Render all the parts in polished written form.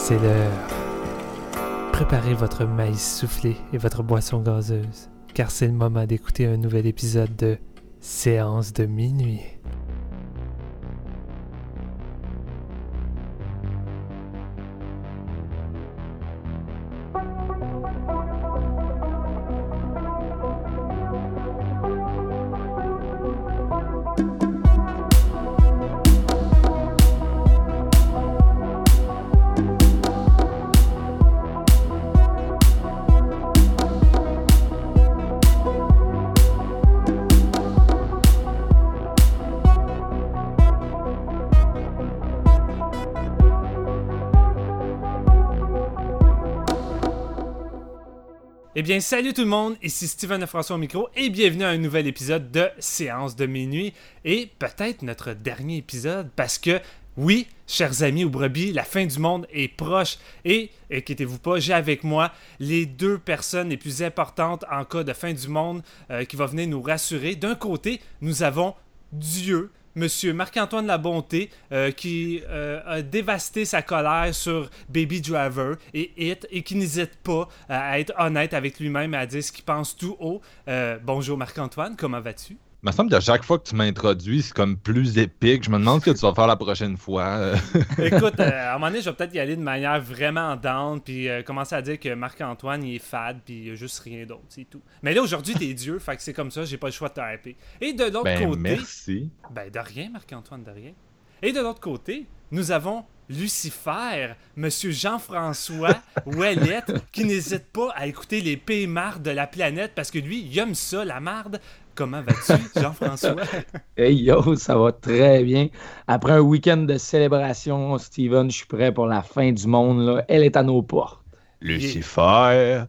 C'est l'heure. Préparez votre maïs soufflé et votre boisson gazeuse, car c'est le moment d'écouter un nouvel épisode de Séance de minuit. Eh bien, salut tout le monde, ici Steven François au micro et bienvenue à un nouvel épisode de Séance de minuit et peut-être notre dernier épisode parce que, oui, chers amis ou brebis, la fin du monde est proche et, inquiétez-vous pas, j'ai avec moi les deux personnes les plus importantes en cas de fin du monde qui va venir nous rassurer. D'un côté, nous avons Dieu, Monsieur Marc-Antoine Labonté, qui a dévasté sa colère sur Baby Driver et qui n'hésite pas à être honnête avec lui-même et à dire ce qu'il pense tout haut. Bonjour Marc-Antoine, comment vas-tu? Il me semble que chaque fois que tu m'introduis, c'est comme plus épique. Je me demande ce que tu vas faire la prochaine fois. Écoute, à un moment donné, je vais peut-être y aller de manière vraiment down, puis commencer à dire que Marc-Antoine, il est fade, puis il n'y a juste rien d'autre, c'est tout. Mais là, aujourd'hui, t'es Dieu, fait que c'est comme ça, j'ai pas le choix de te hyper. Et de l'autre côté... merci. Ben, de rien, Marc-Antoine, de rien. Et de l'autre côté, nous avons Lucifer, Monsieur Jean-François Ouellette, qui n'hésite pas à écouter les pays mardes de la planète, parce que lui, il aime ça, la marde. Comment vas-tu, Jean-François? Hey yo, ça va très bien. Après un week-end de célébration, Steven, je suis prêt pour la fin du monde. Là. Elle est à nos portes. Lucifer,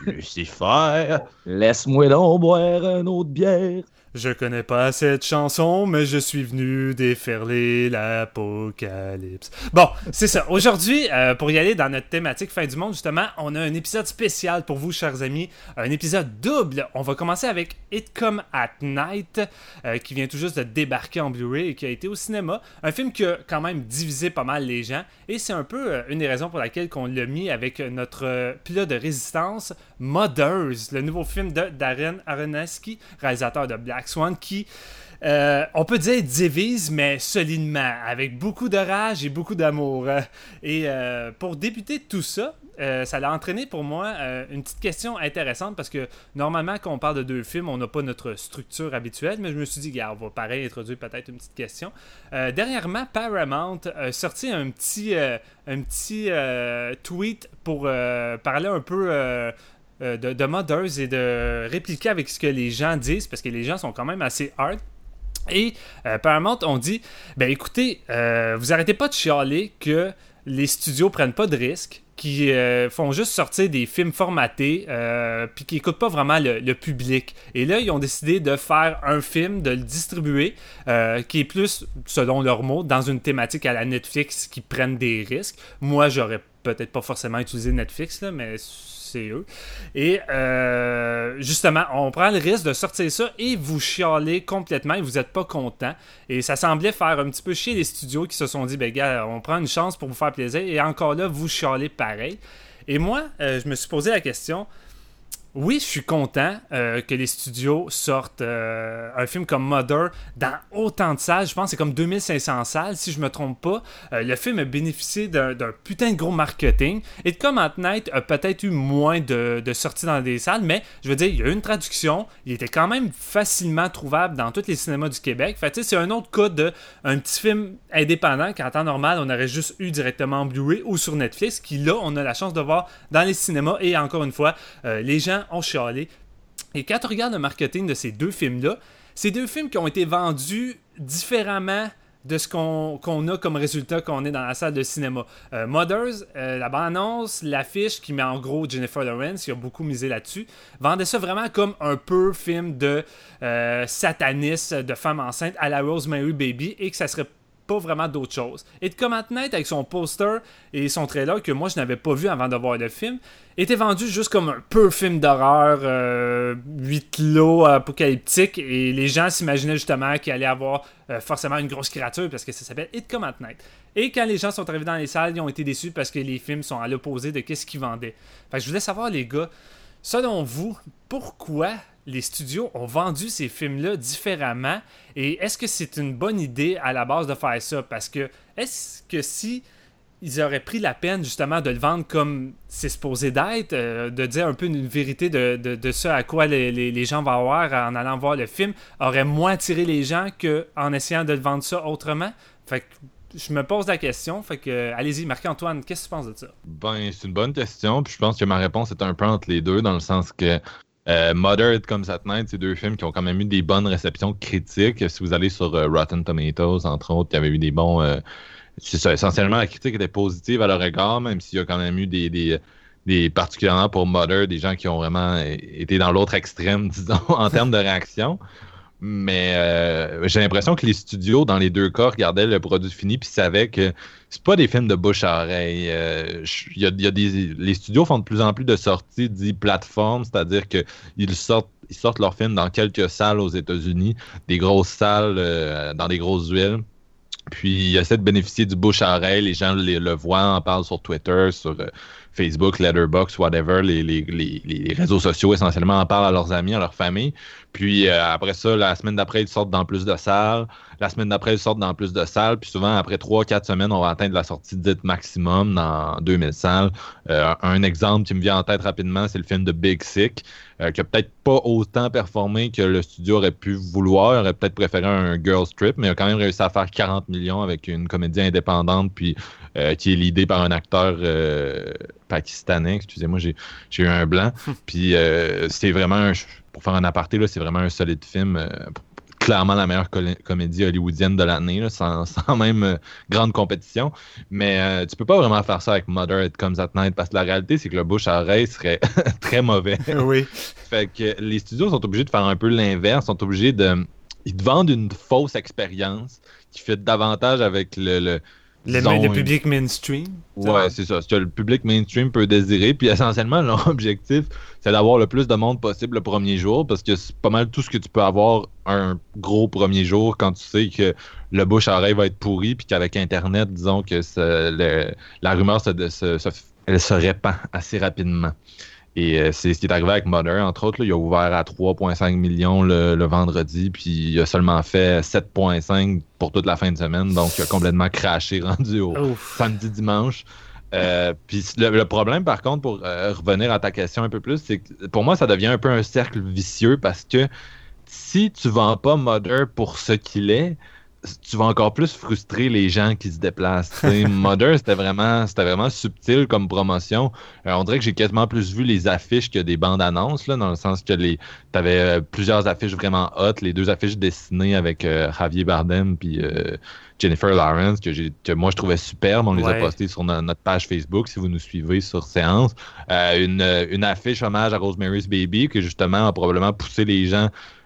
Lucifer. Laisse-moi donc boire une autre bière. Je connais pas cette chanson, mais je suis venu déferler l'apocalypse. Bon, c'est ça. Aujourd'hui, pour y aller dans notre thématique fin du monde, justement, on a un épisode spécial pour vous, chers amis. Un épisode double. On va commencer avec It Come at Night, qui vient tout juste de débarquer en Blu-ray et qui a été au cinéma. Un film qui a quand même divisé pas mal les gens. Et c'est un peu une des raisons pour laquelle on l'a mis avec notre pilote de résistance, Mothers, le nouveau film de Darren Aronofsky, réalisateur de Black Swan, qui, on peut dire, divise, mais solidement, avec beaucoup de rage et beaucoup d'amour. Et pour débuter tout ça, ça a entraîné pour moi une petite question intéressante, parce que normalement, quand on parle de deux films, on n'a pas notre structure habituelle, mais je me suis dit, gars, on va pareil introduire peut-être une petite question. Dernièrement, Paramount a sorti un petit tweet pour parler un peu... de Mothers et de répliquer avec ce que les gens disent, parce que les gens sont quand même assez hard. Et Paramount ont dit, ben écoutez, vous arrêtez pas de chialer que les studios prennent pas de risques, qui font juste sortir des films formatés, puis qui écoutent pas vraiment le public. Et là, ils ont décidé de faire un film, de le distribuer, qui est plus, selon leurs mots, dans une thématique à la Netflix, qui prennent des risques. Moi, j'aurais peut-être pas forcément utilisé Netflix, là, mais c'est eux. Et justement, on prend le risque de sortir ça et vous chialer complètement et vous n'êtes pas content. Et ça semblait faire un petit peu chier les studios qui se sont dit, ben gars, on prend une chance pour vous faire plaisir et encore là, vous chialez pareil. Et moi, je me suis posé la question... Oui, je suis content que les studios sortent un film comme Mother dans autant de salles. Je pense que c'est comme 2500 salles, si je me trompe pas. Le film a bénéficié d'un putain de gros marketing. Et Come at Night a peut-être eu moins de sorties dans des salles, mais je veux dire, il y a eu une traduction. Il était quand même facilement trouvable dans tous les cinémas du Québec. Fait que c'est un autre cas d'un petit film indépendant qu'en temps normal, on aurait juste eu directement en Blu-ray ou sur Netflix, qui là, on a la chance de voir dans les cinémas. Et encore une fois, les gens ont chialé. Et quand tu regardes le marketing de ces deux films-là, c'est deux films qui ont été vendus différemment de ce qu'on a comme résultat quand on est dans la salle de cinéma. Mothers, la bande-annonce, l'affiche qui met en gros Jennifer Lawrence, qui a beaucoup misé là-dessus, vendait ça vraiment comme un peu film de sataniste, de femme enceinte à la Rosemary Baby, et que ça serait pas vraiment d'autre chose. It Come at Night, avec son poster et son trailer que moi je n'avais pas vu avant de voir le film, était vendu juste comme un peu film d'horreur, huis clos, apocalyptique, et les gens s'imaginaient justement qu'il allait avoir forcément une grosse créature parce que ça s'appelle It Come at Night. Et quand les gens sont arrivés dans les salles, ils ont été déçus parce que les films sont à l'opposé de ce qu'ils vendaient. Fait que je voulais savoir, les gars, selon vous, pourquoi les studios ont vendu ces films-là différemment, et est-ce que c'est une bonne idée à la base de faire ça? Parce que est-ce que si ils auraient pris la peine justement de le vendre comme c'est supposé d'être, de dire un peu une vérité de ce à quoi les gens vont avoir en allant voir le film, aurait moins attiré les gens qu'en essayant de le vendre ça autrement? Fait que je me pose la question, fait que allez-y, Marc-Antoine, qu'est-ce que tu penses de ça? Ben, c'est une bonne question, puis je pense que ma réponse est un peu entre les deux, dans le sens que Mother It Comes at Night, c'est deux films qui ont quand même eu des bonnes réceptions critiques. Si vous allez sur Rotten Tomatoes, entre autres, il y avait eu des bons... c'est ça, essentiellement, la critique était positive à leur égard, même s'il y a quand même eu des particulièrement pour Mother, des gens qui ont vraiment été dans l'autre extrême, disons, en termes de réaction. Mais j'ai l'impression que les studios, dans les deux cas, regardaient le produit fini puis savaient que c'est pas des films de bouche à oreille. Les studios font de plus en plus de sorties dites plateformes, c'est-à-dire qu'ils sortent leurs films dans quelques salles aux États-Unis, des grosses salles dans des grosses villes. Puis ils essaient de bénéficier du bouche à oreille, les gens le voient, en parlent sur Twitter, sur Facebook, Letterboxd, whatever, les réseaux sociaux essentiellement en parlent à leurs amis, à leur famille. Puis après ça, la semaine d'après, ils sortent dans plus de salles. La semaine d'après, ils sortent dans plus de salles. Puis souvent, après 3-4 semaines, on va atteindre la sortie dite maximum dans 2000 salles. Un exemple qui me vient en tête rapidement, c'est le film de Big Sick, qui a peut-être pas autant performé que le studio aurait pu vouloir. Il aurait peut-être préféré un Girls Trip, mais il a quand même réussi à faire 40 millions avec une comédie indépendante, puis qui est l'idée par un acteur pakistanais. Excusez-moi, j'ai eu un blanc. Puis c'est vraiment, pour faire un aparté, là, c'est vraiment un solide film. Clairement la meilleure comédie hollywoodienne de l'année, là, sans même grande compétition. Mais tu peux pas vraiment faire ça avec Mother It Comes at Night, parce que la réalité, c'est que le bouche à oreille serait très mauvais. Oui. Fait que les studios sont obligés de faire un peu l'inverse, sont obligés ils te vendent une fausse expérience qui fait davantage avec le public mainstream. Ouais, c'est ça. Ce que le public mainstream peut désirer. Puis essentiellement, leur objectif, c'est d'avoir le plus de monde possible le premier jour, parce que c'est pas mal tout ce que tu peux avoir un gros premier jour quand tu sais que le bouche à oreille va être pourri, puis qu'avec Internet, disons que la rumeur elle se répand assez rapidement. Et c'est ce qui est arrivé avec Mother, entre autres. Là, il a ouvert à 3,5 millions le vendredi, puis il a seulement fait 7,5 pour toute la fin de semaine. Donc, il a complètement crashé, rendu au samedi-dimanche. Puis le problème, par contre, pour revenir à ta question un peu plus, c'est que pour moi, ça devient un peu un cercle vicieux, parce que si tu vends pas Mother pour ce qu'il est, tu vas encore plus frustrer les gens qui se déplacent. Mother, c'était vraiment subtil comme promotion. On dirait que j'ai quasiment plus vu les affiches que des bandes annonces, là, dans le sens que t'avais plusieurs affiches vraiment hot, les deux affiches dessinées avec Javier Bardem puis Jennifer Lawrence, que moi je trouvais superbe. On les a postées sur notre page Facebook si vous nous suivez sur Séance. Une affiche hommage à Rosemary's Baby qui justement a probablement poussé les gens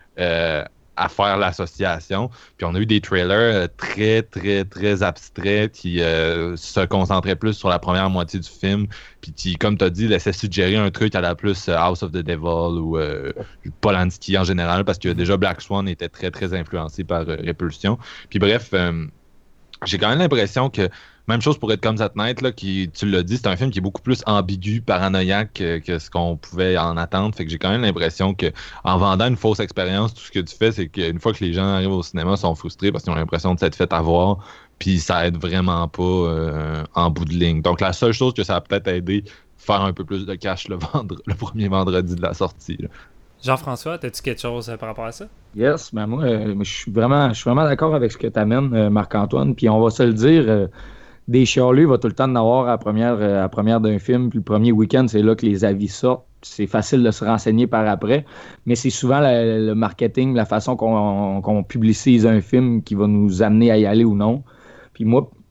à faire l'association. Puis on a eu des trailers très, très, très abstraits qui se concentraient plus sur la première moitié du film, puis qui, comme tu as dit, laissaient suggérer un truc à la plus House of the Devil ou Polanski en général, parce que déjà Black Swan était très, très influencé par Répulsion. Puis bref, j'ai quand même l'impression que même chose pour It Comes at Night, là, tu l'as dit, c'est un film qui est beaucoup plus ambigu, paranoïaque que ce qu'on pouvait en attendre. Fait que j'ai quand même l'impression que en vendant une fausse expérience, tout ce que tu fais, c'est qu'une fois que les gens arrivent au cinéma, ils sont frustrés parce qu'ils ont l'impression de s'être fait avoir, puis ça aide vraiment pas en bout de ligne. Donc la seule chose que ça a peut-être aidé, faire un peu plus de cash le premier vendredi de la sortie, là. Jean-François, as-tu quelque chose par rapport à ça? Yes, ben moi, je suis vraiment d'accord avec ce que tu amènes, Marc-Antoine. Puis on va se le dire, des chialeux, il va tout le temps en avoir à la première d'un film. Puis le premier week-end, c'est là que les avis sortent. C'est facile de se renseigner par après. Mais c'est souvent le marketing, la façon qu'on publicise un film qui va nous amener à y aller ou non. Puis moi,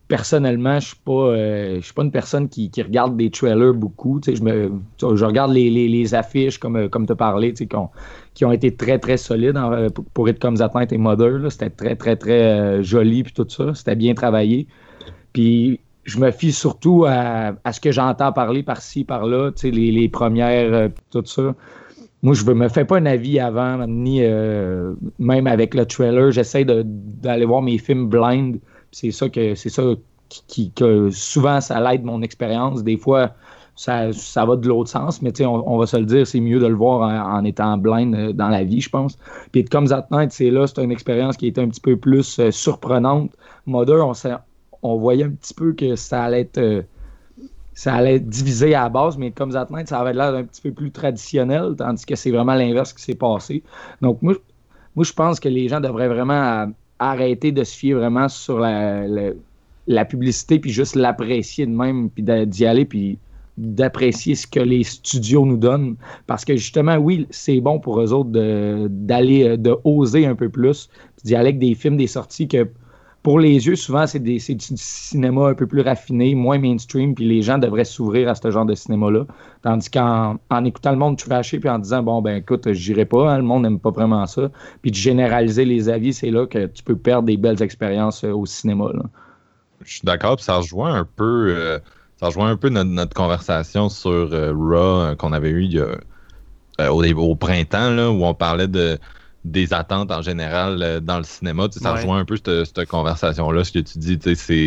personnellement, je suis pas une personne qui regarde des trailers beaucoup. Je regarde les affiches, comme tu as parlé, qui ont été très, très solides pour It Comes at Night et Mother. Là. C'était très, très, très joli, puis tout ça. C'était bien travaillé. Puis je me fie surtout à ce que j'entends parler par-ci, par-là, les premières, tout ça. Moi, je ne me fais pas un avis avant, ni même avec le trailer. J'essaie d'aller voir mes films blind. C'est ça que souvent, ça l'aide mon expérience. Des fois, ça va de l'autre sens, mais on va se le dire, c'est mieux de le voir en étant blind dans la vie, je pense. Puis It Comes at Night, c'est une expérience qui était un petit peu plus surprenante. Mother, on voyait un petit peu que ça allait être divisé à la base, mais It Comes at Night, ça avait l'air d'un petit peu plus traditionnel, tandis que c'est vraiment l'inverse qui s'est passé. Donc, moi, je pense que les gens devraient vraiment arrêter de se fier vraiment sur la publicité, puis juste l'apprécier de même, puis d'y aller, puis d'apprécier ce que les studios nous donnent. Parce que justement, oui, c'est bon pour eux autres de oser un peu plus, puis d'y aller avec des films, des sorties que pour les yeux, souvent, c'est du cinéma un peu plus raffiné, moins mainstream, puis les gens devraient s'ouvrir à ce genre de cinéma-là. Tandis qu'en écoutant le monde trasher, puis en disant, bon, ben écoute, j'irai pas, le monde n'aime pas vraiment ça, puis de généraliser les avis, c'est là que tu peux perdre des belles expériences au cinéma. Là. Je suis d'accord, puis ça rejoint un peu, notre conversation sur Raw qu'on avait eu au printemps, là, où on parlait des attentes en général dans le cinéma. Ça rejoint un peu cette conversation-là, ce que tu dis.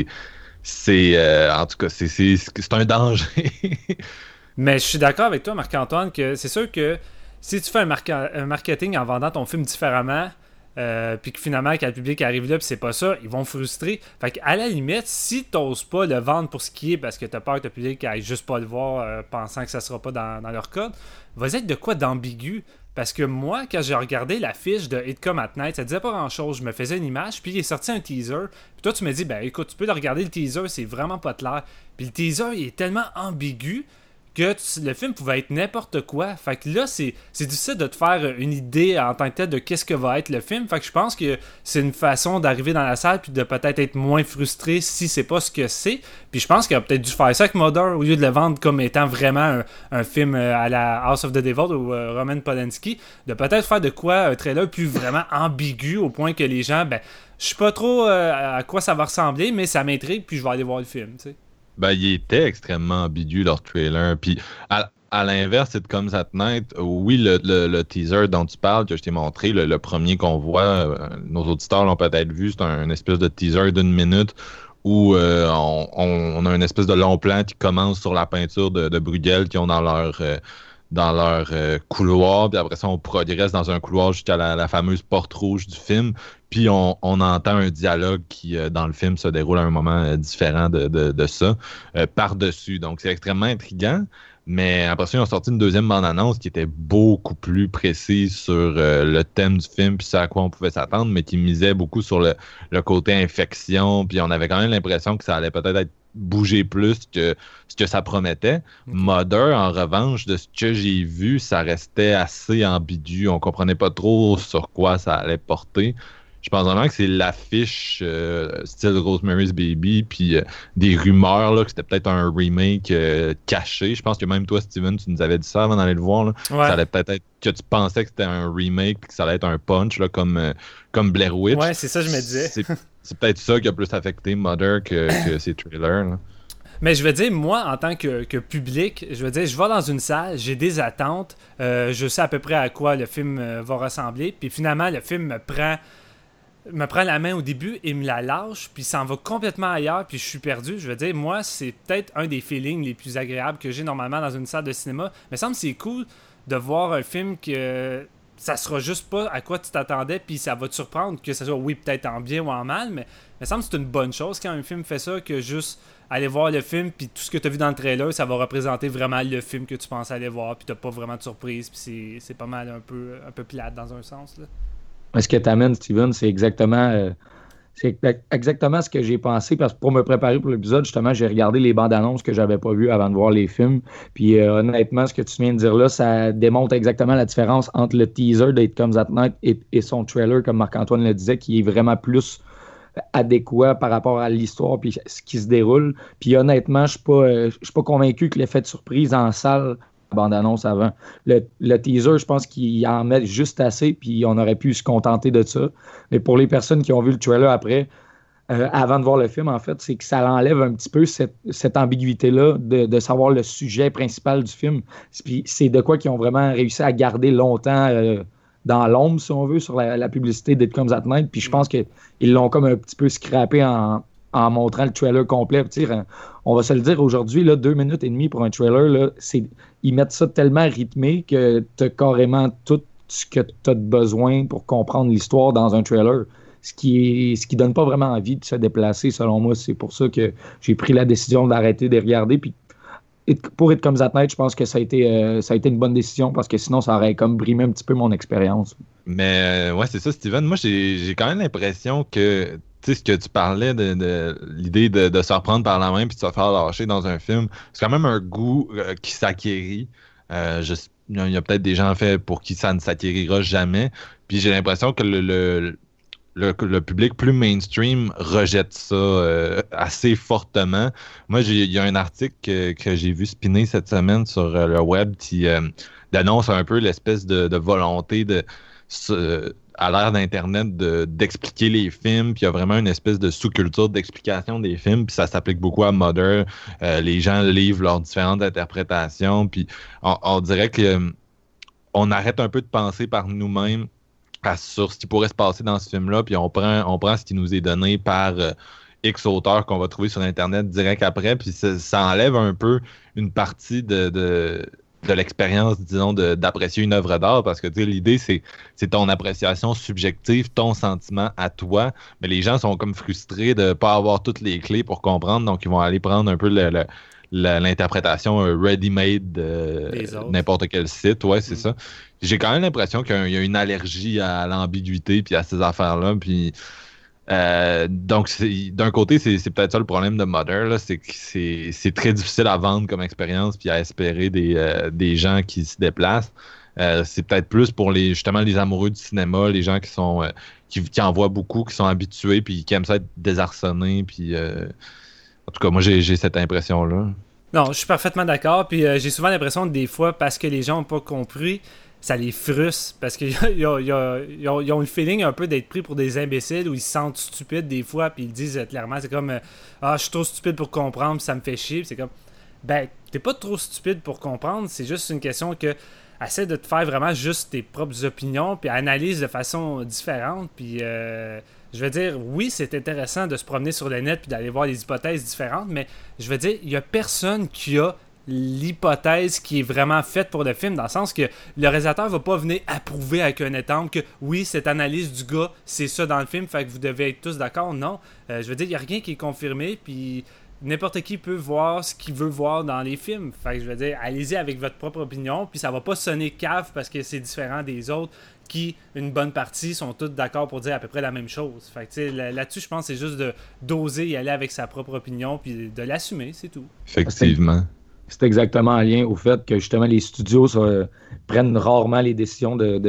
En tout cas, c'est un danger. Mais je suis d'accord avec toi, Marc-Antoine, que c'est sûr que si tu fais un marketing en vendant ton film différemment, puis que finalement, quand le public arrive là, puis c'est pas ça, ils vont frustrer. Fait qu'à la limite, si t'oses pas le vendre pour ce qui est, parce que t'as peur que le public aille juste pas le voir, pensant que ça sera pas dans leur code, vas-y avec de quoi d'ambigu. Parce que moi, quand j'ai regardé l'affiche de It Comes at Night, ça disait pas grand-chose. Je me faisais une image, puis il est sorti un teaser. Puis toi, tu me dis, ben écoute, tu peux le regarder, le teaser, c'est vraiment pas clair. Puis le teaser, il est tellement ambigu que le film pouvait être n'importe quoi. Fait que là, c'est difficile de te faire une idée en tant que telle de qu'est-ce que va être le film. Fait que je pense que c'est une façon d'arriver dans la salle puis de peut-être être moins frustré si c'est pas ce que c'est. Puis je pense qu'il a peut-être dû faire ça avec Mother au lieu de le vendre comme étant vraiment un film à la House of the Devil ou Roman Polanski, de peut-être faire de quoi un trailer plus vraiment ambigu au point que les gens, ben, je sais pas trop à quoi ça va ressembler, mais ça m'intrigue puis je vais aller voir le film, tu sais. Ben, il était extrêmement ambigu, leur trailer. Puis, à l'inverse, It Comes at Night, oui, le teaser dont tu parles, que je t'ai montré, le premier qu'on voit, nos auditeurs l'ont peut-être vu, c'est un espèce de teaser d'1 minute où on a une espèce de long plan qui commence sur la peinture de Bruegel qu'ils ont dans leur couloir, puis après ça, on progresse dans un couloir jusqu'à la fameuse porte rouge du film, puis on entend un dialogue qui, dans le film, se déroule à un moment différent de ça, par-dessus. Donc, c'est extrêmement intriguant, mais après ça, ils ont sorti une deuxième bande-annonce qui était beaucoup plus précise sur le thème du film, puis ce à quoi on pouvait s'attendre, mais qui misait beaucoup sur le côté infection, puis on avait quand même l'impression que ça allait peut-être être bouger plus que ce que ça promettait. Okay. Mother, en revanche, de ce que j'ai vu, ça restait assez ambigu. On comprenait pas trop sur quoi ça allait porter. Je pense vraiment que c'est l'affiche style Rosemary's Baby, puis des rumeurs là, que c'était peut-être un remake caché. Je pense que même toi, Steven, tu nous avais dit ça avant d'aller le voir. Là. Ouais. Ça allait peut-être être que tu pensais que c'était un remake, puis que ça allait être un punch, là, comme Blair Witch. Ouais, c'est ça, je me disais. C'est peut-être ça qui a plus affecté Mother que ces trailers. Là. Mais je veux dire, moi, en tant que public, je veux dire, je vais dans une salle, j'ai des attentes, je sais à peu près à quoi le film va ressembler, puis finalement, le film me prend la main au début et me la lâche, puis s'en va complètement ailleurs, puis je suis perdu. Je veux dire, moi, c'est peut-être un des feelings les plus agréables que j'ai normalement dans une salle de cinéma. Mais ça me semble que c'est cool de voir un film que ça sera juste pas à quoi tu t'attendais, puis ça va te surprendre, que ça soit, oui, peut-être en bien ou en mal, mais il me semble que c'est une bonne chose quand un film fait ça, que juste aller voir le film, puis tout ce que tu as vu dans le trailer, ça va représenter vraiment le film que tu penses aller voir, puis t'as pas vraiment de surprise, puis c'est pas mal un peu plate dans un sens, là. Ce que tu amènes, Steven, c'est exactement ce que j'ai pensé, parce que pour me préparer pour l'épisode, justement, j'ai regardé les bandes annonces que j'avais pas vues avant de voir les films. Puis honnêtement, ce que tu viens de dire là, ça démontre exactement la différence entre le teaser de It Comes at Night et son trailer, comme Marc-Antoine le disait, qui est vraiment plus adéquat par rapport à l'histoire puis ce qui se déroule. Puis honnêtement, je suis pas convaincu que l'effet de surprise en salle, la bande-annonce avant. Le teaser, je pense qu'il en met juste assez, puis on aurait pu se contenter de ça. Mais pour les personnes qui ont vu le trailer après, avant de voir le film, en fait, c'est que ça l'enlève un petit peu cette ambiguïté-là de savoir le sujet principal du film. Puis c'est de quoi qu'ils ont vraiment réussi à garder longtemps dans l'ombre, si on veut, sur la publicité d'It Comes at Night. Puis je pense qu'ils l'ont comme un petit peu scrappé en montrant le trailer complet. On va se le dire aujourd'hui, là, 2 minutes et demie pour un trailer, là, ils mettent ça tellement rythmé que tu as carrément tout ce que tu as besoin pour comprendre l'histoire dans un trailer. Ce qui donne pas vraiment envie de se déplacer, selon moi. C'est pour ça que j'ai pris la décision d'arrêter de regarder. Puis pour It Comes at Night, je pense que ça a été une bonne décision parce que sinon, ça aurait comme brimé un petit peu mon expérience. Mais ouais, c'est ça, Steven. Moi, j'ai quand même l'impression que tu sais, ce que tu parlais de l'idée de se reprendre par la main puis de se faire lâcher dans un film, c'est quand même un goût qui s'acquérit. Il y a peut-être des gens fait pour qui ça ne s'acquérira jamais. Puis j'ai l'impression que le public plus mainstream rejette ça assez fortement. Moi, il y a un article que j'ai vu spinner cette semaine sur le web qui dénonce un peu l'espèce de volonté à l'ère d'Internet d'expliquer les films, puis il y a vraiment une espèce de sous-culture d'explication des films, puis ça s'applique beaucoup à Mother. Les gens livrent leurs différentes interprétations, puis on dirait que on arrête un peu de penser par nous-mêmes sur ce qui pourrait se passer dans ce film-là, puis on prend ce qui nous est donné par X auteurs qu'on va trouver sur Internet direct après, puis ça enlève un peu une partie de l'expérience, disons, d'apprécier une œuvre d'art, parce que l'idée, c'est ton appréciation subjective, ton sentiment à toi, mais les gens sont comme frustrés de ne pas avoir toutes les clés pour comprendre, donc ils vont aller prendre un peu l'interprétation ready-made de n'importe quel site, ouais, c'est ça. J'ai quand même l'impression qu'il y a une allergie à l'ambiguïté puis à ces affaires-là, puis donc d'un côté, c'est peut-être ça le problème de Mother, là, c'est que c'est très difficile à vendre comme expérience puis à espérer des gens qui se déplacent. C'est peut-être plus pour justement les amoureux du cinéma, les gens qui en voient beaucoup, qui sont habitués puis qui aiment ça être désarçonnés, puis en tout cas, moi, j'ai cette impression-là. Non, je suis parfaitement d'accord. Puis j'ai souvent l'impression que des fois, parce que les gens n'ont pas compris, ça les frustre. Parce qu'ils ont le feeling un peu d'être pris pour des imbéciles ou ils se sentent stupides des fois. Puis ils disent clairement, c'est comme je suis trop stupide pour comprendre, puis ça me fait chier. Puis c'est comme, ben, t'es pas trop stupide pour comprendre. C'est juste une question que essaie de te faire vraiment juste tes propres opinions, puis analyse de façon différente. Puis je veux dire, oui, c'est intéressant de se promener sur le net puis d'aller voir des hypothèses différentes, mais je veux dire, il n'y a personne qui a l'hypothèse qui est vraiment faite pour le film, dans le sens que le réalisateur va pas venir approuver avec un étampe que oui, cette analyse du gars, c'est ça dans le film, fait que vous devez être tous d'accord. Non, je veux dire, il n'y a rien qui est confirmé, puis n'importe qui peut voir ce qu'il veut voir dans les films. Fait que je veux dire, allez-y avec votre propre opinion, puis ça va pas sonner cave parce que c'est différent des autres qui, une bonne partie, sont tous d'accord pour dire à peu près la même chose. Fait que tu sais, là-dessus, je pense que c'est juste d'oser y aller avec sa propre opinion puis de l'assumer, c'est tout. Effectivement. C'est exactement en lien au fait que justement les studios prennent rarement les décisions de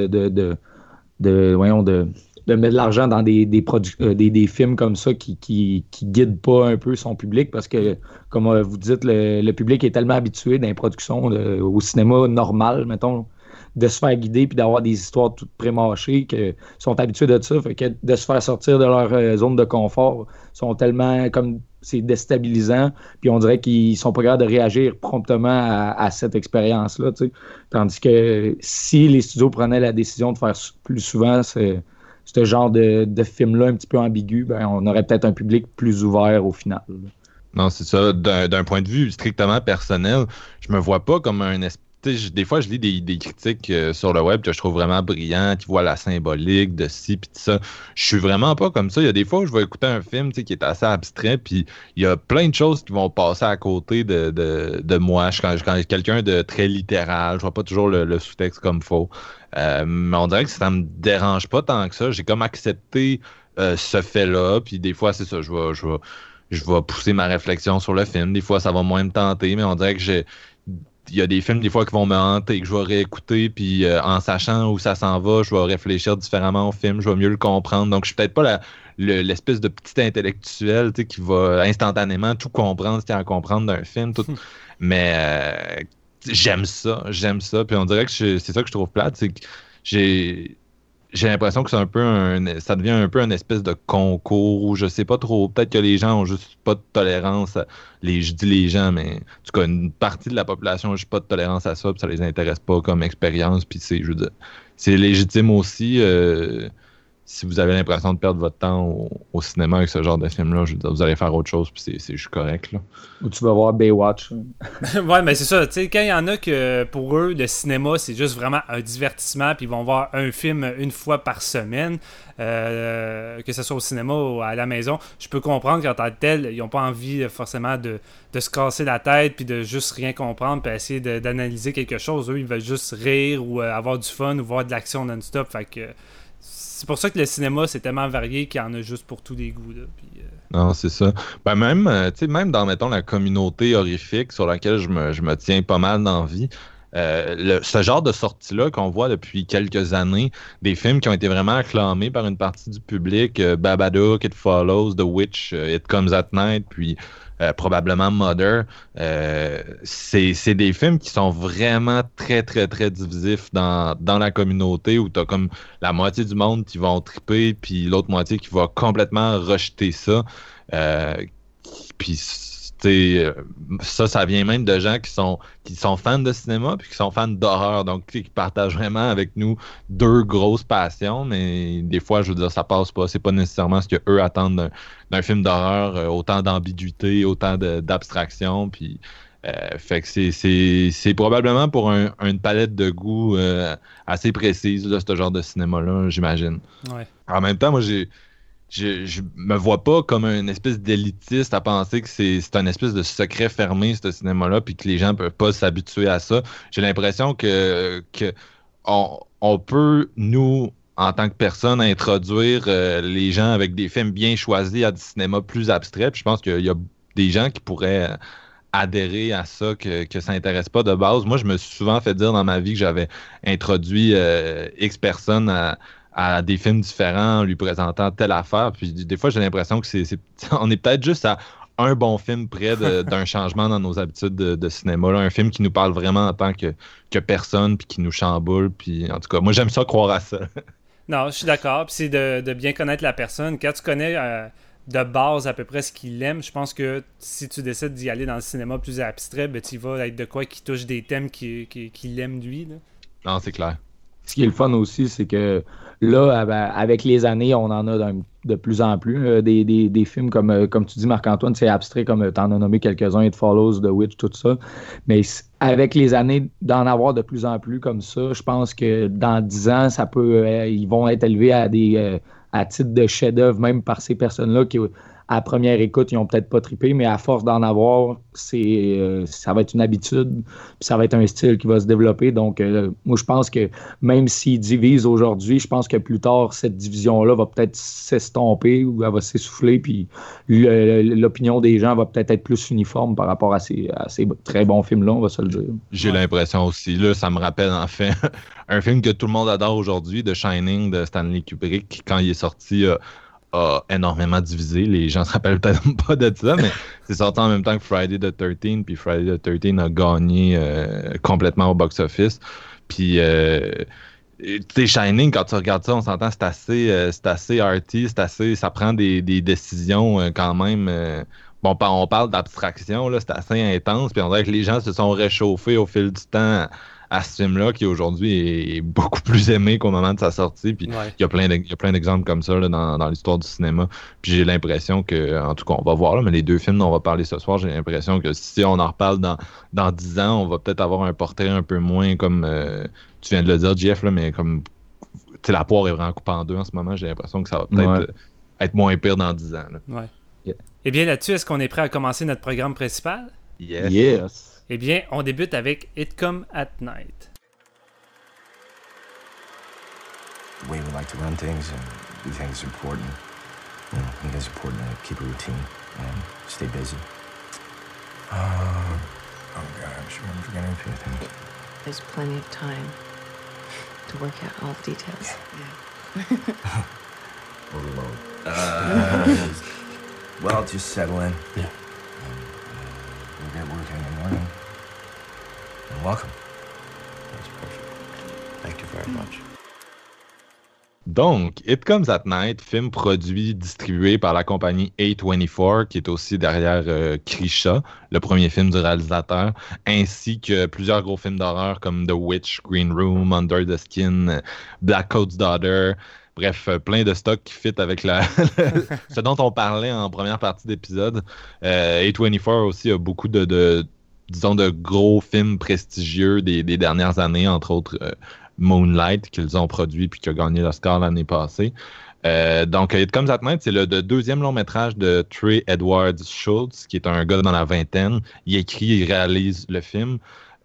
mettre de l'argent dans des films comme ça qui guident pas un peu son public parce que, comme vous dites, le public est tellement habitué dans les productions au cinéma normal, mettons, de se faire guider puis d'avoir des histoires toutes prémâchées qu'ils sont habitués de ça, fait que de se faire sortir de leur zone de confort sont tellement comme c'est déstabilisant, puis on dirait qu'ils sont pas capables de réagir promptement à cette expérience-là, tu sais. Tandis que si les studios prenaient la décision de faire plus souvent ce genre de film-là un petit peu ambigu, ben on aurait peut-être un public plus ouvert au final. Non, c'est ça. D'un point de vue strictement personnel, je me vois pas comme un espèce. Des fois, je lis des critiques sur le web que je trouve vraiment brillantes, qui voient la symbolique de ci puis de ça. Je suis vraiment pas comme ça. Il y a des fois où je vais écouter un film qui est assez abstrait, puis il y a plein de choses qui vont passer à côté de moi. Quand quelqu'un de très littéral, je vois pas toujours le sous-texte comme faux. Mais on dirait que ça me dérange pas tant que ça. J'ai comme accepté ce fait-là, puis des fois, c'est ça, je vais pousser ma réflexion sur le film. Des fois, ça va moins me tenter, mais on dirait que il y a des films, des fois, qui vont me hanter, que je vais réécouter, puis en sachant où ça s'en va, je vais réfléchir différemment au film, je vais mieux le comprendre. Donc, je suis peut-être pas l'espèce de petit intellectuel qui va instantanément tout comprendre ce qu'il y a à comprendre d'un film. Tout. Mais j'aime ça. Puis on dirait que c'est ça que je trouve plate, c'est que j'ai l'impression que c'est un peu ça devient un peu une espèce de concours où je sais pas trop. Peut-être que les gens ont juste pas de tolérance. Je dis les gens, mais en tout cas, une partie de la population n'a juste pas de tolérance à ça, puis ça les intéresse pas comme expérience. Puis je veux dire, c'est légitime aussi. Si vous avez l'impression de perdre votre temps au cinéma avec ce genre de film-là, je veux dire, vous allez faire autre chose, puis c'est juste correct, là. Ou tu vas voir Baywatch. Ouais, mais c'est ça. Tu sais, quand il y en a que pour eux, le cinéma, c'est juste vraiment un divertissement, puis ils vont voir un film une fois par semaine, que ce soit au cinéma ou à la maison, je peux comprendre qu'en tant que tel, ils n'ont pas envie forcément de se casser la tête, puis de juste rien comprendre, puis essayer d'analyser quelque chose. Eux, ils veulent juste rire ou avoir du fun ou voir de l'action non-stop. Fait que c'est pour ça que le cinéma, c'est tellement varié qu'il y en a juste pour tous les goûts. Là. Puis, Non, c'est ça. Ben même, même dans, mettons, la communauté horrifique sur laquelle je me tiens pas mal d'envie, ce genre de sorties-là qu'on voit depuis quelques années, des films qui ont été vraiment acclamés par une partie du public, Babadook, It Follows, The Witch, It Comes at Night, puis probablement Mother, c'est des films qui sont vraiment très, très, très divisifs dans la communauté où t'as comme la moitié du monde qui vont triper puis l'autre moitié qui va complètement rejeter ça. Puis ça vient même de gens qui sont fans de cinéma puis qui sont fans d'horreur, donc qui partagent vraiment avec nous deux grosses passions, mais des fois, je veux dire, ça passe pas. C'est pas nécessairement ce qu'eux attendent d'un film d'horreur, autant d'ambiguïté, autant d'abstraction, puis fait que c'est probablement pour une palette de goûts assez précise, là, ce genre de cinéma-là, j'imagine. Ouais. En même temps, moi, je me vois pas comme une espèce d'élitiste à penser que c'est un espèce de secret fermé, ce cinéma-là, puis que les gens peuvent pas s'habituer à ça. J'ai l'impression que on peut, nous, en tant que personne, introduire les gens avec des films bien choisis à du cinéma plus abstrait. Puis je pense qu'il y a des gens qui pourraient adhérer à ça, que ça n'intéresse pas de base. Moi, je me suis souvent fait dire dans ma vie que j'avais introduit X personnes à des films différents en lui présentant telle affaire. Puis des fois, j'ai l'impression que on est peut-être juste à un bon film près d'un changement dans nos habitudes de cinéma. Là. Un film qui nous parle vraiment en tant que personne, puis qui nous chamboule. Puis en tout cas, moi, j'aime ça croire à ça. Non, je suis d'accord. Puis c'est de bien connaître la personne. Quand tu connais de base à peu près ce qu'il aime, je pense que si tu décides d'y aller dans le cinéma plus abstrait, ben, tu vas être de quoi qui touche des thèmes qu'il aime lui. Là. Non, c'est clair. Ce qui est le fun aussi, c'est que là, avec les années, on en a de plus en plus. Des films comme tu dis, Marc-Antoine, c'est abstrait, comme tu en as nommé quelques-uns, It Follows, The Witch, tout ça. Mais avec les années, d'en avoir de plus en plus comme ça, je pense que dans 10 ans, ils vont être élevés à titre de chef-d'œuvre, même par ces personnes-là qui, à première écoute, ils n'ont peut-être pas trippé, mais à force d'en avoir, ça va être une habitude, puis ça va être un style qui va se développer. Donc, moi, je pense que même s'ils divisent aujourd'hui, je pense que plus tard, cette division-là va peut-être s'estomper ou elle va s'essouffler, puis l'opinion des gens va peut-être être plus uniforme par rapport à ces très bons films-là, on va se le dire. J'ai l'impression aussi. Là, ça me rappelle en fait un film que tout le monde adore aujourd'hui, The Shining de Stanley Kubrick, quand il est sorti... a énormément divisé. Les gens se rappellent peut-être pas de ça, mais c'est sorti en même temps que Friday the 13th, puis Friday the 13th a gagné complètement au box-office. Puis, tu sais, Shining, quand tu regardes ça, on s'entend, c'est assez arty, ça prend des décisions quand même... Bon, on parle d'abstraction, là, c'est assez intense, puis on dirait que les gens se sont réchauffés au fil du temps à ce film-là, qui aujourd'hui est beaucoup plus aimé qu'au moment de sa sortie. Puis il y a plein d'exemples comme ça là, dans l'histoire du cinéma. Puis j'ai l'impression que, en tout cas, on va voir, là, mais les deux films dont on va parler ce soir, j'ai l'impression que si on en reparle dans 10 ans, on va peut-être avoir un portrait un peu moins comme tu viens de le dire, Jeff, là, mais comme tu sais, la poire est vraiment coupée en deux en ce moment, j'ai l'impression que ça va peut-être être moins pire dans 10 ans. Là. Ouais. Yeah. Eh bien, là-dessus, est-ce qu'on est prêt à commencer notre programme principal? Yes. Eh bien, on débute avec It Comes at Night. The way we like to run things and do things is important. You know, I think it's important to keep a routine and stay busy. Oh God, I'm sure I'm forgetting a few things. There's plenty of time to work out all the details. Yeah. Overload. Well, just settle in. Yeah. We'll get working in the morning. And welcome. That's perfect. Thank you very much. Donc, It Comes at Night, film produit, distribué par la compagnie A24, qui est aussi derrière Krisha, le premier film du réalisateur, ainsi que plusieurs gros films d'horreur comme The Witch, Green Room, Under the Skin, Black Coat's Daughter. Bref, plein de stocks qui fit avec ce dont on parlait en première partie d'épisode. A24 aussi a beaucoup disons, de gros films prestigieux des dernières années, entre autres Moonlight, qu'ils ont produit puis qui a gagné l'Oscar l'année passée. Donc, It Comes at Night, c'est le deuxième long métrage de Trey Edwards Schultz, qui est un gars dans la vingtaine. Il écrit et réalise le film.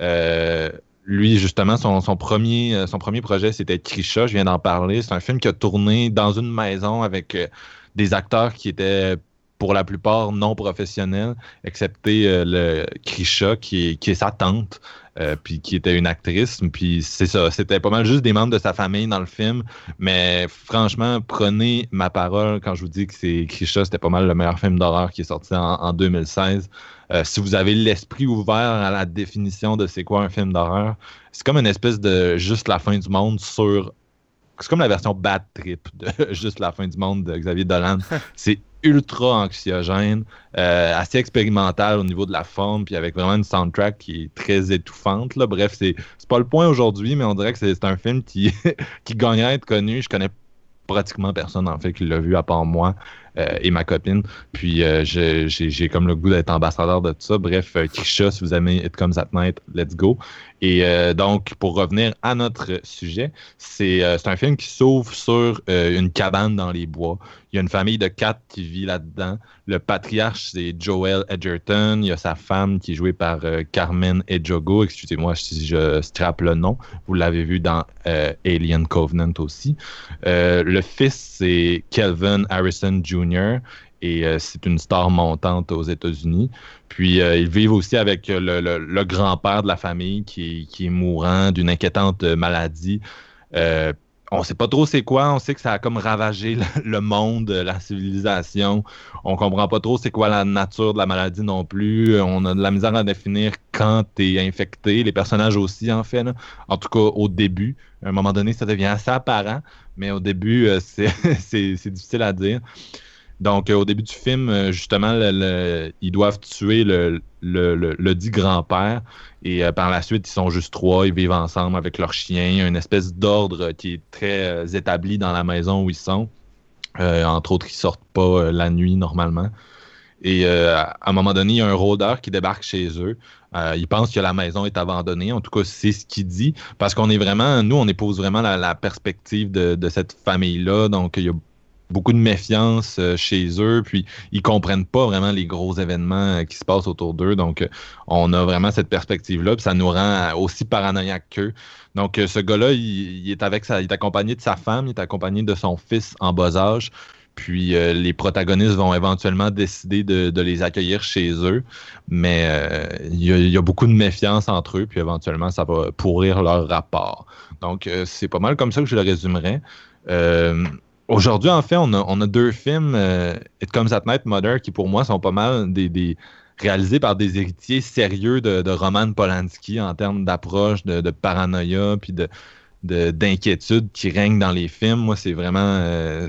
Lui, justement, son premier projet, c'était Krisha, je viens d'en parler. C'est un film qui a tourné dans une maison avec des acteurs qui étaient pour la plupart non professionnels, excepté Krisha, qui est sa tante, puis qui était une actrice. Puis c'est ça, c'était pas mal juste des membres de sa famille dans le film. Mais franchement, prenez ma parole quand je vous dis que c'est Krisha, c'était pas mal le meilleur film d'horreur qui est sorti en 2016. Si vous avez l'esprit ouvert à la définition de c'est quoi un film d'horreur, c'est comme une espèce de Juste la fin du monde c'est comme la version Bad Trip de Juste la fin du monde de Xavier Dolan. C'est ultra anxiogène, assez expérimental au niveau de la forme, puis avec vraiment une soundtrack qui est très étouffante. Là. Bref, c'est pas le point aujourd'hui, mais on dirait que c'est un film qui gagnerait à être connu. Je connais pratiquement personne, en fait, qui l'a vu à part moi et ma copine. Puis j'ai comme le goût d'être ambassadeur de tout ça. Bref, Krisha, si vous aimez It Comes at Night, let's go. Et donc, pour revenir à notre sujet, c'est un film qui s'ouvre sur une cabane dans les bois. Il y a une famille de 4 qui vit là-dedans. Le patriarche, c'est Joel Edgerton. Il y a sa femme qui est jouée par Carmen Ejogo. Excusez-moi si je scrape le nom. Vous l'avez vu dans Alien Covenant aussi. Le fils, c'est Kelvin Harrison Jr., et c'est une star montante aux États-Unis. Puis ils vivent aussi avec le grand-père de la famille qui est mourant d'une inquiétante maladie. On ne sait pas trop c'est quoi. On sait que ça a comme ravagé le monde, la civilisation. On comprend pas trop c'est quoi la nature de la maladie non plus. On a de la misère à définir quand tu es infecté. Les personnages aussi, en fait. Là. En tout cas, au début. À un moment donné, ça devient assez apparent. Mais au début, c'est difficile à dire. Donc, au début du film, justement, ils doivent tuer le dit grand-père. Et par la suite, ils sont juste 3, ils vivent ensemble avec leur chien. Il y a une espèce d'ordre qui est très établi dans la maison où ils sont. Entre autres, ils sortent pas la nuit normalement. Et à un moment donné, il y a un rôdeur qui débarque chez eux. Il pense que la maison est abandonnée. En tout cas, c'est ce qu'il dit. Parce qu'on est vraiment, nous, on épouse vraiment la perspective de cette famille-là. Donc, il y a beaucoup de méfiance chez eux, puis ils comprennent pas vraiment les gros événements qui se passent autour d'eux. Donc, on a vraiment cette perspective-là, puis ça nous rend aussi paranoïaques qu'eux. Donc, ce gars-là, il est accompagné de sa femme, il est accompagné de son fils en bas âge. Puis les protagonistes vont éventuellement décider de les accueillir chez eux, mais il y a beaucoup de méfiance entre eux, puis éventuellement, ça va pourrir leur rapport. Donc, c'est pas mal comme ça que je le résumerais. Aujourd'hui, en fait, on a 2 films, It Comes at Night, Mother, qui pour moi sont pas mal réalisés par des héritiers sérieux de Roman Polanski en termes d'approche, de paranoïa, puis d'inquiétude qui règne dans les films. Moi, c'est vraiment...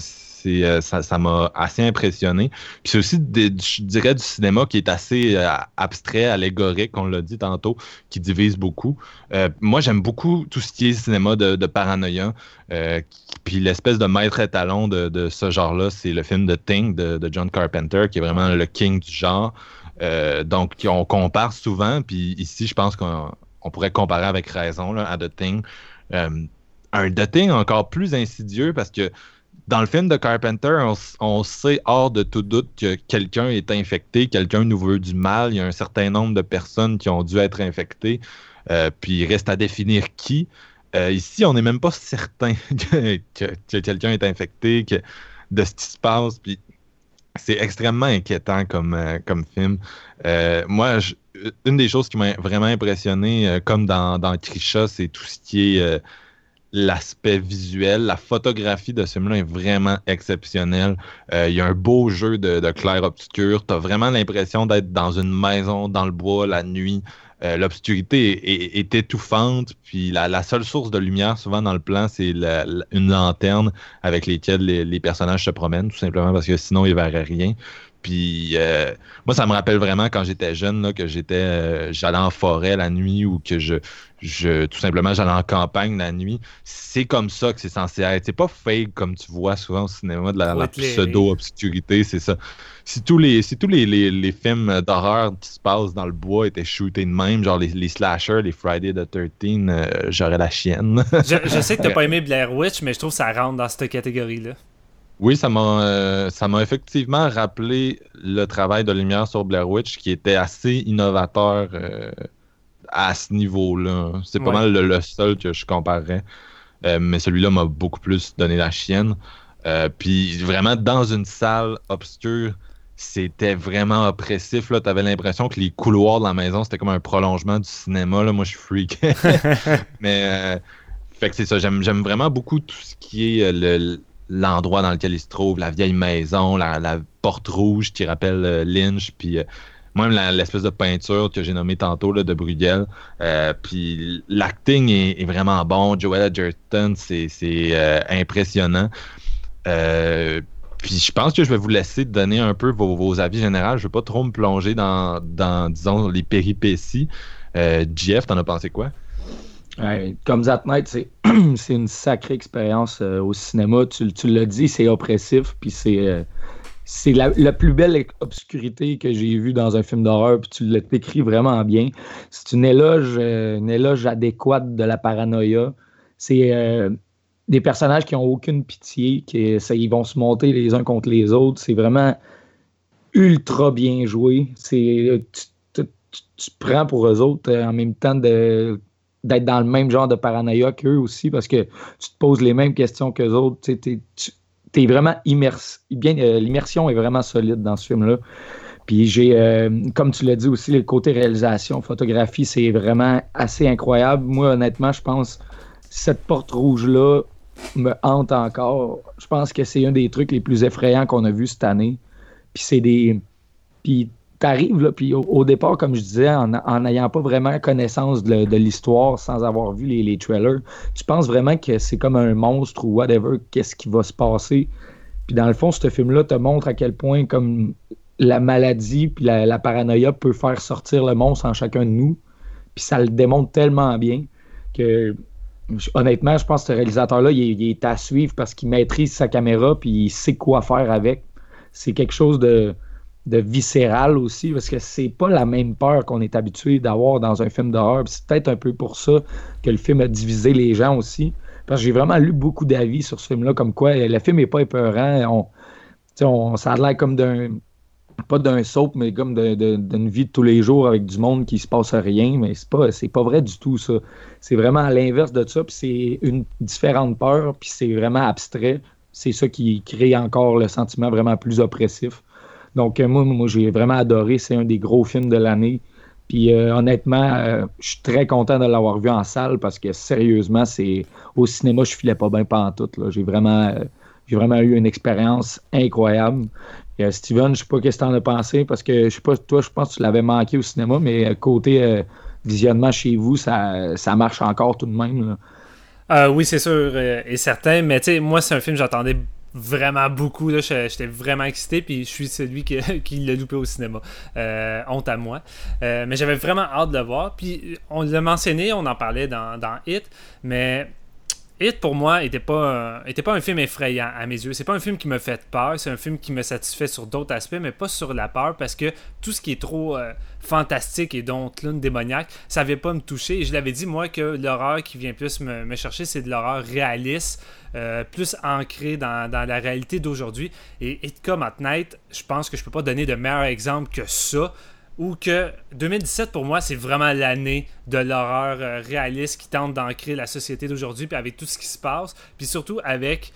ça m'a assez impressionné. Puis c'est aussi, je dirais, du cinéma qui est assez abstrait, allégorique, on l'a dit tantôt, qui divise beaucoup. Moi, j'aime beaucoup tout ce qui est cinéma de paranoïa. Puis l'espèce de maître étalon de ce genre-là, c'est le film de Thing de John Carpenter, qui est vraiment le king du genre. Donc, on compare souvent, puis ici, je pense qu'on pourrait comparer avec raison là, à The Thing. Un The Thing encore plus insidieux, parce que dans le film de Carpenter, on sait hors de tout doute que quelqu'un est infecté, quelqu'un nous veut du mal. Il y a un certain nombre de personnes qui ont dû être infectées, puis il reste à définir qui. Ici, on n'est même pas certain que quelqu'un est infecté, de ce qui se passe. Puis c'est extrêmement inquiétant comme film. Moi, une des choses qui m'a vraiment impressionné, comme dans Krisha, c'est tout ce qui est l'aspect visuel. La photographie de ce film-là est vraiment exceptionnelle. Il y a un beau jeu de clair-obscur. Tu as vraiment l'impression d'être dans une maison, dans le bois, la nuit. L'obscurité est étouffante, puis la seule source de lumière, souvent dans le plan, c'est une lanterne avec lesquelles les personnages se promènent, tout simplement parce que sinon, ils ne verraient rien. Puis moi, ça me rappelle vraiment quand j'étais jeune, là, que j'allais en forêt la nuit ou que tout simplement, j'allais en campagne la nuit. C'est comme ça que c'est censé être. C'est pas fake comme tu vois souvent au cinéma, de la pseudo-obscurité, c'est ça. Si tous les films d'horreur qui se passent dans le bois étaient shootés de même, genre les slashers, les Friday the 13th, j'aurais la chienne. Je sais que t'as pas aimé Blair Witch, mais je trouve que ça rentre dans cette catégorie-là. Oui, ça m'a effectivement rappelé le travail de lumière sur Blair Witch qui était assez innovateur à ce niveau-là. C'est pas mal le seul que je comparerais. Mais celui-là m'a beaucoup plus donné la chienne. Puis vraiment, dans une salle obscure, c'était vraiment oppressif. Tu avais l'impression que les couloirs de la maison, c'était comme un prolongement du cinéma. Là. Moi, je suis freak. Mais fait que c'est ça. J'aime vraiment beaucoup tout ce qui est l'endroit dans lequel il se trouve, la vieille maison, la porte rouge qui rappelle Lynch, puis même l'espèce de peinture que j'ai nommée tantôt là, de Bruegel. Puis l'acting est vraiment bon. Joel Edgerton, c'est impressionnant. Puis je pense que je vais vous laisser donner un peu vos avis généraux. Je ne vais pas trop me plonger dans disons, les péripéties. Jeff, t'en as pensé quoi? Ouais, comme That Night, c'est une sacrée expérience au cinéma. Tu l'as dit, c'est oppressif, puis c'est la plus belle obscurité que j'ai vue dans un film d'horreur, puis tu l'as décrit vraiment bien. C'est une éloge adéquate de la paranoïa. C'est des personnages qui n'ont aucune pitié, ils vont se monter les uns contre les autres. C'est vraiment ultra bien joué. Tu prends pour eux autres en même temps d'être dans le même genre de paranoïa qu'eux aussi, parce que tu te poses les mêmes questions qu'eux autres. T'es vraiment immersé. L'immersion est vraiment solide dans ce film-là. Puis comme tu l'as dit aussi, le côté réalisation, photographie, c'est vraiment assez incroyable. Moi, honnêtement, je pense que cette porte rouge-là me hante encore. Je pense que c'est un des trucs les plus effrayants qu'on a vu cette année. Puis t'arrives, là, puis au départ, comme je disais, en n'ayant pas vraiment connaissance de l'histoire, sans avoir vu les trailers, tu penses vraiment que c'est comme un monstre ou whatever, qu'est-ce qui va se passer. Puis dans le fond, ce film-là te montre à quel point comme la maladie puis la paranoïa peut faire sortir le monstre en chacun de nous. Puis ça le démontre tellement bien que, honnêtement, je pense que ce réalisateur-là, il est à suivre parce qu'il maîtrise sa caméra puis il sait quoi faire avec. C'est quelque chose de viscéral aussi, parce que c'est pas la même peur qu'on est habitué d'avoir dans un film d'horreur. Puis c'est peut-être un peu pour ça que le film a divisé les gens aussi. Parce que j'ai vraiment lu beaucoup d'avis sur ce film-là, comme quoi le film est pas épeurant. Ça a l'air comme pas d'un soap, mais comme d'une vie de tous les jours avec du monde qui se passe rien, mais c'est pas vrai du tout, ça. C'est vraiment à l'inverse de ça, puis c'est une différente peur, puis c'est vraiment abstrait. C'est ça qui crée encore le sentiment vraiment plus oppressif. Donc, moi, j'ai vraiment adoré. C'est un des gros films de l'année. Puis, honnêtement, je suis très content de l'avoir vu en salle parce que, sérieusement, au cinéma, je filais pas bien pantoute, là. J'ai vraiment eu une expérience incroyable. Et, Steven, je sais pas qu'est-ce que tu en as pensé parce que, je sais pas, toi, je pense que tu l'avais manqué au cinéma, mais côté visionnement chez vous, ça marche encore tout de même, là. Oui, c'est sûr et certain. Mais, tu sais, moi, c'est un film que j'attendais vraiment beaucoup, là, j'étais vraiment excité, puis je suis celui qui l'a loupé au cinéma. Honte à moi. Mais j'avais vraiment hâte de le voir. Puis on l'a mentionné, on en parlait dans It, mais It pour moi était pas un film effrayant à mes yeux. C'est pas un film qui me fait peur, c'est un film qui me satisfait sur d'autres aspects, mais pas sur la peur, parce que tout ce qui est trop fantastique et dont clown démoniaque, ça vient pas me toucher. Et je l'avais dit, moi, que l'horreur qui vient plus me chercher, c'est de l'horreur réaliste, plus ancrée dans la réalité d'aujourd'hui. Et It Come at Night, je pense que je peux pas donner de meilleur exemple que ça, ou que 2017 pour moi c'est vraiment l'année de l'horreur réaliste qui tente d'ancrer la société d'aujourd'hui, puis avec tout ce qui se passe, puis surtout avec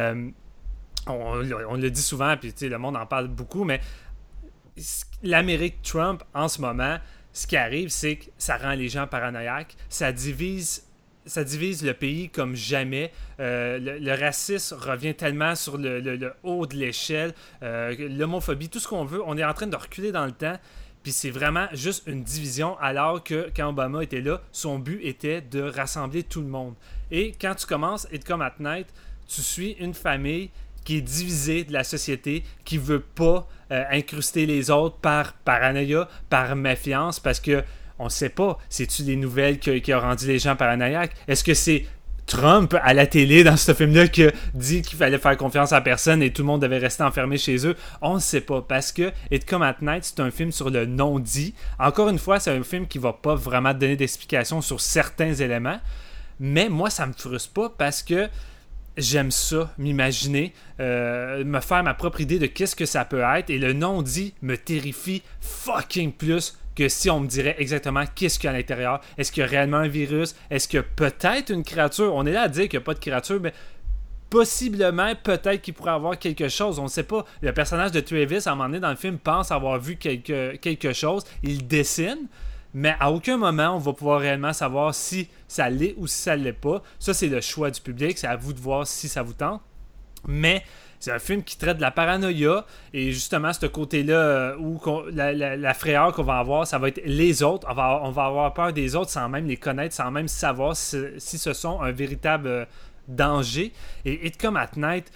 on le dit souvent, puis le monde en parle beaucoup, mais l'Amérique Trump en ce moment, ce qui arrive, c'est que ça rend les gens paranoïaques, ça divise ça divise le pays comme jamais. Le racisme revient tellement sur le haut de l'échelle. L'homophobie, tout ce qu'on veut, on est en train de reculer dans le temps. Puis c'est vraiment juste une division, alors que quand Obama était là, son but était de rassembler tout le monde. Et quand tu commences It Come at Night, tu suis une famille qui est divisée de la société, qui veut pas incruster les autres par paranoïa, par méfiance, parce que on sait pas, c'est-tu les nouvelles qui ont rendu les gens paranoïaques? Est-ce que c'est Trump à la télé dans ce film-là qui a dit qu'il fallait faire confiance à personne et tout le monde devait rester enfermé chez eux? On ne sait pas, parce que It Come at Night, c'est un film sur le non-dit. Encore une fois, c'est un film qui va pas vraiment te donner d'explications sur certains éléments, mais moi, ça me frustre pas parce que j'aime ça, m'imaginer, me faire ma propre idée de qu'est-ce que ça peut être, et le non-dit me terrifie fucking plus que si on me dirait exactement qu'est-ce qu'il y a à l'intérieur. Est-ce qu'il y a réellement un virus? Est-ce qu'il y a peut-être une créature? On est là à dire qu'il n'y a pas de créature, mais possiblement, peut-être qu'il pourrait avoir quelque chose. On ne sait pas. Le personnage de Travis, à un moment donné dans le film, pense avoir vu quelque chose. Il dessine, mais à aucun moment, on va pouvoir réellement savoir si ça l'est ou si ça ne l'est pas. Ça, c'est le choix du public. C'est à vous de voir si ça vous tente. Mais c'est un film qui traite de la paranoïa, et justement ce côté-là où la frayeur qu'on va avoir, ça va être les autres. On va avoir peur des autres sans même les connaître, sans même savoir si ce sont un véritable danger. Et It Come at Night,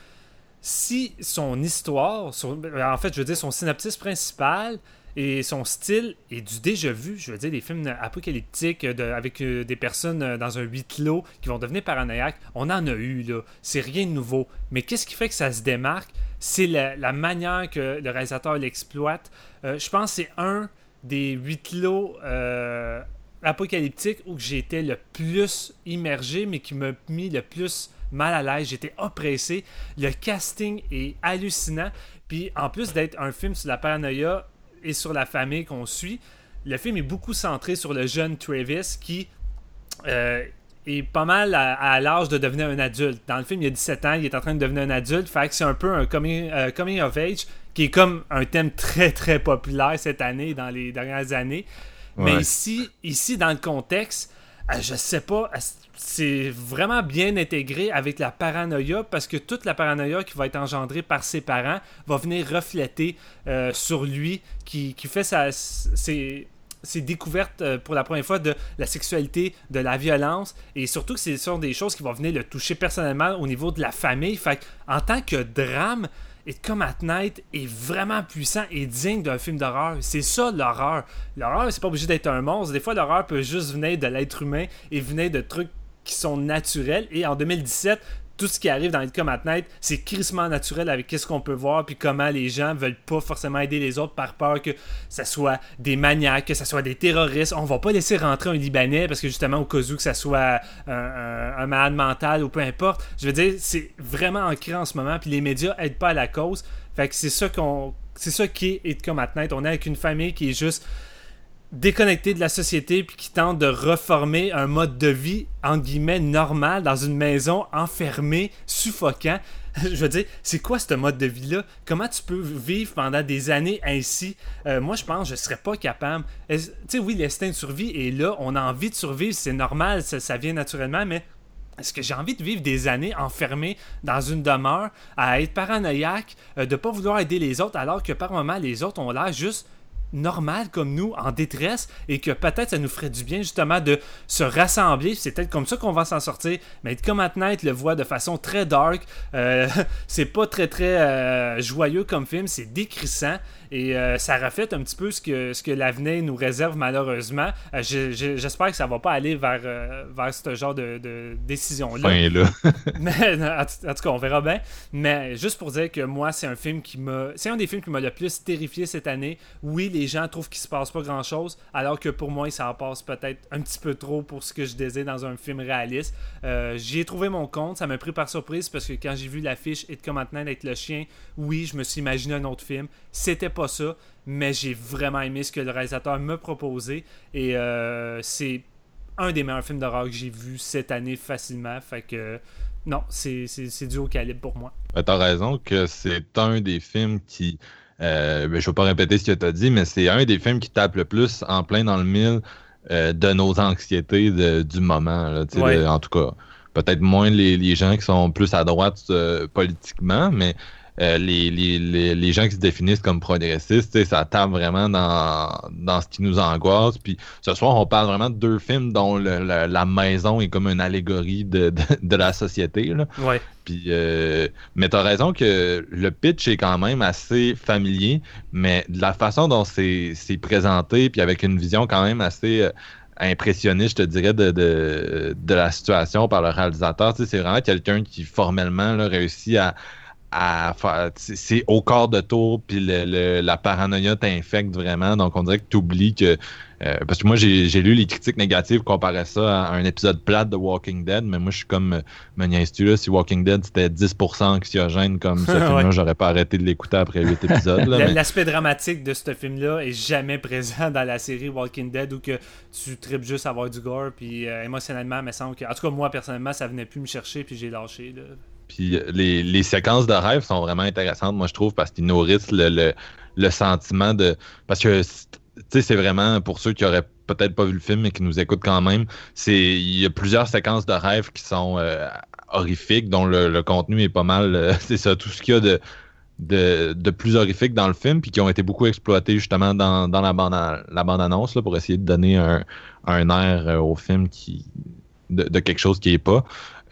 si son histoire, en fait je veux dire son synopsis principal et son style est du déjà vu, je veux dire des films apocalyptiques avec des personnes dans un huis clos qui vont devenir paranoïaques, on en a eu là, c'est rien de nouveau. Mais qu'est-ce qui fait que ça se démarque? C'est la manière que le réalisateur l'exploite. Je pense que c'est un des huis clos apocalyptiques où j'ai été le plus immergé, mais qui m'a mis le plus mal à l'aise. J'étais oppressé. Le casting est hallucinant. Puis en plus d'être un film sur la paranoïa et sur la famille qu'on suit, le film est beaucoup centré sur le jeune Travis qui est pas mal à l'âge de devenir un adulte. Dans le film, il a 17 ans, il est en train de devenir un adulte, fait que c'est un peu un coming of age, qui est comme un thème très très populaire cette année, dans les dernières années. Ouais. Mais ici, dans le contexte, je sais pas, c'est vraiment bien intégré avec la paranoïa, parce que toute la paranoïa qui va être engendrée par ses parents va venir refléter sur lui, qui fait ses découvertes pour la première fois de la sexualité, de la violence, et surtout que ce sont des choses qui vont venir le toucher personnellement au niveau de la famille. Fait en tant que drame, It Come at Night est vraiment puissant et digne d'un film d'horreur. C'est ça l'horreur. L'horreur, c'est pas obligé d'être un monstre. Des fois, l'horreur peut juste venir de l'être humain et venir de trucs qui sont naturels. Et en 2017, tout ce qui arrive dans It Come at Night, c'est crissement naturel avec ce qu'on peut voir, puis comment les gens veulent pas forcément aider les autres par peur que ça soit des maniaques, que ça soit des terroristes. On va pas laisser rentrer un Libanais parce que justement au cas où que ça soit un malade mental ou peu importe. Je veux dire, c'est vraiment ancré en ce moment, puis les médias aident pas à la cause. Fait que c'est ça qui est It Come at Night. On est avec une famille qui est juste déconnecté de la société, puis qui tente de reformer un mode de vie entre guillemets normal dans une maison enfermée, suffocant. Je veux dire, c'est quoi ce mode de vie-là? Comment tu peux vivre pendant des années ainsi? Moi, je pense que je serais pas capable. Tu sais, oui, l'instinct de survie est là, on a envie de survivre, c'est normal, ça vient naturellement, mais est-ce que j'ai envie de vivre des années enfermé dans une demeure, à être paranoïaque, de pas vouloir aider les autres, alors que par moments, les autres ont l'air juste normal comme nous, en détresse, et que peut-être ça nous ferait du bien justement de se rassembler. C'est peut-être comme ça qu'on va s'en sortir. Mais It Come at Night le voit de façon très dark. C'est pas très très joyeux comme film, c'est décrissant, et ça reflète un petit peu ce que l'avenir nous réserve malheureusement. J'espère que ça va pas aller vers ce genre de décision-là. Fin, là. Mais, en tout cas, on verra bien. Mais juste pour dire que moi, c'est un des films qui m'a le plus terrifié cette année. Oui, les gens trouvent qu'il se passe pas grand-chose, alors que pour moi, ça en passe peut-être un petit peu trop pour ce que je désire dans un film réaliste. J'y ai trouvé mon compte, ça m'a pris par surprise, parce que quand j'ai vu l'affiche It Come at Night avec le chien, oui, je me suis imaginé un autre film. C'était pas ça, mais j'ai vraiment aimé ce que le réalisateur m'a proposé, et c'est un des meilleurs films d'horreur que j'ai vu cette année facilement. Fait que non, c'est du haut calibre pour moi. T'as raison que c'est un des films qui... je ne vais pas répéter ce que tu as dit, mais c'est un des films qui tape le plus en plein dans le mille de nos anxiétés du moment. Là, Ouais. en tout cas, peut-être moins les gens qui sont plus à droite politiquement, mais les gens qui se définissent comme progressistes, ça tape vraiment dans ce qui nous angoisse. Puis ce soir, on parle vraiment de 2 films dont la maison est comme une allégorie de la société. Là. Ouais. Puis, mais t'as raison que le pitch est quand même assez familier, mais de la façon dont c'est présenté, puis avec une vision quand même assez impressionniste, je te dirais, de la situation par le réalisateur. C'est vraiment quelqu'un qui formellement là, réussit à faire, c'est au quart de tour, puis la paranoïa t'infecte vraiment, donc on dirait que tu oublies que parce que moi j'ai lu les critiques négatives comparaient ça à un épisode plate de Walking Dead, mais moi je suis comme me niaises-tu là, si Walking Dead c'était 10% anxiogène comme ce film-là, Ouais. j'aurais pas arrêté de l'écouter après 8 épisodes là, mais... L'aspect dramatique de ce film-là est jamais présent dans la série Walking Dead, où que tu tripes juste à voir du gore, puis émotionnellement, il me semble que, en tout cas moi personnellement, ça venait plus me chercher, puis j'ai lâché là. Puis les séquences de rêve sont vraiment intéressantes, moi je trouve, parce qu'ils nourrissent le sentiment de... Parce que, tu sais, c'est vraiment, pour ceux qui auraient peut-être pas vu le film, mais qui nous écoutent quand même, il y a plusieurs séquences de rêve qui sont horrifiques, dont le contenu est pas mal... c'est ça, tout ce qu'il y a de plus horrifique dans le film, puis qui ont été beaucoup exploités justement dans la bande-annonce, là, pour essayer de donner un air au film de quelque chose qui est pas.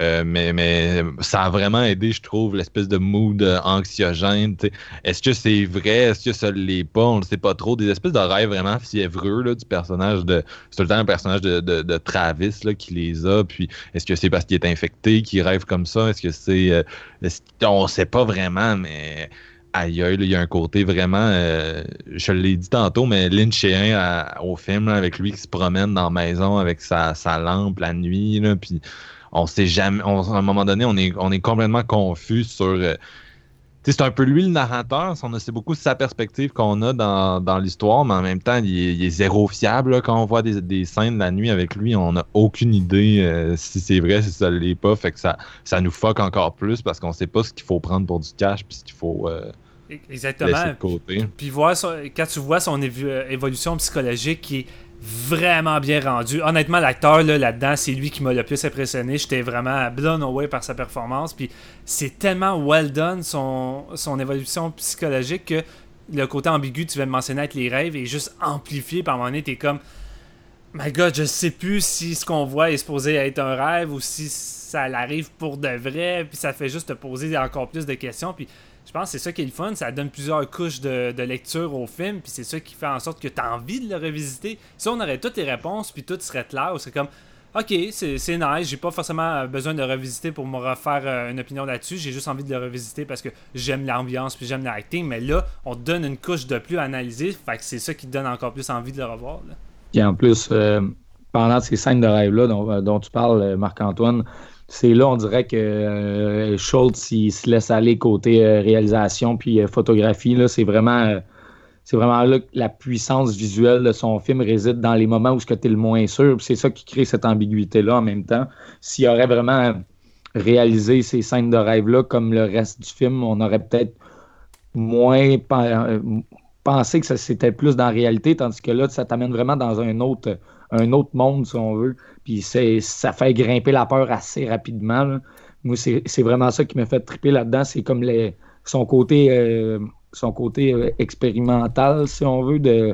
Mais ça a vraiment aidé, je trouve, l'espèce de mood anxiogène. T'sais. Est-ce que c'est vrai? Est-ce que ça l'est pas? On le sait pas trop. Des espèces de rêves vraiment fiévreux là, du personnage de... C'est tout le temps un personnage de Travis là, qui les a. Puis est-ce que c'est parce qu'il est infecté qu'il rêve comme ça? Est-ce que c'est... on sait pas vraiment, mais... Aïe, il y a un côté vraiment, je l'ai dit tantôt, mais lynchien au film, là, avec lui qui se promène dans la maison avec sa lampe la nuit, là, puis on sait jamais, à un moment donné, on est complètement confus sur... tu sais, c'est un peu lui le narrateur, c'est beaucoup sa perspective qu'on a dans l'histoire, mais en même temps, il est zéro fiable. Là, quand on voit des scènes la nuit avec lui, on n'a aucune idée si c'est vrai, si ça l'est pas, fait que ça nous fuck encore plus parce qu'on sait pas ce qu'il faut prendre pour du cash puis ce qu'il faut Exactement. laisser de côté. Puis quand tu vois son évolution psychologique qui est vraiment bien rendue. Honnêtement, l'acteur là-dedans, c'est lui qui m'a le plus impressionné. J'étais vraiment blown away par sa performance. Puis c'est tellement well done son évolution psychologique que le côté ambigu, tu viens de mentionner avec les rêves, est juste amplifié. Par un moment donné, t'es comme My God, je sais plus si ce qu'on voit est supposé être un rêve ou si ça arrive pour de vrai. Puis ça fait juste te poser encore plus de questions. Puis je pense que c'est ça qui est le fun, ça donne plusieurs couches de lecture au film, puis c'est ça qui fait en sorte que tu as envie de le revisiter. Si on aurait toutes les réponses, puis tout serait clair, c'est comme, ok, c'est nice, j'ai pas forcément besoin de le revisiter pour me refaire une opinion là-dessus, j'ai juste envie de le revisiter parce que j'aime l'ambiance, puis j'aime l'acting, mais là, on te donne une couche de plus à analyser, fait que c'est ça qui te donne encore plus envie de le revoir. Là. Et en plus, pendant ces scènes de rêve-là dont tu parles, Marc-Antoine, c'est là, on dirait que Schultz, il se laisse aller côté réalisation puis photographie. Là, c'est vraiment là que la puissance visuelle de son film réside dans les moments où tu es le moins sûr. Puis c'est ça qui crée cette ambiguïté-là en même temps. S'il aurait vraiment réalisé ces scènes de rêve-là comme le reste du film, on aurait peut-être moins pensé que c'était plus dans la réalité, tandis que là, ça t'amène vraiment dans un autre monde, si on veut. Puis ça fait grimper la peur assez rapidement. Là. Moi, c'est vraiment ça qui m'a fait triper là-dedans. C'est comme son côté expérimental, si on veut, de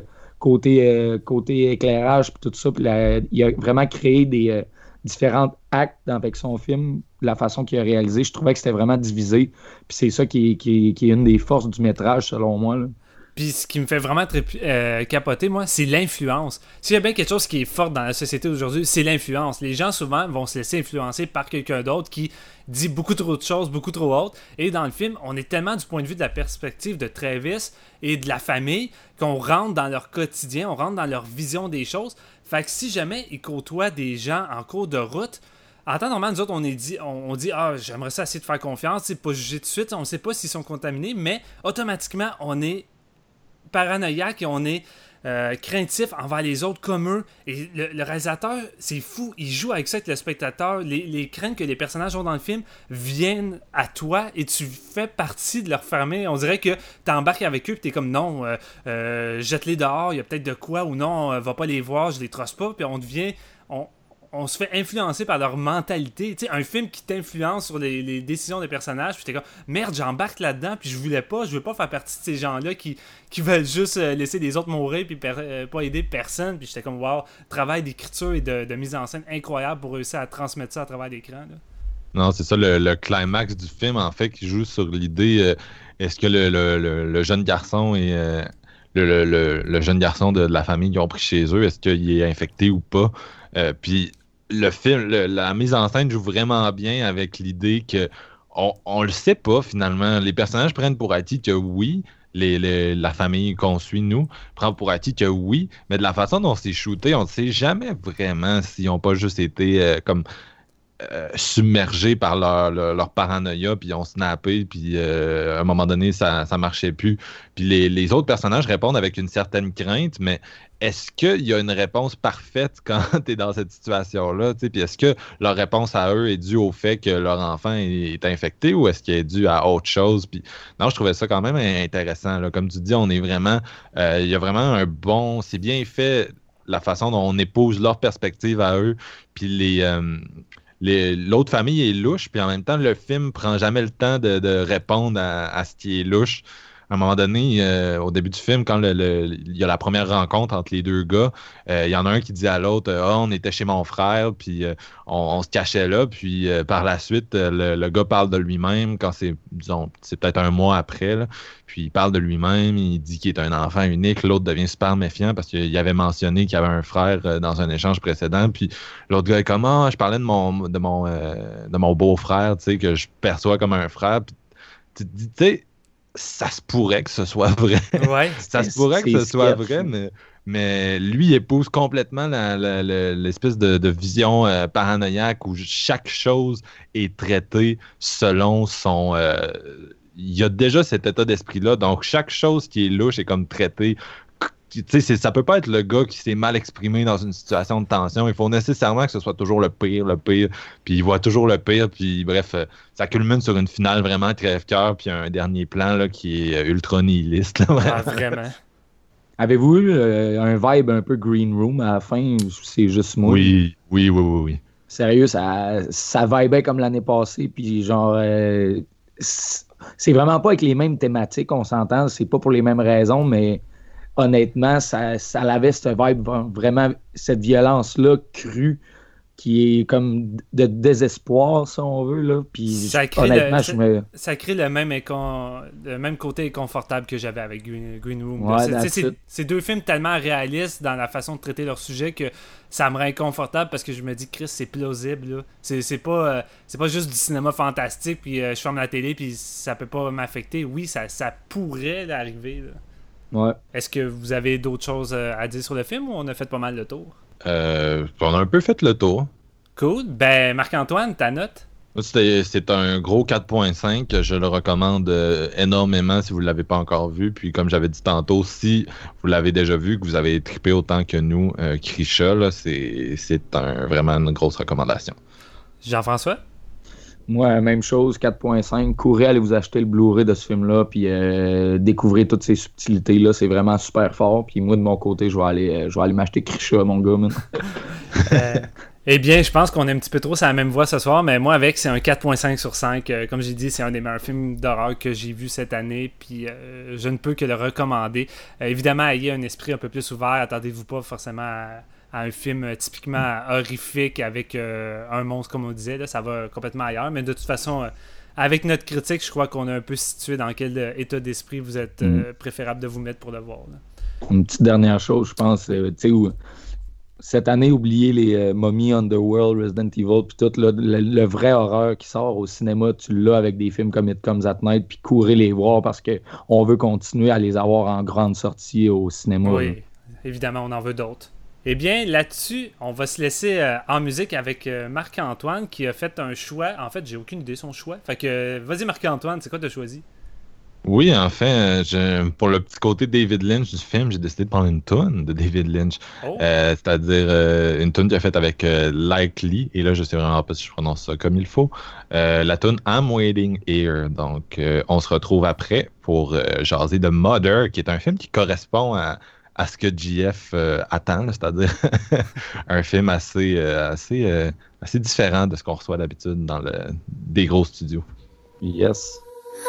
côté éclairage puis tout ça. Puis il a vraiment créé des différents actes avec son film, la façon qu'il a réalisé. Je trouvais que c'était vraiment divisé. Puis c'est ça qui est une des forces du métrage, selon moi. Là. Puis ce qui me fait vraiment capoter, moi, c'est l'influence. S'il y a bien quelque chose qui est fort dans la société aujourd'hui, c'est l'influence. Les gens, souvent, vont se laisser influencer par quelqu'un d'autre qui dit beaucoup trop de choses, beaucoup trop hautes. Et dans le film, on est tellement du point de vue de la perspective de Travis et de la famille qu'on rentre dans leur quotidien, on rentre dans leur vision des choses. Fait que si jamais ils côtoient des gens en cours de route, en temps normal, nous autres, on dit ah, j'aimerais ça essayer de faire confiance, c'est pas juger tout de suite, on ne sait pas s'ils sont contaminés, mais automatiquement, on est paranoïaque et on est craintifs envers les autres comme eux. Et le réalisateur, c'est fou, il joue avec ça avec le spectateur. Les craintes que les personnages ont dans le film viennent à toi et tu fais partie de leur famille. On dirait que t'embarques avec eux et t'es comme non, jette-les dehors, il y a peut-être de quoi, ou non, va pas les voir, je les trosse pas. Puis on se fait influencer par leur mentalité. Tu sais, un film qui t'influence sur les décisions des personnages, puis t'es comme, merde, j'embarque là-dedans, puis je veux pas faire partie de ces gens-là qui veulent juste laisser les autres mourir, puis pas aider personne. Puis j'étais comme, wow, travail d'écriture et de mise en scène incroyable pour réussir à transmettre ça à travers l'écran, là. Non, c'est ça, le climax du film, en fait, qui joue sur l'idée, est-ce que le jeune garçon et le jeune garçon de la famille qu'ils ont pris chez eux, est-ce qu'il est infecté ou pas? Puis le film, la mise en scène joue vraiment bien avec l'idée que on le sait pas finalement. Les personnages prennent pour acquis que oui, la famille qu'on suit, nous, prend pour acquis que oui, mais de la façon dont c'est shooté, on ne sait jamais vraiment s'ils n'ont pas juste été comme submergés par leur paranoïa, puis ils ont snappé, puis à un moment donné, ça marchait plus. Puis les autres personnages répondent avec une certaine crainte, mais est-ce qu'il y a une réponse parfaite quand tu es dans cette situation-là? Puis est-ce que leur réponse à eux est due au fait que leur enfant est infecté ou est-ce qu'elle est due à autre chose? Puis non, je trouvais ça quand même intéressant, là. Comme tu dis, on est vraiment... il y a vraiment un bon... C'est bien fait, la façon dont on épouse leur perspective à eux, puis l'autre famille est louche, puis en même temps, le film prend jamais le temps de répondre à ce qui est louche. À un moment donné, au début du film, quand il y a la première rencontre entre les deux gars, il y en a un qui dit à l'autre « on était chez mon frère, puis on se cachait là. » Puis par la suite, le gars parle de lui-même quand c'est peut-être un mois après, là. Puis il parle de lui-même, il dit qu'il est un enfant unique. L'autre devient super méfiant parce qu'il avait mentionné qu'il y avait un frère dans un échange précédent. Puis l'autre gars est comme « ah, je parlais de mon beau-frère, tu sais, que je perçois comme un frère. » Puis tu te dis, tu sais, ça se pourrait que ce soit vrai. Ouais. Ça se pourrait que ce soit vrai, mais lui épouse complètement l'espèce de vision paranoïaque où chaque chose est traitée selon son... il y a déjà cet état d'esprit-là, donc chaque chose qui est louche est comme traitée. Tu sais, ça peut pas être le gars qui s'est mal exprimé dans une situation de tension. Il faut nécessairement que ce soit toujours le pire, puis il voit toujours le pire, puis bref, ça culmine sur une finale vraiment crève-cœur, puis un dernier plan là, qui est ultra nihiliste. Là, ah, vraiment. Avez-vous eu un vibe un peu Green Room à la fin, ou c'est juste moi? Oui. Sérieux, ça vibait comme l'année passée, puis genre... c'est vraiment pas avec les mêmes thématiques, on s'entend, c'est pas pour les mêmes raisons, mais... honnêtement, ça avait cette vibe, vraiment, cette violence-là crue, qui est comme de désespoir, si on veut, là. Puis, ça crée le même côté inconfortable que j'avais avec Green Room. Ouais, c'est deux films tellement réalistes dans la façon de traiter leur sujet que ça me rend inconfortable parce que je me dis, Chris, c'est plausible, là. C'est pas juste du cinéma fantastique, puis je ferme la télé, puis ça peut pas m'affecter. Oui, ça pourrait arriver, là. Ouais. Est-ce que vous avez d'autres choses à dire sur le film ou on a fait pas mal le tour? On a un peu fait le tour. Cool. Ben, Marc-Antoine, ta note? C'est un gros 4.5. Je le recommande énormément si vous ne l'avez pas encore vu. Puis comme j'avais dit tantôt, si vous l'avez déjà vu, que vous avez trippé autant que nous, Krisha, là, c'est vraiment une grosse recommandation. Jean-François? Moi, même chose, 4.5. Courez, allez vous acheter le Blu-ray de ce film-là, puis découvrez toutes ces subtilités-là. C'est vraiment super fort. Puis moi, de mon côté, je vais aller m'acheter Krisha, mon gars. Eh bien, je pense qu'on est un petit peu trop sur la même voie ce soir, mais moi, c'est un 4.5 sur 5. Comme j'ai dit, c'est un des meilleurs films d'horreur que j'ai vu cette année, puis je ne peux que le recommander. Évidemment, ayez un esprit un peu plus ouvert. Attendez-vous pas forcément à un film typiquement horrifique avec un monstre, comme on disait. Là, ça va complètement ailleurs, mais de toute façon, avec notre critique, je crois qu'on a un peu situé dans quel état d'esprit vous êtes préférable de vous mettre pour le voir. Là. Une petite dernière chose, je pense, tu sais, où cette année, oubliez les Mummy, Underworld, Resident Evil, puis tout, là, le vrai horreur qui sort au cinéma, tu l'as avec des films comme It Comes at Night, puis courez les voir parce qu'on veut continuer à les avoir en grande sortie au cinéma. Oui, là. Évidemment, on en veut d'autres. Eh bien, là-dessus, on va se laisser en musique avec Marc-Antoine qui a fait un choix. En fait, j'ai aucune idée de son choix. Fait que, vas-y Marc-Antoine, c'est quoi tu as choisi? Oui, enfin, pour le petit côté David Lynch du film, j'ai décidé de prendre une toune de David Lynch. Oh. C'est-à-dire une toune qu'il a faite avec Likely, et là, je sais vraiment pas si je prononce ça comme il faut. La toune I'm Waiting Here. Donc, on se retrouve après pour jaser de Mother, qui est un film qui correspond à ce que JF attend, là, c'est-à-dire un film assez différent de ce qu'on reçoit d'habitude dans des gros studios. Yes.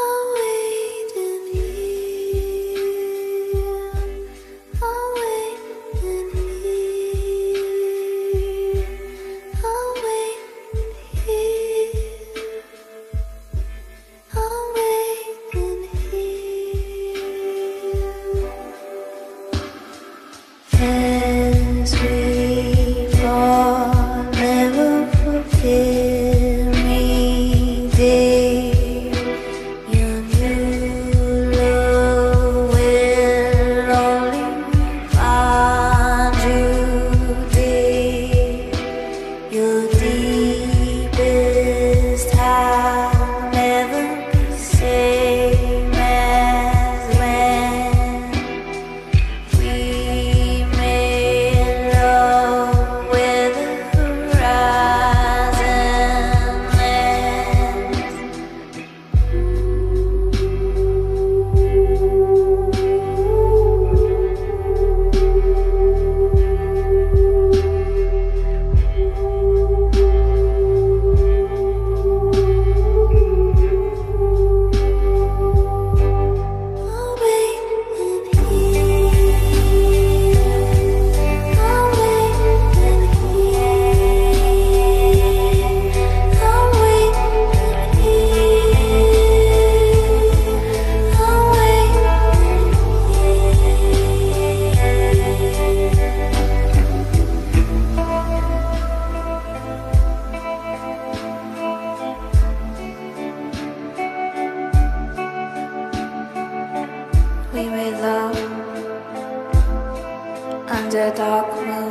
under a dark moon.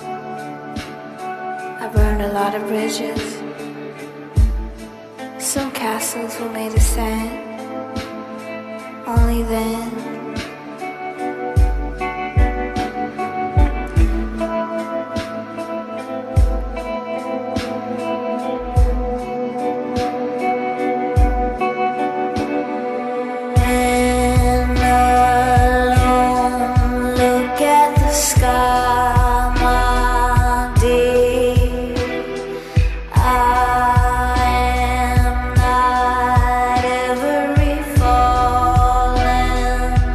I burned a lot of bridges. Some castles were made of sand. Only then falling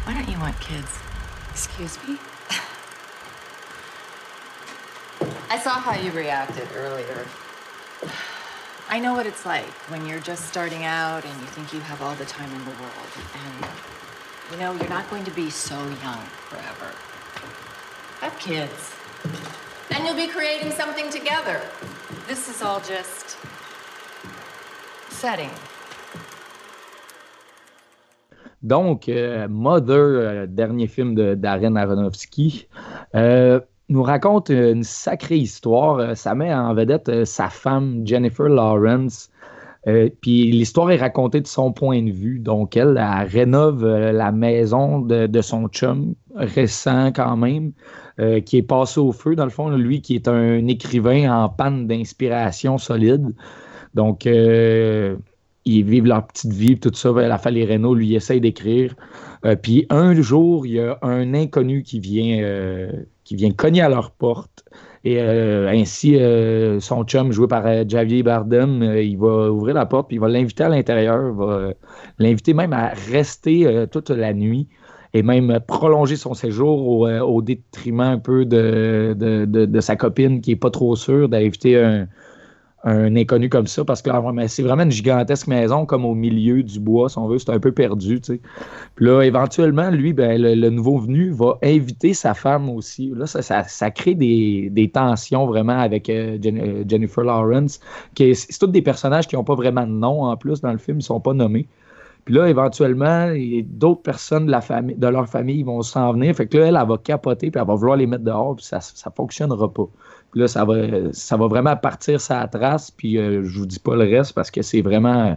Why don't you want kids? Excuse me? I saw how you reacted earlier. I know what it's like when you're just starting out and you think you have all the time in the world. And, you know, you're not going to be so young forever. Have kids. And you'll be creating something together. This is all just setting. Donc, Mother, dernier film de Darren Aronofsky, nous raconte une sacrée histoire. Ça met en vedette sa femme, Jennifer Lawrence. Puis l'histoire est racontée de son point de vue. Donc, elle rénove la maison de son chum, récent quand même, qui est passé au feu, dans le fond. Lui, qui est un écrivain en panne d'inspiration solide. Donc, ils vivent leur petite vie, tout ça. La famille Reynaud, lui, essaye d'écrire. Puis un jour, il y a un inconnu qui vient cogner à leur porte. Et ainsi, son chum, joué par Javier Bardem, il va ouvrir la porte, puis il va l'inviter à l'intérieur, va l'inviter même à rester toute la nuit et même prolonger son séjour au détriment un peu de sa copine qui n'est pas trop sûre d'inviter un inconnu comme ça, parce que là, c'est vraiment une gigantesque maison, comme au milieu du bois, si on veut, c'est un peu perdu, tu sais. Puis là, éventuellement, lui, ben, le nouveau venu va inviter sa femme aussi. Là, ça crée des tensions vraiment avec Jennifer Lawrence, c'est tous des personnages qui n'ont pas vraiment de nom, en plus, dans le film, ils ne sont pas nommés. Puis là, éventuellement, d'autres personnes de leur famille vont s'en venir, fait que là, elle va capoter, puis elle va vouloir les mettre dehors, puis ça ne fonctionnera pas. Puis là, ça va vraiment partir sa trace, puis je vous dis pas le reste parce que c'est vraiment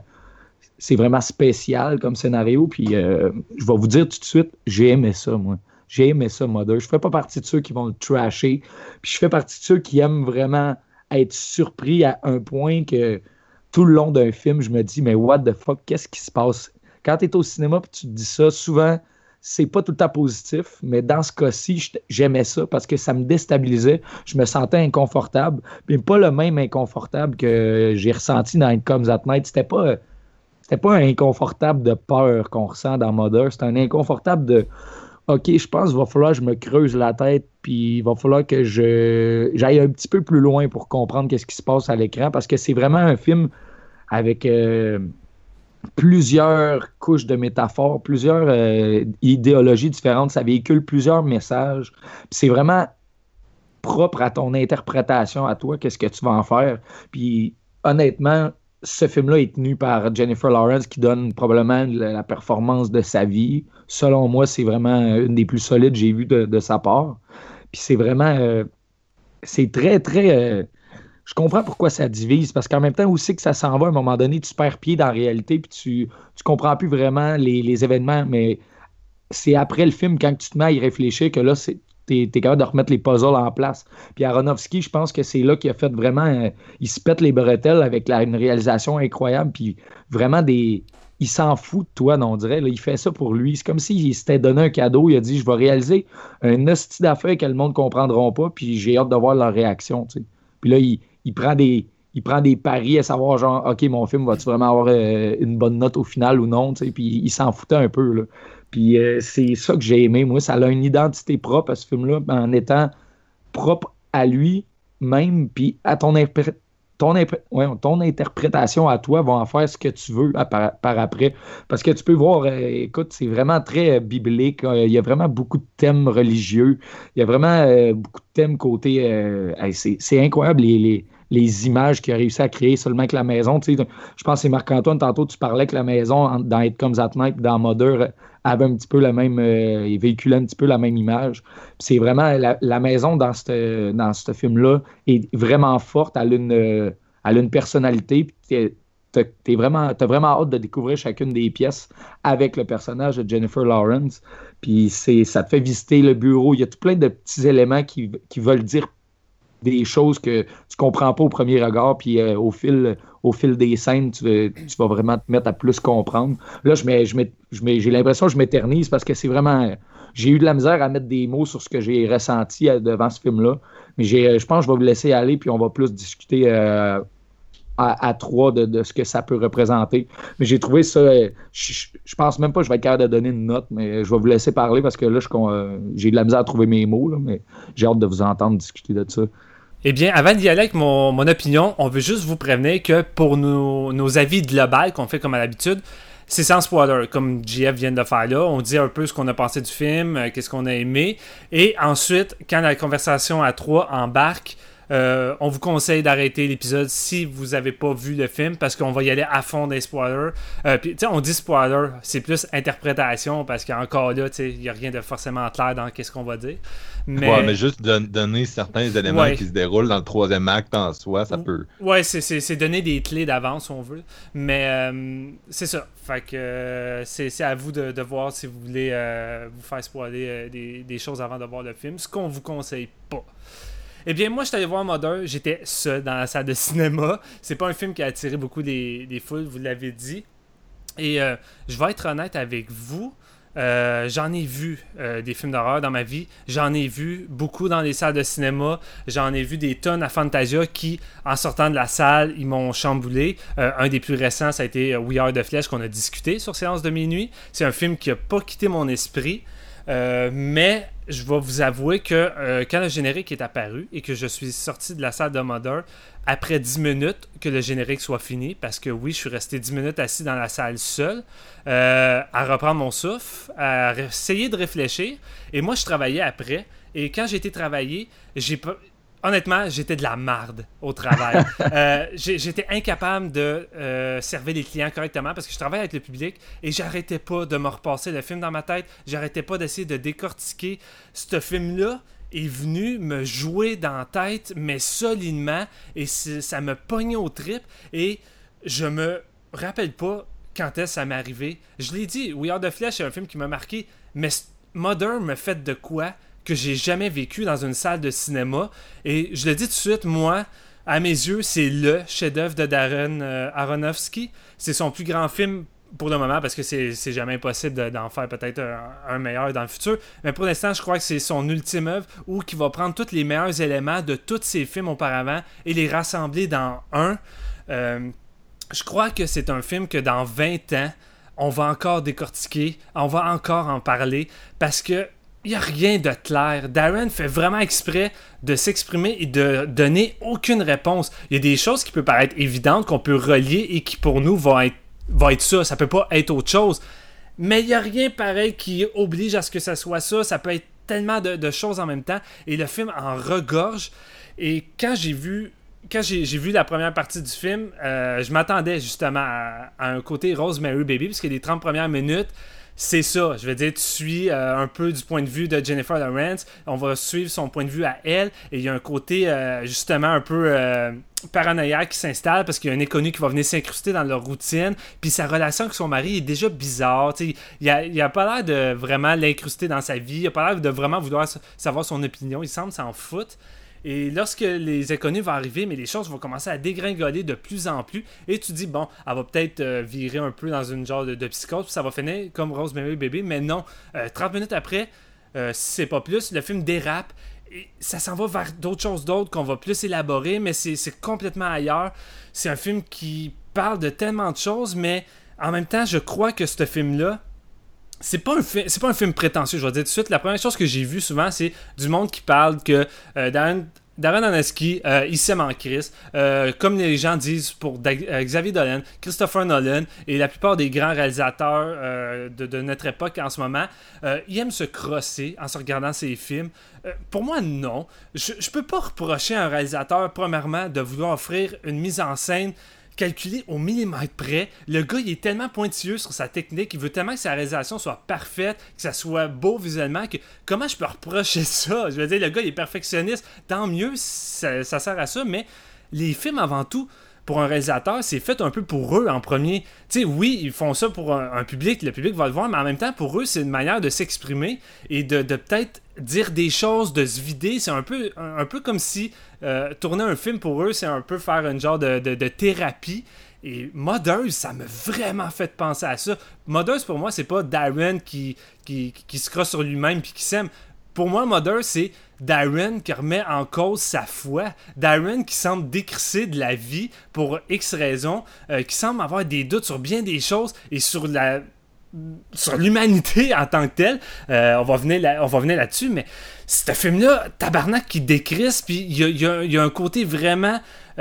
spécial comme scénario, puis je vais vous dire tout de suite, j'ai aimé ça, moi. J'ai aimé ça, Mother. Je fais pas partie de ceux qui vont le trasher, puis je fais partie de ceux qui aiment vraiment être surpris à un point que tout le long d'un film, je me dis, mais what the fuck, qu'est-ce qui se passe? Quand tu es au cinéma et tu te dis ça, souvent, c'est pas tout le temps positif, mais dans ce cas-ci, j'aimais ça parce que ça me déstabilisait. Je me sentais inconfortable, mais pas le même inconfortable que j'ai ressenti dans It Comes at Night. C'était pas un inconfortable de peur qu'on ressent dans Mother, c'était un inconfortable de OK, je pense qu'il va falloir que je me creuse la tête, puis il va falloir que j'aille un petit peu plus loin pour comprendre qu'est-ce qui se passe à l'écran, parce que c'est vraiment un film avec plusieurs couches de métaphores, plusieurs idéologies différentes. Ça véhicule plusieurs messages. Puis c'est vraiment propre à ton interprétation, à toi, qu'est-ce que tu vas en faire. Puis honnêtement, ce film-là est tenu par Jennifer Lawrence qui donne probablement la performance de sa vie. Selon moi, c'est vraiment une des plus solides que j'ai vues de sa part. Puis c'est vraiment... c'est très, très... je comprends pourquoi ça divise, parce qu'en même temps aussi que ça s'en va, à un moment donné, tu perds pied dans la réalité, puis tu comprends plus vraiment les événements, mais c'est après le film, quand tu te mets à y réfléchir, que là, t'es capable de remettre les puzzles en place. Puis Aronofsky, je pense que c'est là qu'il a fait vraiment... il se pète les bretelles avec une réalisation incroyable, puis vraiment il s'en fout de toi, on dirait. Là, il fait ça pour lui. C'est comme s'il s'était donné un cadeau. Il a dit, je vais réaliser un hostie d'affaires que le monde ne comprendra pas, puis j'ai hâte de voir leur réaction, tu sais. Puis là, il prend des paris à savoir, genre, OK, mon film, va-tu vraiment avoir une bonne note au final ou non? Tu sais, puis il s'en foutait un peu, là. Puis c'est ça que j'ai aimé. Moi, ça a une identité propre à ce film-là, en étant propre à lui-même, puis à ton interprétation à toi va en faire ce que tu veux par après. Parce que tu peux voir, écoute, c'est vraiment très biblique. Il y a vraiment beaucoup de thèmes religieux. Il y a vraiment beaucoup de thèmes côté... c'est incroyable les images qu'il a réussi à créer seulement que la maison. Tu sais, je pense que c'est Marc-Antoine, tantôt tu parlais que la maison dans It Comes at Night, dans Mother, avait un petit peu la même... il véhiculait un petit peu la même image. Puis c'est vraiment... La maison dans ce film-là est vraiment forte. Elle a une personnalité. Puis t'as vraiment hâte de découvrir chacune des pièces avec le personnage de Jennifer Lawrence. Puis ça te fait visiter le bureau. Il y a tout plein de petits éléments qui veulent dire des choses que tu comprends pas au premier regard, puis au fil des scènes, tu vas vraiment te mettre à plus comprendre. Là, j'ai l'impression que je m'éternise parce que c'est vraiment... J'ai eu de la misère à mettre des mots sur ce que j'ai ressenti devant ce film-là. Mais je pense que je vais vous laisser aller, puis on va plus discuter à 3 de ce que ça peut représenter. Mais j'ai trouvé ça... Je pense même pas que je vais être capable de donner une note, mais je vais vous laisser parler parce que là, j'ai de la misère à trouver mes mots, là, mais j'ai hâte de vous entendre discuter de ça. Eh bien, avant d'y aller avec mon opinion, on veut juste vous prévenir que pour nos avis globaux qu'on fait comme à l'habitude, c'est sans spoiler, comme JF vient de le faire là. On dit un peu ce qu'on a pensé du film, qu'est-ce qu'on a aimé. Et ensuite, quand la conversation à 3 embarque, on vous conseille d'arrêter l'épisode si vous n'avez pas vu le film parce qu'on va y aller à fond des spoilers. Puis, on dit spoiler, c'est plus interprétation parce qu'encore là, il n'y a rien de forcément clair dans qu'est-ce qu'on va dire. Mais juste donner certains éléments qui se déroulent dans le troisième acte en soi, ça peut... Ouais, c'est donner des clés d'avance, si on veut. Mais c'est ça. Fait que c'est à vous de voir si vous voulez vous faire spoiler des choses avant de voir le film. Ce qu'on vous conseille pas. Eh bien, moi, je suis allé voir Mother. J'étais seul dans la salle de cinéma. C'est pas un film qui a attiré beaucoup des foules, vous l'avez dit. Et je vais être honnête avec vous. J'en ai vu des films d'horreur dans ma vie. J'en ai vu beaucoup dans les salles de cinéma. J'en ai vu des tonnes à Fantasia qui, en sortant de la salle, ils m'ont chamboulé. Un des plus récents, ça a été We Are the Flesh qu'on a discuté sur Séance de minuit. C'est un film qui n'a pas quitté mon esprit. Mais je vais vous avouer que quand le générique est apparu et que je suis sorti de la salle de Mother après 10 minutes que le générique soit fini, parce que oui, je suis resté 10 minutes assis dans la salle seul, à reprendre mon souffle, à essayer de réfléchir. Et moi, je travaillais après. Et quand j'ai été travailler, honnêtement, j'étais de la marde au travail. J'étais incapable de servir les clients correctement parce que je travaille avec le public et j'arrêtais pas de me repasser le film dans ma tête. J'arrêtais pas d'essayer de décortiquer. Ce film-là est venu me jouer dans la tête, mais solidement, et ça me pognait aux tripes et je me rappelle pas quand est-ce que ça m'est arrivé. Je l'ai dit, We Are the Flesh, c'est un film qui m'a marqué, mais Mother me fait de quoi que j'ai jamais vécu dans une salle de cinéma. Et je le dis tout de suite, moi, à mes yeux, c'est le chef-d'œuvre de Darren Aronofsky. C'est son plus grand film pour le moment, parce que c'est jamais impossible d'en faire peut-être un meilleur dans le futur. Mais pour l'instant, je crois que c'est son ultime œuvre où il va prendre tous les meilleurs éléments de tous ses films auparavant et les rassembler dans un. Je crois que c'est un film que dans 20 ans, on va encore décortiquer, on va encore en parler, parce que il n'y a rien de clair. Darren fait vraiment exprès de s'exprimer et de donner aucune réponse. Il y a des choses qui peuvent paraître évidentes, qu'on peut relier et qui pour nous vont être ça. Ça peut pas être autre chose. Mais il n'y a rien pareil qui oblige à ce que ça soit ça. Ça peut être tellement de choses en même temps. Et le film en regorge. Et quand j'ai vu la première partie du film, je m'attendais justement à un côté Rosemary Baby, puisque les 30 premières minutes, c'est ça, je veux dire, tu suis un peu du point de vue de Jennifer Lawrence, on va suivre son point de vue à elle, et il y a un côté justement un peu paranoïaque qui s'installe parce qu'il y a un inconnu qui va venir s'incruster dans leur routine, puis sa relation avec son mari est déjà bizarre, il a pas l'air de vraiment l'incruster dans sa vie, il a pas l'air de vraiment vouloir savoir son opinion, il semble s'en foutre. Et lorsque les inconnus vont arriver, mais les choses vont commencer à dégringoler de plus en plus. Et tu dis, bon, elle va peut-être virer un peu dans une genre de psychose, puis ça va finir comme Rosemary Baby. Mais non, 30 minutes après, si c'est pas plus, le film dérape. Et ça s'en va vers d'autres choses qu'on va plus élaborer, mais c'est complètement ailleurs. C'est un film qui parle de tellement de choses, mais en même temps, je crois que ce film-là, c'est pas un film prétentieux, je vais dire tout de suite. La première chose que j'ai vue souvent, c'est du monde qui parle que Darren Aronofsky, il s'aime en Christ, comme les gens disent pour Xavier Dolan, Christopher Nolan et la plupart des grands réalisateurs de notre époque en ce moment, ils aiment se crosser en se regardant ses films. Pour moi, non. Je peux pas reprocher à un réalisateur, premièrement, de vouloir offrir une mise en scène calculé au millimètre près. Le gars, il est tellement pointilleux sur sa technique, il veut tellement que sa réalisation soit parfaite, que ça soit beau visuellement, que comment je peux reprocher ça? Je veux dire, le gars, il est perfectionniste. Tant mieux, ça sert à ça, mais les films, avant tout, pour un réalisateur, c'est fait un peu pour eux en premier. Tu sais, oui, ils font ça pour un public, le public va le voir, mais en même temps, pour eux, c'est une manière de s'exprimer et de peut-être dire des choses, de se vider. C'est un peu comme si tourner un film pour eux, c'est un peu faire une genre de thérapie. Et Mothers, ça m'a vraiment fait penser à ça. Mothers, pour moi, c'est pas Darren qui se crosse sur lui-même puis qui s'aime. pour moi, Mother, c'est Darren qui remet en cause sa foi. Darren qui semble décrisser de la vie pour X raisons, qui semble avoir des doutes sur bien des choses et sur l'humanité en tant que telle. On va venir là-dessus, mais ce film-là, tabarnak qui décrisse, puis il y a un côté vraiment...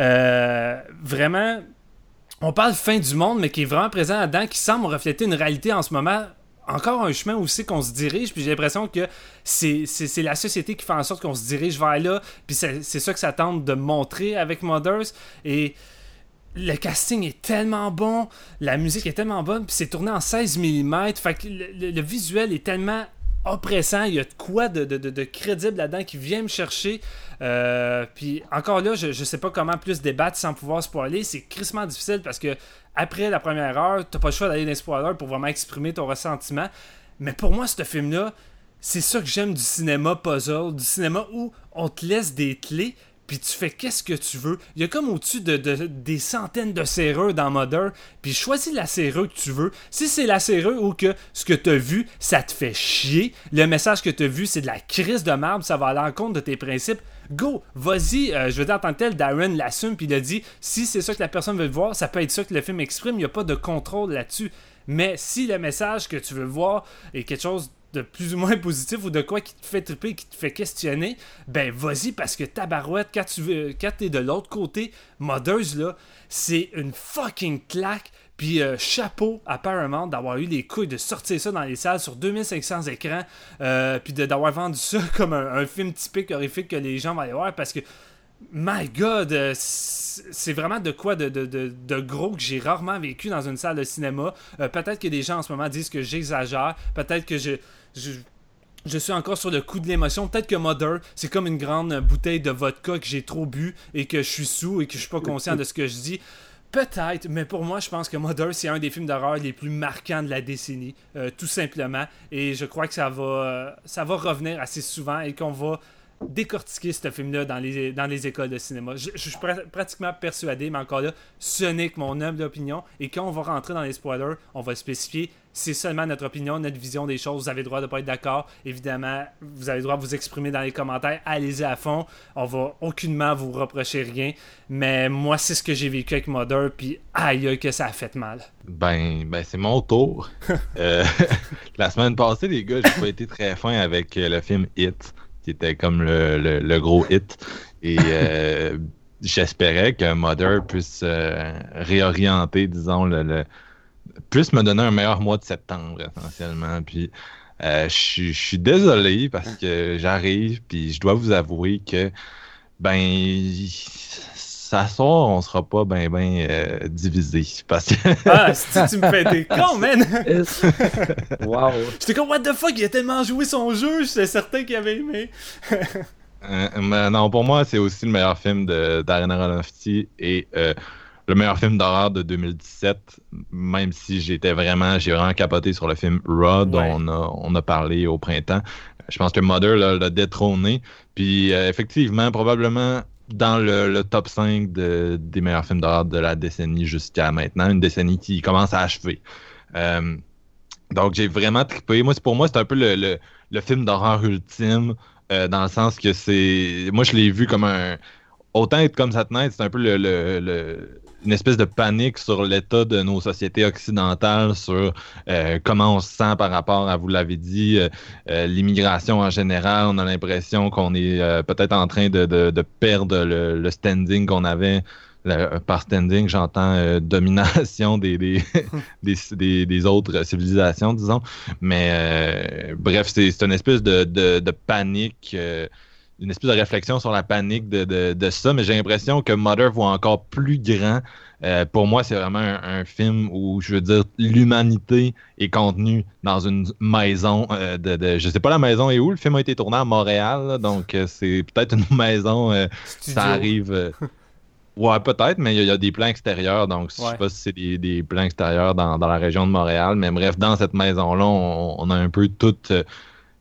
on parle fin du monde, mais qui est vraiment présent là-dedans, qui semble refléter une réalité en ce moment. Encore un chemin aussi qu'on se dirige, puis j'ai l'impression que c'est la société qui fait en sorte qu'on se dirige vers là, puis c'est ça que ça tente de montrer avec Mothers, et le casting est tellement bon, la musique est tellement bonne, puis c'est tourné en 16 mm, fait que le visuel est tellement oppressant, il y a de quoi de crédible là-dedans qui vient me chercher, puis encore là, je sais pas comment plus débattre sans pouvoir spoiler, c'est crissement difficile parce que après la première heure, t'as pas le choix d'aller dans les spoilers pour vraiment exprimer ton ressentiment, mais pour moi, ce film-là, c'est ça que j'aime du cinéma puzzle, du cinéma où on te laisse des clés, puis tu fais qu'est-ce que tu veux. Il y a comme au-dessus des centaines de serrures dans Mother, puis choisis la serrure que tu veux. Si c'est la serrure ou que ce que tu as vu, ça te fait chier, le message que tu as vu, c'est de la crise de marbre, ça va à l'encontre de tes principes, go, vas-y. Je veux dire, en tant que tel, Darren l'assume, puis il a dit, si c'est ça que la personne veut voir, ça peut être ça que le film exprime, il n'y a pas de contrôle là-dessus. Mais si le message que tu veux voir est quelque chose de plus ou moins positif ou de quoi qui te fait triper, qui te fait questionner, ben vas-y, parce que tabarouette, quand t'es de l'autre côté, Mothers, là, c'est une fucking claque. Puis chapeau à Paramount d'avoir eu les couilles de sortir ça dans les salles sur 2500 écrans, puis d'avoir vendu ça comme un film typique horrifique que les gens vont aller voir, parce que my God, c'est vraiment de quoi de gros que j'ai rarement vécu dans une salle de cinéma. Peut-être que des gens en ce moment disent que j'exagère, peut-être que je suis encore sur le coup de l'émotion. Peut-être que Mother, c'est comme une grande bouteille de vodka que j'ai trop bu et que je suis sous et que je suis pas conscient de ce que je dis. Peut-être, mais pour moi, je pense que Mother, c'est un des films d'horreur les plus marquants de la décennie, tout simplement. Et je crois que ça va revenir assez souvent et qu'on va décortiquer ce film-là dans les écoles de cinéma. Je suis pratiquement persuadé, mais encore là, ce n'est que mon humble opinion. Et quand on va rentrer dans les spoilers, on va spécifier, c'est seulement notre opinion, notre vision des choses. Vous avez le droit de ne pas être d'accord. Évidemment, vous avez le droit de vous exprimer dans les commentaires. Allez-y à fond. On va aucunement vous reprocher rien. Mais moi, c'est ce que j'ai vécu avec Mother, puis aïe, que ça a fait mal. Ben c'est mon tour. La semaine passée, les gars, j'ai pas été très fin avec le film It, qui était comme le gros hit. Et j'espérais que Mother puisse réorienter, disons, puisse me donner un meilleur mois de septembre, essentiellement. Puis je suis désolé parce que j'arrive, puis je dois vous avouer que, ça sort, on sera pas divisé. Parce que... Ah, tu me fais des cons, man! Wow! J'étais comme, what the fuck, il a tellement joué son jeu, j'étais certain qu'il avait aimé. Mais non, pour moi, c'est aussi le meilleur film d'Darren Aronofsky et le meilleur film d'horreur de 2017, même si j'ai vraiment capoté sur le film Raw, dont on a parlé au printemps. Je pense que Mother l'a détrôné. Puis effectivement, probablement dans le top 5 des meilleurs films d'horreur de la décennie jusqu'à maintenant, une décennie qui commence à achever. Donc j'ai vraiment trippé. Pour moi, c'est un peu le film d'horreur ultime, dans le sens que moi je l'ai vu comme autant être comme ça tenait, c'est un peu une espèce de panique sur l'état de nos sociétés occidentales, sur comment on se sent par rapport à, vous l'avez dit, l'immigration en général. On a l'impression qu'on est peut-être en train de perdre le standing qu'on avait. Par standing, j'entends domination des autres civilisations, disons. Mais bref, c'est une espèce de panique, une espèce de réflexion sur la panique de ça. Mais j'ai l'impression que Mother voit encore plus grand. Pour moi, c'est vraiment un film où, je veux dire, l'humanité est contenue dans une maison je sais pas la maison est où. Le film a été tourné à Montréal, là, donc c'est peut-être une maison. Ça arrive. Ouais, peut-être, mais il y a des plans extérieurs, donc je sais pas si c'est des plans extérieurs dans la région de Montréal, mais bref, dans cette maison-là, on a un peu tout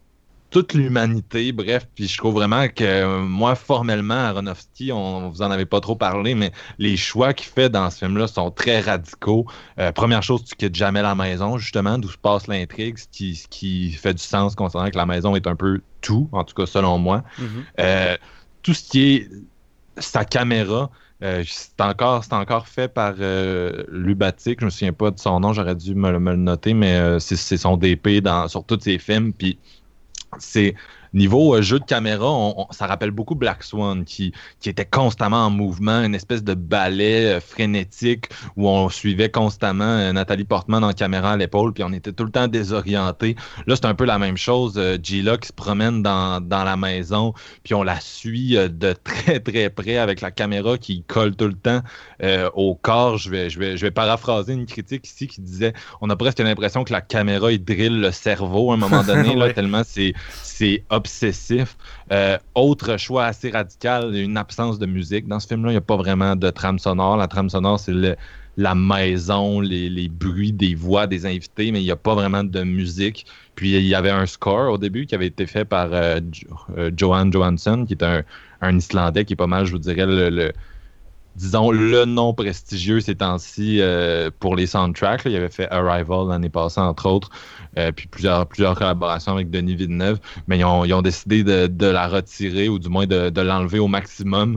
toute l'humanité, bref, puis je trouve vraiment que moi, formellement, Aronofsky, on vous en avait pas trop parlé, mais les choix qu'il fait dans ce film-là sont très radicaux. Première chose, tu quittes jamais la maison, justement, d'où se passe l'intrigue, ce qui fait du sens considérant que la maison est un peu tout, en tout cas selon moi. Tout ce qui est sa caméra, c'est encore fait par Lubatic, je me souviens pas de son nom, j'aurais dû me le noter, mais c'est son DP sur tous ses films, puis c'est niveau jeu de caméra, ça rappelle beaucoup Black Swan qui était constamment en mouvement, une espèce de ballet frénétique où on suivait constamment Nathalie Portman en caméra à l'épaule, puis on était tout le temps désorienté. Là, c'est un peu la même chose. Gila qui se promène dans la maison, puis on la suit de très très près avec la caméra qui colle tout le temps au corps. Je vais paraphraser une critique ici qui disait on a presque l'impression que la caméra il drille le cerveau à un moment donné, là, tellement c'est obsessif. Autre choix assez radical, une absence de musique. Dans ce film-là, il n'y a pas vraiment de trame sonore. La trame sonore, c'est la maison, les bruits des voix des invités, mais il n'y a pas vraiment de musique. Puis il y avait un score au début qui avait été fait par Johan Johansson, qui est un Islandais qui est pas mal, je vous dirais, disons, le nom prestigieux ces temps-ci pour les soundtracks. Là. Il avait fait Arrival l'année passée, entre autres, puis plusieurs collaborations avec Denis Villeneuve, mais ils ont décidé de la retirer, ou du moins de l'enlever au maximum.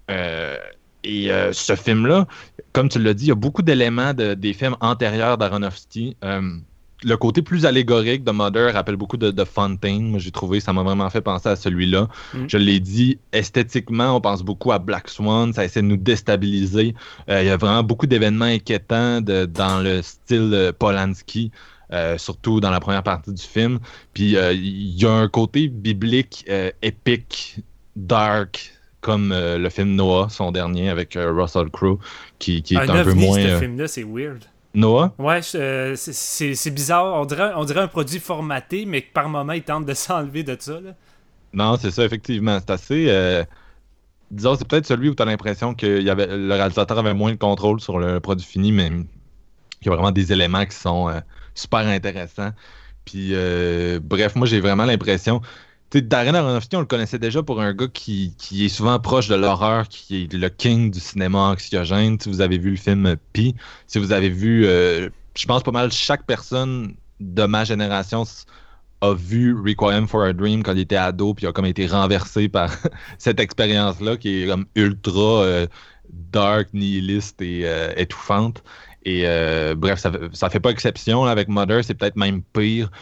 Ce film-là, comme tu l'as dit, il y a beaucoup d'éléments des films antérieurs d'Aronofsky. Le côté plus allégorique de Mother rappelle beaucoup de Fontaine. Moi, j'ai trouvé, ça m'a vraiment fait penser à celui-là. Je l'ai dit, esthétiquement, on pense beaucoup à Black Swan. Ça essaie de nous déstabiliser. Il y a vraiment beaucoup d'événements inquiétants dans le style Polanski, surtout dans la première partie du film. Puis, il y a un côté biblique, épique, dark, comme le film Noah, son dernier, avec Russell Crowe, qui est un peu moins... ce film-là, c'est weird. Noah? Ouais, c'est bizarre. On dirait un produit formaté, mais que par moment, ils tentent de s'enlever de ça. Là. Non, c'est ça, effectivement. C'est assez... disons, c'est peut-être celui où tu as l'impression que le réalisateur avait moins de contrôle sur le produit fini, mais il y a vraiment des éléments qui sont super intéressants. Puis, bref, moi, j'ai vraiment l'impression... Darren Aronofsky, on le connaissait déjà pour un gars qui est souvent proche de l'horreur, qui est le king du cinéma anxiogène. Si vous avez vu le film Pi, si vous avez vu, je pense pas mal chaque personne de ma génération a vu Requiem for a Dream quand il était ado, puis a comme été renversé par cette expérience-là qui est comme ultra dark, nihiliste et étouffante. Et bref, ça fait pas exception là, avec Mother, c'est peut-être même pire.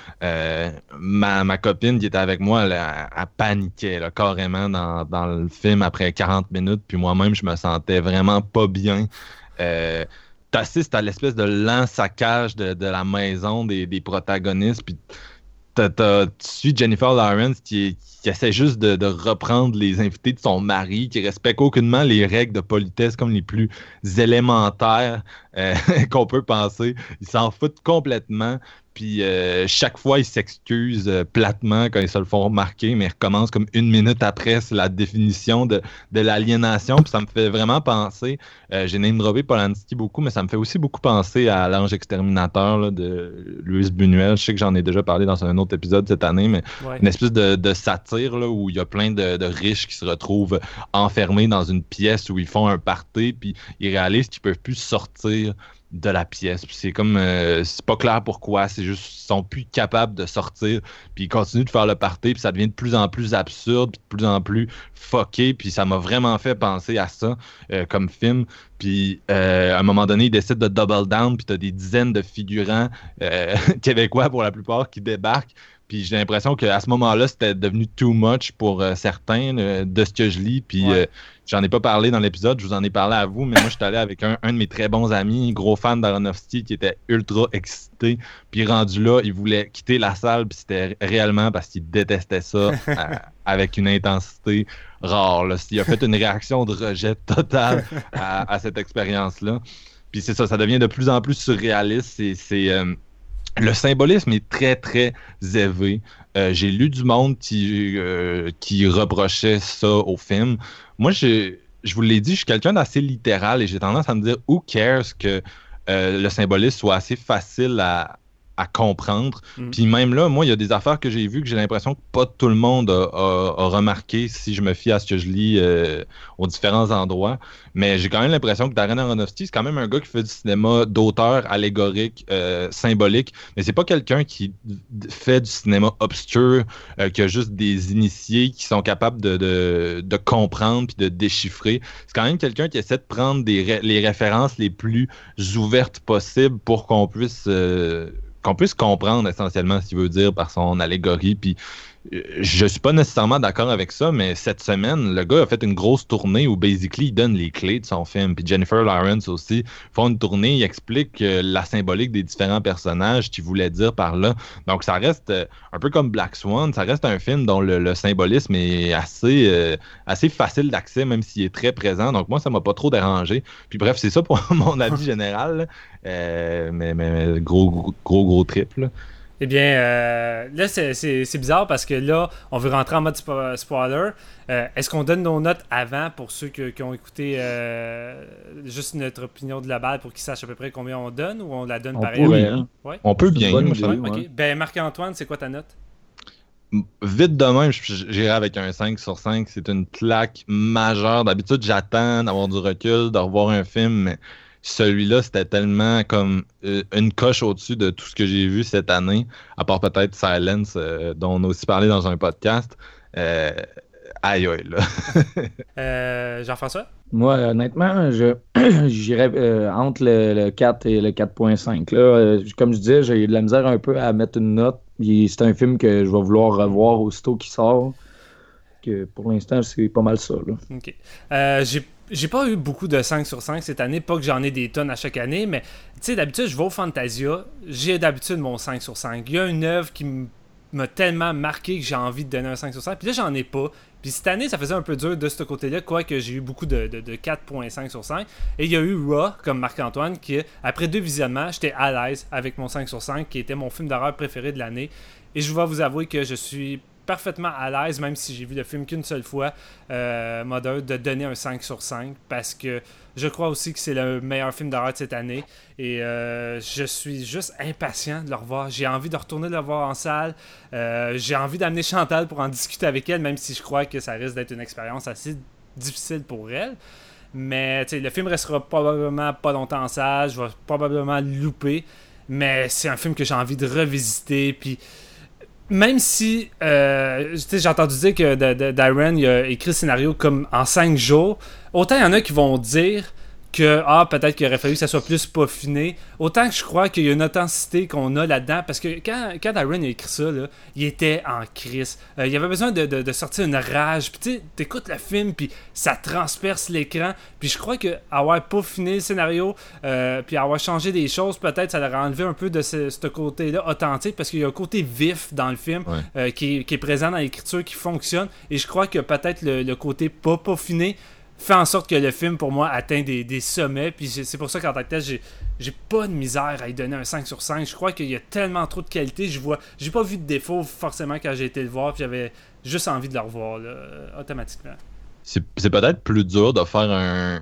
Ma copine qui était avec moi, elle paniquait là, carrément dans le film après 40 minutes, puis moi-même, je me sentais vraiment pas bien. T'assistes à l'espèce de lent saccage de la maison des protagonistes, puis tu suis Jennifer Lawrence qui essaie juste de reprendre les invités de son mari, qui respecte aucunement les règles de politesse comme les plus élémentaires qu'on peut penser. Ils s'en foutent complètement. Puis chaque fois, ils s'excusent platement quand ils se le font remarquer, mais ils recommencent comme une minute après. C'est la définition de l'aliénation. Puis ça me fait vraiment penser, j'ai name-droppé Polanski beaucoup, mais ça me fait aussi beaucoup penser à L'Ange Exterminateur là, de Luis Buñuel. Je sais que j'en ai déjà parlé dans un autre épisode cette année, mais une espèce de satire là, où il y a plein de riches qui se retrouvent enfermés dans une pièce où ils font un party, puis ils réalisent qu'ils peuvent plus sortir de la pièce. Puis c'est comme c'est pas clair pourquoi, c'est juste qu'ils sont plus capables de sortir, puis ils continuent de faire le party, puis ça devient de plus en plus absurde, puis de plus en plus fucké, puis ça m'a vraiment fait penser à ça comme film. Puis à un moment donné, ils décident de double down, puis t'as des dizaines de figurants québécois pour la plupart qui débarquent. Puis j'ai l'impression qu'à ce moment-là, c'était devenu too much pour certains de ce que je lis. Puis j'en ai pas parlé dans l'épisode, je vous en ai parlé à vous, mais moi, je suis allé avec un de mes très bons amis, gros fan d'Aronofsky, qui était ultra excité. Puis rendu là, il voulait quitter la salle, puis c'était réellement parce qu'il détestait ça avec une intensité rare. Là. Il a fait une réaction de rejet total à cette expérience-là. Puis c'est ça, ça devient de plus en plus surréaliste. Le symbolisme est très, très élevé. J'ai lu du monde qui reprochait ça au film. Moi, je vous l'ai dit, je suis quelqu'un d'assez littéral et j'ai tendance à me dire « who cares » que le symbolisme soit assez facile à à comprendre. Puis même là, moi, il y a des affaires que j'ai vues que j'ai l'impression que pas tout le monde a remarqué si je me fie à ce que je lis aux différents endroits. Mais j'ai quand même l'impression que Darren Aronofsky, c'est quand même un gars qui fait du cinéma d'auteur, allégorique, symbolique. Mais c'est pas quelqu'un qui fait du cinéma obscur, qui a juste des initiés qui sont capables de comprendre puis de déchiffrer. C'est quand même quelqu'un qui essaie de prendre les références les plus ouvertes possibles pour qu'on puisse comprendre essentiellement ce qu'il veut dire par son allégorie. Puis je suis pas nécessairement d'accord avec ça, mais cette semaine, le gars a fait une grosse tournée où basically il donne les clés de son film. Puis Jennifer Lawrence aussi font une tournée, il explique la symbolique des différents personnages qu'il voulait dire par là. Donc ça reste un peu comme Black Swan, ça reste un film dont le symbolisme est assez facile d'accès, même s'il est très présent. Donc moi, ça m'a pas trop dérangé. Puis bref, c'est ça pour mon avis général. Mais gros trip, là. Eh bien, là, c'est bizarre parce que là, on veut rentrer en mode spoiler. Est-ce qu'on donne nos notes avant pour ceux qui ont écouté juste notre opinion globale pour qu'ils sachent à peu près combien on donne ou on la donne pareil? Ouais. On peut bien. Okay. Ben, Marc-Antoine, c'est quoi ta note? Vite de même, j'irai avec un 5 sur 5. C'est une claque majeure. D'habitude, j'attends d'avoir du recul, de revoir un film, mais celui-là, c'était tellement comme une coche au-dessus de tout ce que j'ai vu cette année, à part peut-être Silence, dont on a aussi parlé dans un podcast. Aïe, là. Jean-François? Moi, honnêtement, j'irais entre le 4 et le 4.5. Là, comme je disais, j'ai eu de la misère un peu à mettre une note. C'est un film que je vais vouloir revoir aussitôt qu'il sort. Que pour l'instant, c'est pas mal ça. Là. OK. J'ai pas eu beaucoup de 5 sur 5 cette année, pas que j'en ai des tonnes à chaque année, mais tu sais, d'habitude, je vais au Fantasia, j'ai d'habitude mon 5 sur 5. Il y a une œuvre qui m'a tellement marqué que j'ai envie de donner un 5 sur 5, puis là, j'en ai pas. Puis cette année, ça faisait un peu dur de ce côté-là, quoique j'ai eu beaucoup de 4.5 sur 5. Et il y a eu Raw, comme Marc-Antoine, qui, après 2 visionnements, j'étais à l'aise avec mon 5 sur 5, qui était mon film d'horreur préféré de l'année. Et je vais vous avouer que je suis parfaitement à l'aise, même si j'ai vu le film qu'une seule fois, Mother, de donner un 5 sur 5, parce que je crois aussi que c'est le meilleur film d'horreur de cette année, et je suis juste impatient de le revoir. J'ai envie de retourner le voir en salle, j'ai envie d'amener Chantal pour en discuter avec elle, même si je crois que ça risque d'être une expérience assez difficile pour elle. Mais le film restera probablement pas longtemps en salle, je vais probablement le louper, mais c'est un film que j'ai envie de revisiter, puis même si j'ai entendu dire que Darren il a écrit le scénario comme en 5 jours, autant il y en a qui vont dire que peut-être qu'il aurait fallu que ça soit plus peaufiné, autant que je crois qu'il y a une authenticité qu'on a là-dedans, parce que quand Darren a écrit ça, là, il était en crise. Il avait besoin de sortir une rage, puis tu écoutes le film, puis ça transperce l'écran, puis je crois que avoir peaufiné le scénario, puis avoir changé des choses, peut-être ça leur a enlevé un peu de ce côté-là authentique, parce qu'il y a un côté vif dans le film, qui est présent dans l'écriture, qui fonctionne, et je crois que peut-être le côté pas peaufiné fait en sorte que le film, pour moi, atteint des sommets. Puis c'est pour ça qu'en tant que tel, j'ai pas de misère à lui donner un 5 sur 5. Je crois qu'il y a tellement trop de qualité. J'ai pas vu de défaut forcément quand j'ai été le voir. Puis j'avais juste envie de le revoir là, automatiquement. C'est peut-être plus dur de faire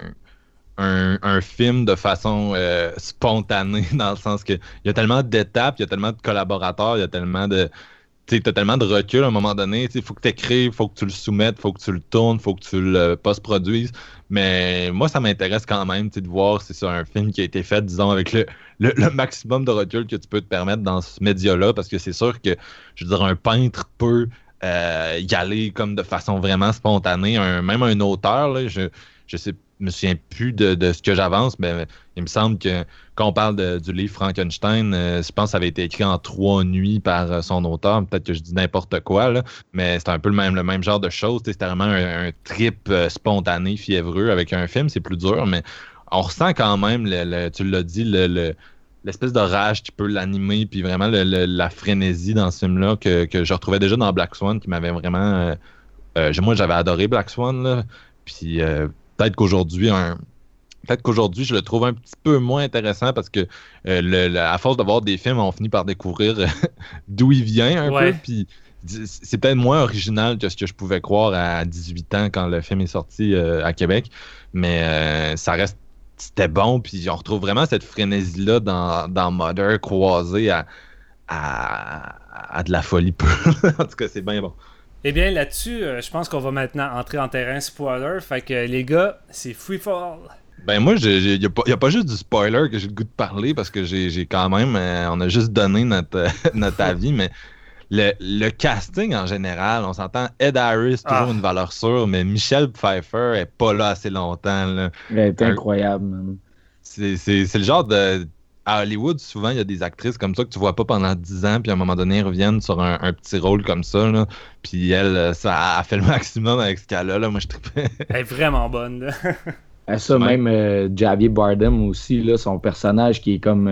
un film de façon spontanée, dans le sens que il y a tellement d'étapes, il y a tellement de collaborateurs, il y a tellement de... Tu as tellement de recul à un moment donné, il faut que tu écrives, il faut que tu le soumettes, il faut que tu le tournes, il faut que tu le post-produises. Mais moi, ça m'intéresse quand même de voir si c'est un film qui a été fait, disons, avec le maximum de recul que tu peux te permettre dans ce média-là, parce que c'est sûr que, je veux dire, un peintre peut y aller comme de façon vraiment spontanée. Même un auteur, là, je me souviens plus de ce que j'avance, mais il me semble que quand on parle du livre Frankenstein, je pense que ça avait été écrit en 3 nuits par son auteur. Peut-être que je dis n'importe quoi, là, mais c'est un peu le même genre de choses. C'était vraiment un trip spontané, fiévreux. Avec un film, c'est plus dur, mais on ressent quand même, tu l'as dit, l'espèce de rage qui peut l'animer, puis vraiment la frénésie dans ce film-là que je retrouvais déjà dans Black Swan, qui m'avait vraiment... moi, j'avais adoré Black Swan, là, puis... Peut-être qu'aujourd'hui, je le trouve un petit peu moins intéressant parce que à force de voir des films, on finit par découvrir d'où il vient un peu. Puis c'est peut-être moins original que ce que je pouvais croire à 18 ans quand le film est sorti à Québec. Mais c'était bon. Puis on retrouve vraiment cette frénésie-là dans Mother, croisée à de la folie pure. En tout cas, c'est bien bon. Eh bien, là-dessus, je pense qu'on va maintenant entrer en terrain spoiler. Fait que les gars, c'est free for all. Ben moi, il n'y a pas juste du spoiler que j'ai le goût de parler parce que j'ai quand même, on a juste donné notre avis, mais le casting en général, on s'entend, Ed Harris, toujours une valeur sûre, mais Michelle Pfeiffer est pas là assez longtemps. Là. Elle est incroyable, man. C'est le genre de... À Hollywood, souvent, il y a des actrices comme ça que tu vois pas pendant 10 ans, puis à un moment donné, elles reviennent sur un petit rôle comme ça, là. Puis elle, ça a fait le maximum avec ce cas-là, là. Moi, je trippais. Elle est vraiment bonne, là. Ça, même Javier Bardem aussi, là, son personnage qui est comme...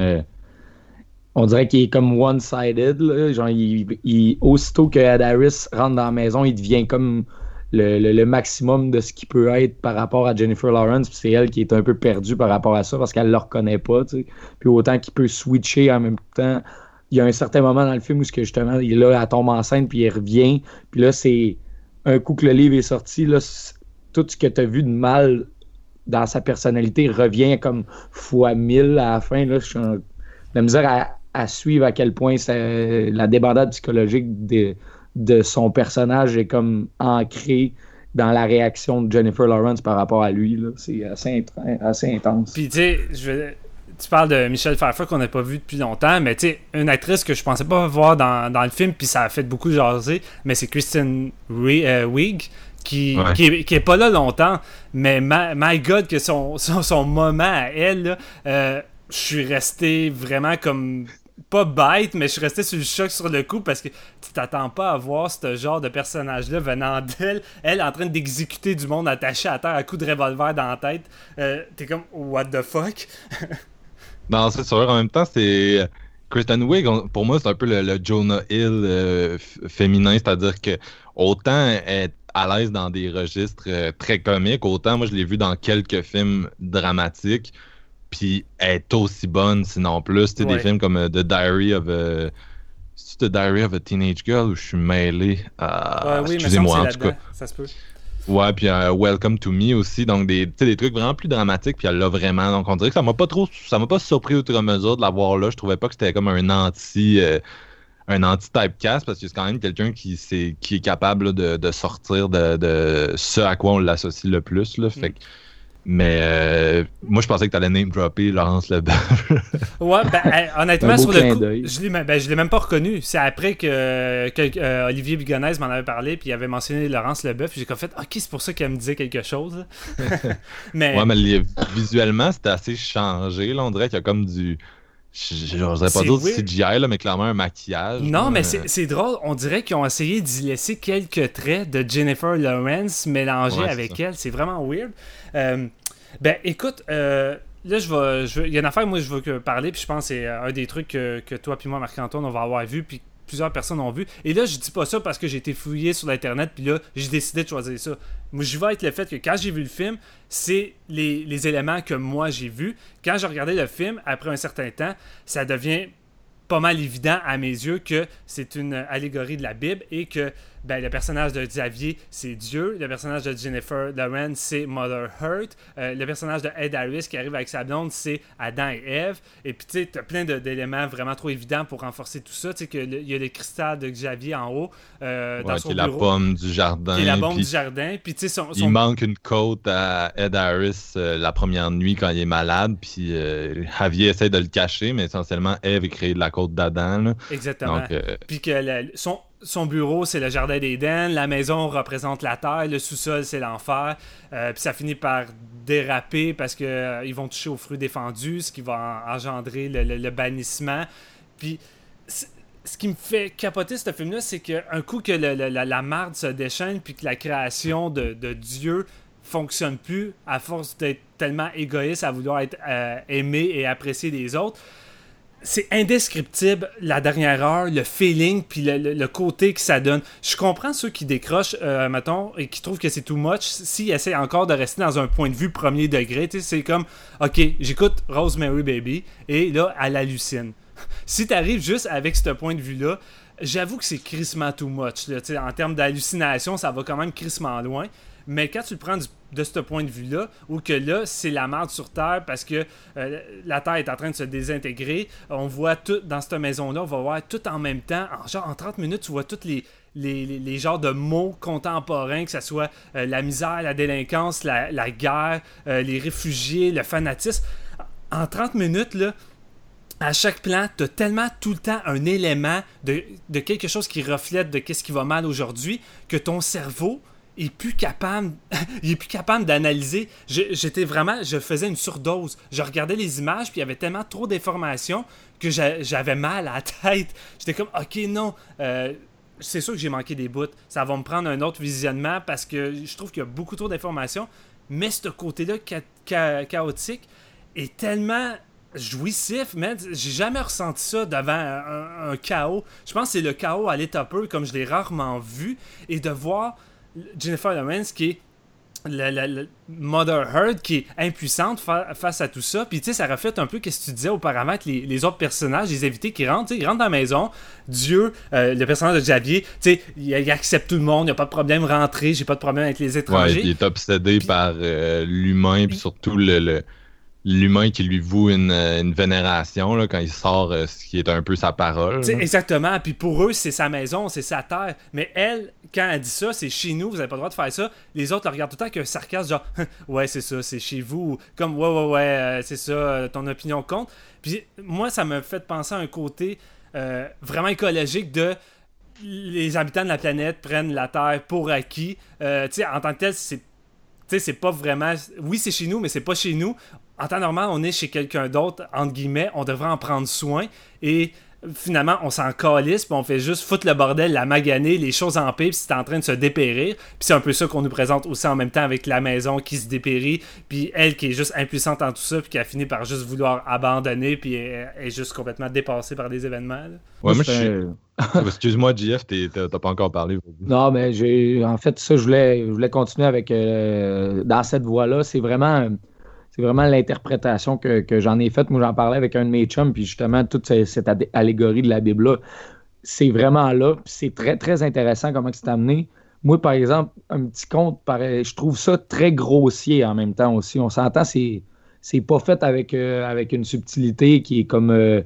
on dirait qu'il est comme one-sided, là. Genre, aussitôt que Ed Harris rentre dans la maison, il devient comme... Le maximum de ce qu'il peut être par rapport à Jennifer Lawrence, puis c'est elle qui est un peu perdue par rapport à ça parce qu'elle ne le reconnaît pas, tu sais. Puis autant qu'il peut switcher en même temps, il y a un certain moment dans le film où justement il est là, elle tombe enceinte puis il revient, puis là c'est un coup que le livre est sorti, là, tout ce que tu as vu de mal dans sa personnalité revient comme fois 1000 à la fin, là. Je suis de la misère à suivre à quel point la débandade psychologique de son personnage est comme ancré dans la réaction de Jennifer Lawrence par rapport à lui. Là. C'est assez intense. Puis tu sais, tu parles de Michelle Pfeiffer qu'on n'a pas vu depuis longtemps, mais tu sais, une actrice que je pensais pas voir dans le film, puis ça a fait beaucoup jaser, mais c'est Kristen Wiig, qui est pas là longtemps, mais my God, que son moment à elle, je suis resté vraiment comme... pas bête, mais je suis resté sur le choc sur le coup parce que tu t'attends pas à voir ce genre de personnage-là venant d'elle, elle en train d'exécuter du monde attaché à terre à coups de revolver dans la tête. T'es comme, what the fuck? Non, c'est sûr. En même temps, c'est... Kristen Wiig, pour moi, c'est un peu le Jonah Hill féminin, c'est-à-dire que autant être à l'aise dans des registres très comiques, autant moi je l'ai vu dans quelques films dramatiques. Puis elle est aussi bonne, sinon plus. Tu sais, des films comme The Diary of a Teenage Girl où je suis mêlé. Excusez-moi, en tout cas. Ça se peut. Ouais, puis Welcome to Me aussi. Donc, des trucs vraiment plus dramatiques. Puis elle l'a vraiment. Donc, on dirait que ça m'a pas surpris outre mesure de la voir là. Je trouvais pas que c'était comme un anti-typecast parce que c'est quand même quelqu'un qui est capable là, de sortir de ce à quoi on l'associe le plus. Là. Fait que. Mais moi, je pensais que tu allais name-dropper Laurence Leboeuf. Ouais, honnêtement, sur le coup, je l'ai même pas reconnu. C'est après que Olivier Bigonès m'en avait parlé, puis il avait mentionné Laurence Leboeuf, puis j'ai comme fait « Ok, c'est pour ça qu'elle me disait quelque chose. » mais... Ouais, mais visuellement, c'était assez changé. Là. On dirait qu'il y a comme du... Je n'oserais pas dire du CGI, là, mais clairement un maquillage. Non, mais c'est drôle. On dirait qu'ils ont essayé d'y laisser quelques traits de Jennifer Lawrence mélangés avec elle. C'est vraiment weird. Écoute, là, il y a une affaire, moi, je veux parler, puis je pense que c'est un des trucs que toi puis moi, Marc-Antoine, on va avoir vu, puis plusieurs personnes ont vu. Et là, je dis pas ça parce que j'ai été fouillé sur l'Internet, puis là, j'ai décidé de choisir ça. Moi, j'y vais avec le fait que quand j'ai vu le film, c'est les éléments que moi j'ai vus. Quand j'ai regardé le film, après un certain temps, ça devient pas mal évident à mes yeux que c'est une allégorie de la Bible et que le personnage de Xavier, c'est Dieu. Le personnage de Jennifer Lawrence, c'est Mother Earth. Le personnage de Ed Harris qui arrive avec sa blonde, c'est Adam et Ève. Et puis, tu sais, t'as plein d'éléments vraiment trop évidents pour renforcer tout ça. Tu sais, qu'il y a le cristal de Xavier en haut, dans son bureau. La pomme du jardin. Qui est la pomme du jardin. Puis, tu sais, il manque une côte à Ed Harris la première nuit quand il est malade. Puis, Javier essaie de le cacher, mais essentiellement, Ève est créée de la côte d'Adam. Là. Exactement. Puis que son bureau, c'est le jardin d'Éden. La maison représente la terre. Le sous-sol, c'est l'enfer. Puis ça finit par déraper parce qu'ils vont toucher aux fruits défendus, ce qui va engendrer le bannissement. Puis ce qui me fait capoter ce film-là, c'est qu'un coup que la marde se déchaîne puis que la création de Dieu fonctionne plus à force d'être tellement égoïste à vouloir être aimé et apprécié des autres, c'est indescriptible la dernière heure, le feeling puis le côté que ça donne. Je comprends ceux qui décrochent, mettons, et qui trouvent que c'est too much s'ils essaient encore de rester dans un point de vue premier degré. C'est comme, ok, j'écoute Rosemary Baby et là, elle hallucine. Si t'arrives juste avec ce point de vue-là, j'avoue que c'est crissement too much. Là, en termes d'hallucination, ça va quand même crissement loin. Mais quand tu le prends de ce point de vue-là, où que là, c'est la merde sur Terre parce que la Terre est en train de se désintégrer, on voit tout dans cette maison-là, on va voir tout en même temps. En 30 minutes, tu vois tous les genres de mots contemporains, que ce soit la misère, la délinquance, la guerre, les réfugiés, le fanatisme. En 30 minutes, là, à chaque plan, tu as tellement tout le temps un élément de quelque chose qui reflète de qu'est-ce qui va mal aujourd'hui que ton cerveau est plus capable d'analyser. Je faisais une surdose. Je regardais les images puis il y avait tellement trop d'informations que j'avais mal à la tête. J'étais comme OK, non, c'est sûr que j'ai manqué des bouts. Ça va me prendre un autre visionnement parce que je trouve qu'il y a beaucoup trop d'informations, mais ce côté-là chaotique est tellement jouissif, mais j'ai jamais ressenti ça devant un chaos. Je pense que c'est le chaos à l'état pur, comme je l'ai rarement vu, et de voir Jennifer Lawrence qui est la Mother Earth qui est impuissante face à tout ça. Puis tu sais, ça reflète un peu ce que tu disais auparavant avec les autres personnages, les invités qui rentrent. Ils rentrent dans la maison. Dieu, le personnage de Xavier, tu sais, il accepte tout le monde, il n'y a pas de problème rentrer, j'ai pas de problème avec les étrangers. Ouais, il est obsédé par l'humain, puis surtout l'humain qui lui voue une vénération là, quand il sort ce qui est un peu sa parole. Exactement. Puis pour eux, c'est sa maison, c'est sa terre. Mais elle, quand elle dit ça, c'est chez nous, vous n'avez pas le droit de faire ça. Les autres le regardent tout le temps avec un sarcasme, genre ouais, c'est ça, c'est chez vous. Comme ouais, c'est ça, ton opinion compte. Puis moi, ça me fait penser à un côté vraiment écologique de les habitants de la planète prennent la terre pour acquis. Tu sais, en tant que tel, c'est pas vraiment. Oui, c'est chez nous, mais c'est pas chez nous. En temps normal, on est chez quelqu'un d'autre, entre guillemets, on devrait en prendre soin, et finalement, on s'en calisse, puis on fait juste foutre le bordel, la maganer, les choses en paix, puis c'est en train de se dépérir. Puis c'est un peu ça qu'on nous présente aussi en même temps avec la maison qui se dépérit, puis elle qui est juste impuissante en tout ça, puis qui a fini par juste vouloir abandonner, puis est juste complètement dépassée par les événements. Là. Ouais, moi, je suis... Excuse-moi, JF, t'as pas encore parlé. Non, mais en fait, ça, je voulais continuer avec... dans cette voie-là, c'est vraiment l'interprétation que j'en ai faite. Moi, j'en parlais avec un de mes chums, puis justement, toute cette allégorie de la Bible-là, c'est vraiment là, puis c'est très, très intéressant comment c'est amené. Moi, par exemple, un petit conte, je trouve ça très grossier en même temps aussi. On s'entend, c'est pas fait avec une subtilité qui est comme...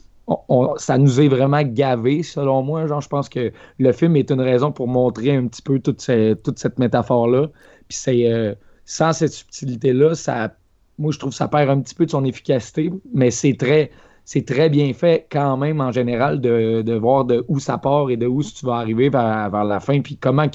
ça nous est vraiment gavé, selon moi. Genre, je pense que le film est une raison pour montrer un petit peu toute cette métaphore-là. Puis sans cette subtilité-là, moi, je trouve que ça perd un petit peu de son efficacité, mais c'est très bien fait quand même en général de voir de où ça part et de où tu vas arriver vers la fin, puis comment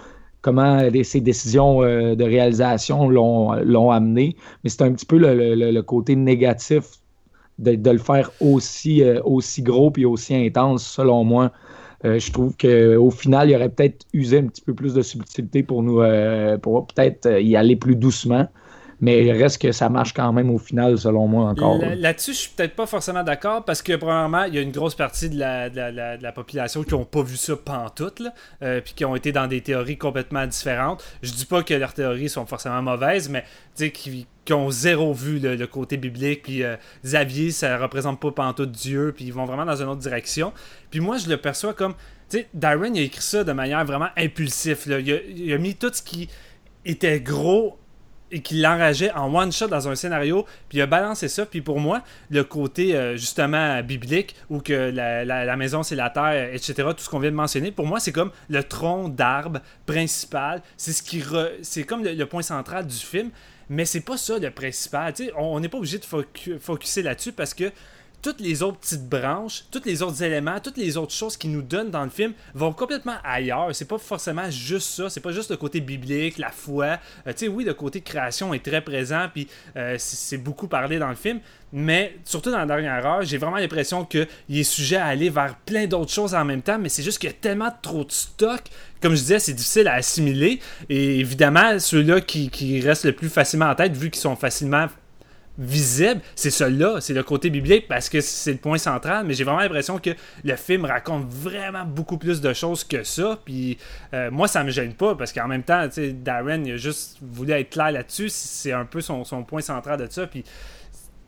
ces décisions de réalisation l'ont amené. Mais c'est un petit peu le côté négatif de le faire aussi gros puis aussi intense, selon moi. Je trouve qu'au final, il aurait peut-être usé un petit peu plus de subtilité pour peut-être y aller plus doucement. Mais il reste que ça marche quand même au final, selon moi, encore. Là-dessus, je suis peut-être pas forcément d'accord parce que, premièrement, il y a une grosse partie de la population qui n'ont pas vu ça pantoute, puis qui ont été dans des théories complètement différentes. Je dis pas que leurs théories sont forcément mauvaises, mais qui ont zéro vu le côté biblique, puis Xavier, ça représente pas pantoute Dieu, puis ils vont vraiment dans une autre direction. Puis moi, je le perçois comme... Tu sais, Darren, il a écrit ça de manière vraiment impulsive. Là. Il a mis tout ce qui était gros et qui l'enrageait en one shot dans un scénario, puis il a balancé ça. Puis pour moi, le côté justement biblique, où que la maison c'est la terre, etc., tout ce qu'on vient de mentionner, pour moi c'est comme le tronc d'arbre principal, c'est comme le point central du film, mais c'est pas ça le principal. T'sais, on n'est pas obligé de focusser là-dessus parce que toutes les autres petites branches, tous les autres éléments, toutes les autres choses qui nous donnent dans le film vont complètement ailleurs. C'est pas forcément juste ça. C'est pas juste le côté biblique, la foi. Tu sais, oui, le côté création est très présent, puis c'est beaucoup parlé dans le film. Mais surtout dans la dernière heure, j'ai vraiment l'impression qu'il est sujet à aller vers plein d'autres choses en même temps, mais c'est juste qu'il y a tellement trop de stock. Comme je disais, c'est difficile à assimiler. Et évidemment, ceux-là qui restent le plus facilement en tête, vu qu'ils sont facilement visible, c'est celui-là, c'est le côté biblique parce que c'est le point central, mais j'ai vraiment l'impression que le film raconte vraiment beaucoup plus de choses que ça, puis moi ça me gêne pas parce qu'en même temps, tu sais, Darren il a juste voulu être clair là-dessus, c'est un peu son point central de ça, puis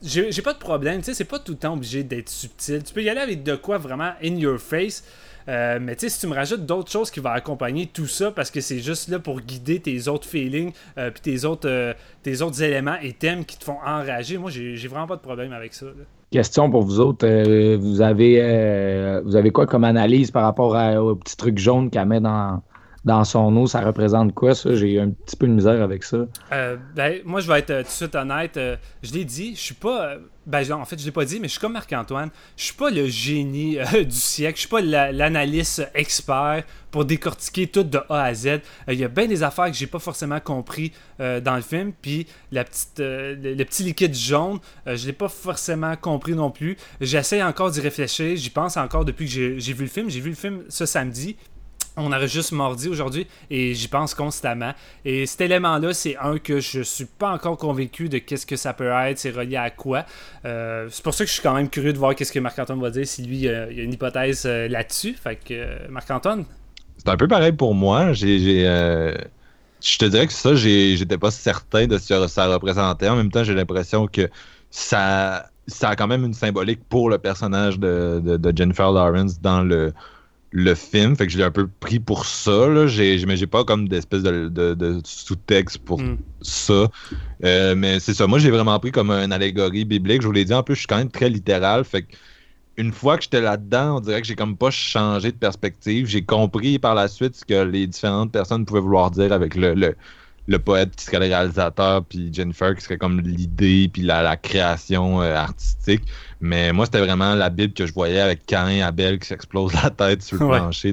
j'ai pas de problème. Tu sais, c'est pas tout le temps obligé d'être subtil. Tu peux y aller avec de quoi vraiment in your face. Mais tu sais, si tu me rajoutes d'autres choses qui vont accompagner tout ça, parce que c'est juste là pour guider tes autres feelings, puis tes autres éléments et thèmes qui te font enrager, moi, j'ai vraiment pas de problème avec ça. Là. Question pour vous autres. Vous avez quoi comme analyse par rapport au petit truc jaune qu'elle met dans son eau? Ça représente quoi, ça? J'ai un petit peu de misère avec ça. Moi, je vais être tout de suite honnête. Je l'ai dit, je suis pas... en fait, je l'ai pas dit, mais je suis comme Marc-Antoine. Je suis pas le génie du siècle. Je suis pas l'analyste expert pour décortiquer tout de A à Z. Il y a bien des affaires que j'ai pas forcément compris dans le film. Puis le petit liquide jaune, je l'ai pas forcément compris non plus. J'essaie encore d'y réfléchir. J'y pense encore depuis que j'ai vu le film. J'ai vu le film ce samedi. On aurait juste mardi aujourd'hui et j'y pense constamment. Et cet élément-là, c'est un que je suis pas encore convaincu de qu'est-ce que ça peut être, c'est relié à quoi. C'est pour ça que je suis quand même curieux de voir qu'est-ce que Marc-Antoine va dire, si lui, il y a une hypothèse là-dessus. Fait que, Marc-Antoine? C'est un peu pareil pour moi. Je te dirais que ça, j'étais pas certain de ce que ça représentait. En même temps, j'ai l'impression que ça a quand même une symbolique pour le personnage de Jennifer Lawrence dans le film, fait que je l'ai un peu pris pour ça, là. Mais j'ai pas comme d'espèce de sous-texte pour ça. Mais c'est ça, moi j'ai vraiment pris comme une allégorie biblique. Je vous l'ai dit, en plus je suis quand même très littéral, fait que une fois que j'étais là-dedans, on dirait que j'ai comme pas changé de perspective. J'ai compris par la suite ce que les différentes personnes pouvaient vouloir dire avec le poète qui serait le réalisateur, puis Jennifer qui serait comme l'idée, puis la création artistique. Mais moi, c'était vraiment la Bible que je voyais avec Caïn et Abel qui s'explose la tête sur le plancher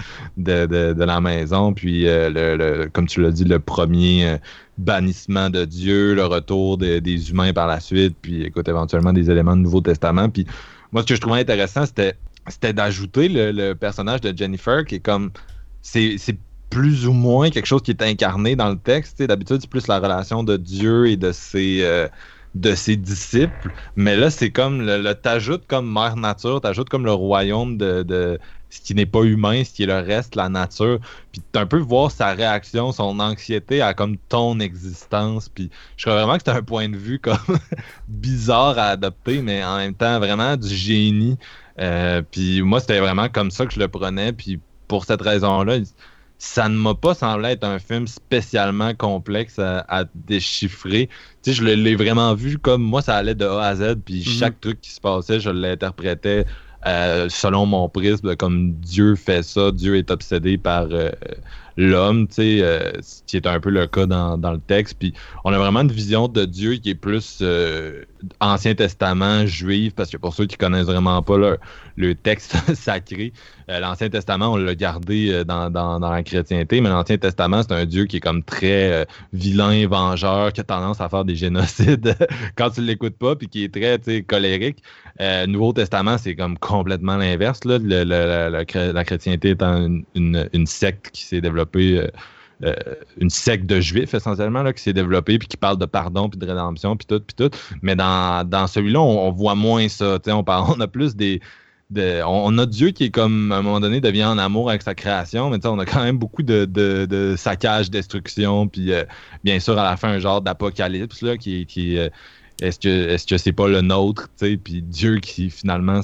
de la maison. Puis, comme tu l'as dit, le premier bannissement de Dieu, le retour des humains par la suite, puis écoute, éventuellement des éléments du Nouveau Testament. Puis moi, ce que je trouvais intéressant, c'était d'ajouter le personnage de Jennifer qui est comme... C'est plus ou moins quelque chose qui est incarné dans le texte. T'sais, d'habitude, c'est plus la relation de Dieu et de ses disciples. Mais là, c'est comme t'ajoutes comme mère nature, t'ajoutes comme le royaume de ce qui n'est pas humain, ce qui est le reste, la nature. Puis un peu voir sa réaction, son anxiété à comme ton existence. Puis je crois vraiment que c'est un point de vue comme bizarre à adopter, mais en même temps vraiment du génie. Puis moi, c'était vraiment comme ça que je le prenais. Puis pour cette raison-là, ça ne m'a pas semblé être un film spécialement complexe à déchiffrer. Tu sais, je l'ai vraiment vu comme moi, ça allait de A à Z, puis chaque truc qui se passait, je l'interprétais selon mon prisme, comme Dieu fait ça, Dieu est obsédé par l'homme, tu sais, ce qui est un peu le cas dans le texte. Puis on a vraiment une vision de Dieu qui est plus Ancien Testament, juif, parce que pour ceux qui connaissent vraiment pas le texte sacré, l'Ancien Testament, on l'a gardé dans la chrétienté, mais l'Ancien Testament, c'est un Dieu qui est comme très vilain, vengeur, qui a tendance à faire des génocides quand tu l'écoutes pas, puis qui est très, tu sais, colérique. Nouveau Testament, c'est comme complètement l'inverse, là. La chrétienté étant une secte qui s'est développée, une secte de juifs essentiellement, là, qui s'est développée, puis qui parle de pardon, puis de rédemption, puis tout. Mais dans celui-là, on voit moins ça. On a plus on a Dieu qui est comme, à un moment donné, devient en amour avec sa création, mais on a quand même beaucoup de saccage, destruction, puis bien sûr, à la fin, un genre d'apocalypse là, qui est-ce que c'est pas le nôtre, tu sais, puis Dieu qui finalement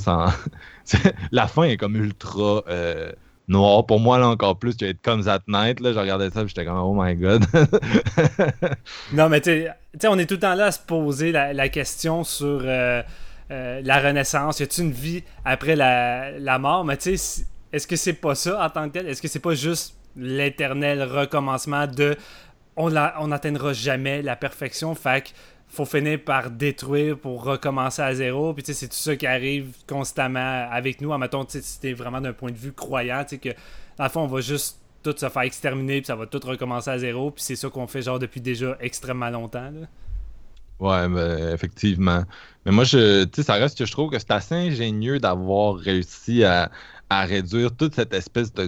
la fin est comme ultra noir pour moi, là, encore plus que être comme That Night, là, je regardais ça et j'étais comme oh my god. Non, mais tu sais, on est tout le temps là à se poser la question sur la renaissance. Y a-t-il une vie après la mort? Mais tu sais, est-ce que c'est pas ça en tant que tel? Est-ce que c'est pas juste l'éternel recommencement de on n'atteindra jamais la perfection, fait que faut finir par détruire pour recommencer à zéro, puis tu sais, c'est tout ça qui arrive constamment avec nous. Admettons, tu sais, si t'es vraiment d'un point de vue croyant, tu sais, que dans le fond, on va juste tout se faire exterminer, puis ça va tout recommencer à zéro, puis c'est ça qu'on fait genre depuis déjà extrêmement longtemps, là. Ouais, ben, effectivement. Mais moi, tu sais, ça reste que je trouve que c'est assez ingénieux d'avoir réussi à réduire toute cette espèce de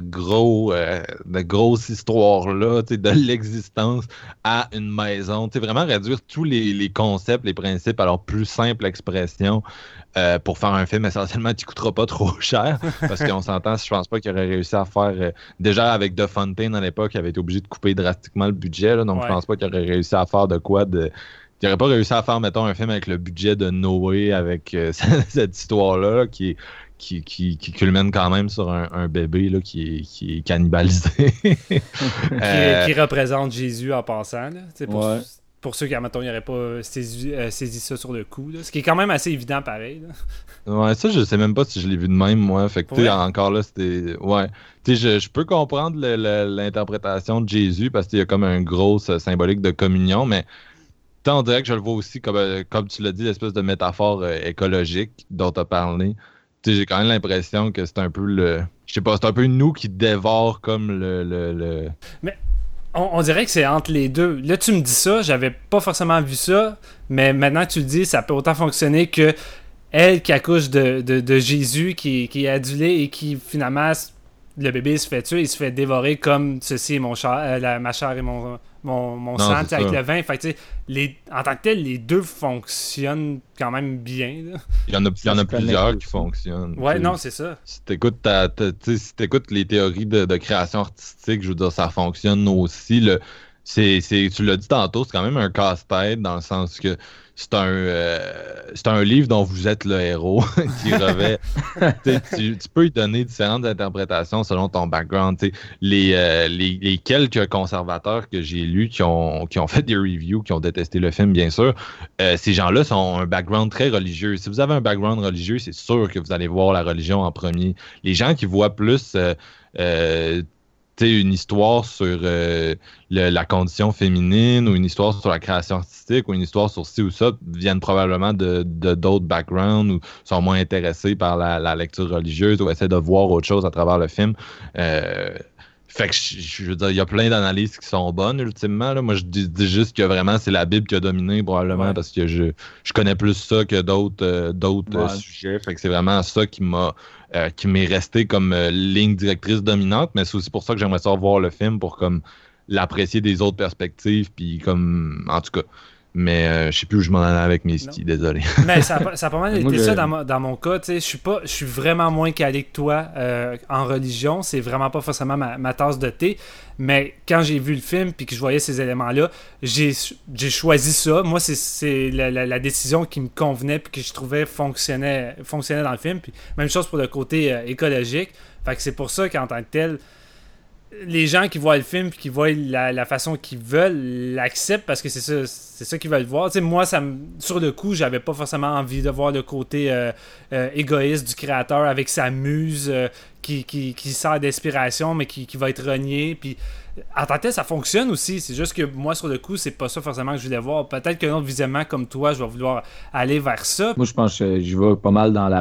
grosse histoire-là, tu sais, de l'existence à une maison. Tu sais, vraiment réduire tous les concepts, les principes à leur plus simple expression pour faire un film essentiellement qui coûtera pas trop cher. Parce qu'on s'entend, je pense pas qu'il aurait réussi à faire... déjà, avec The Fountain, à l'époque, il avait été obligé de couper drastiquement le budget. Là, donc, je pense pas qu'il aurait réussi à faire de quoi il aurait pas réussi à faire, mettons, un film avec le budget de Noé, avec cette histoire-là là, qui culmine quand même sur un bébé là, qui est cannibalisé. Qui représente Jésus en passant. Là, pour ceux qui, mettons, n'auraient pas saisi ça sur le coup. Là, ce qui est quand même assez évident pareil. Là. Ouais, ça, je sais même pas si je l'ai vu de même, moi. Fait que, encore là, c'était... Ouais. Tu sais, je peux comprendre l'interprétation de Jésus parce qu'il y a comme un gros symbolique de communion, mais on dirait que je le vois aussi comme tu l'as dit, l'espèce de métaphore écologique dont tu as parlé. Tu sais, j'ai quand même l'impression que c'est un peu je sais pas, c'est un peu nous qui dévore comme le... Mais on dirait que c'est entre les deux. Là, tu me dis ça, j'avais pas forcément vu ça, mais maintenant que tu le dis, ça peut autant fonctionner que elle qui accouche de Jésus, qui est adulé et qui, finalement, le bébé se fait tuer, il se fait dévorer comme ceci est ma chair et mon sang, avec le vin. Fait que, en tant que tel, les deux fonctionnent quand même bien. Là. Il y en a plusieurs qui fonctionnent. Ouais, non, c'est ça. Si t'écoutes les théories de création artistique, je veux dire, ça fonctionne aussi. Tu l'as dit tantôt, c'est quand même un casse-tête dans le sens que c'est un livre dont vous êtes le héros qui revêt. Tu peux y donner différentes interprétations selon ton background. Les quelques conservateurs que j'ai lus qui ont fait des reviews, qui ont détesté le film, bien sûr, ces gens-là ont un background très religieux. Si vous avez un background religieux, c'est sûr que vous allez voir la religion en premier. Les gens qui voient plus une histoire sur la condition féminine ou une histoire sur la création artistique ou une histoire sur ci ou ça viennent probablement de d'autres backgrounds ou sont moins intéressés par la lecture religieuse ou essaient de voir autre chose à travers le film. Fait que je veux dire, il y a plein d'analyses qui sont bonnes ultimement. Là. Moi, je dis juste que vraiment c'est la Bible qui a dominé probablement parce que je connais plus ça que d'autres sujets. Fait que c'est vraiment ça qui m'est resté comme ligne directrice dominante, mais c'est aussi pour ça que j'aimerais ça revoir le film pour comme l'apprécier des autres perspectives, puis comme en tout cas. Mais je sais plus où je m'en allais avec mes skis, désolé. Mais ça a pas mal été ça dans mon cas. Je suis vraiment moins calé que toi en religion. C'est vraiment pas forcément ma tasse de thé. Mais quand j'ai vu le film puis que je voyais ces éléments-là, j'ai choisi ça. Moi, c'est la décision qui me convenait puis que je trouvais fonctionnait dans le film. Puis même chose pour le côté écologique. Fait que c'est pour ça qu'en tant que tel, les gens qui voient le film et qui voient la façon qu'ils veulent l'acceptent parce que c'est ça qu'ils veulent voir. T'sais, moi, sur le coup, j'avais pas forcément envie de voir le côté égoïste du créateur avec sa muse qui sert d'inspiration mais qui va être reniée. Puis en tant que tel, ça fonctionne aussi. C'est juste que moi, sur le coup, c'est pas ça forcément que je voulais voir. Peut-être qu'un autre visionnement comme toi, je vais vouloir aller vers ça. Moi, je pense que je vais pas mal dans la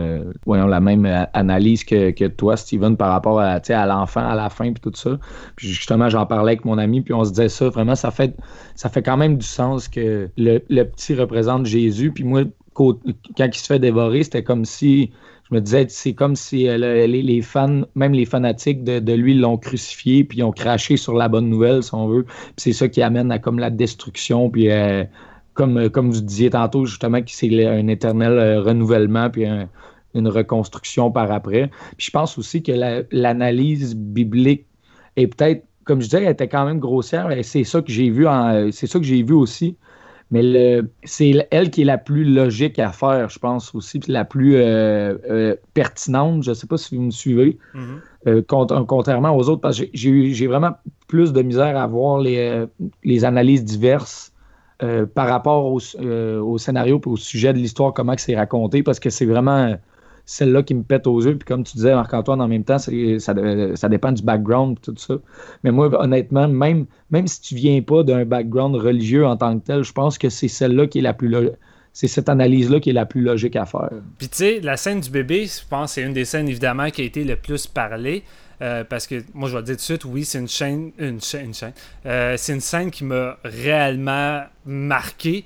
même analyse que toi, Steven, par rapport à l'enfant, à la fin, puis tout ça. Puis justement, j'en parlais avec mon ami, puis on se disait ça. Vraiment, ça fait quand même du sens que le petit représente Jésus. Puis moi, quand il se fait dévorer, c'était comme si... Je me disais, c'est comme si les fans, même les fanatiques de lui, l'ont crucifié puis ils ont craché sur la bonne nouvelle, si on veut. Puis c'est ça qui amène à comme la destruction, puis comme vous disiez tantôt, justement, que c'est un éternel renouvellement puis une reconstruction par après. Puis je pense aussi que l'analyse biblique est peut-être, comme je disais, elle était quand même grossière. Et c'est ça que j'ai vu aussi. Mais c'est elle qui est la plus logique à faire, je pense aussi, puis la plus pertinente. Je ne sais pas si vous me suivez, contrairement aux autres, parce que j'ai vraiment plus de misère à voir les analyses diverses par rapport au scénario et au sujet de l'histoire, comment c'est raconté, parce que c'est vraiment celle-là qui me pète aux yeux. Puis comme tu disais, Marc-Antoine, en même temps, ça dépend du background et tout ça. Mais moi, honnêtement, même si tu viens pas d'un background religieux en tant que tel, je pense que c'est celle-là qui est la plus c'est cette analyse-là qui est la plus logique à faire. Puis tu sais, la scène du bébé, je pense que c'est une des scènes, évidemment, qui a été le plus parlée. Parce que, moi, je vais te dire tout de suite, oui, c'est c'est une scène qui m'a réellement marqué.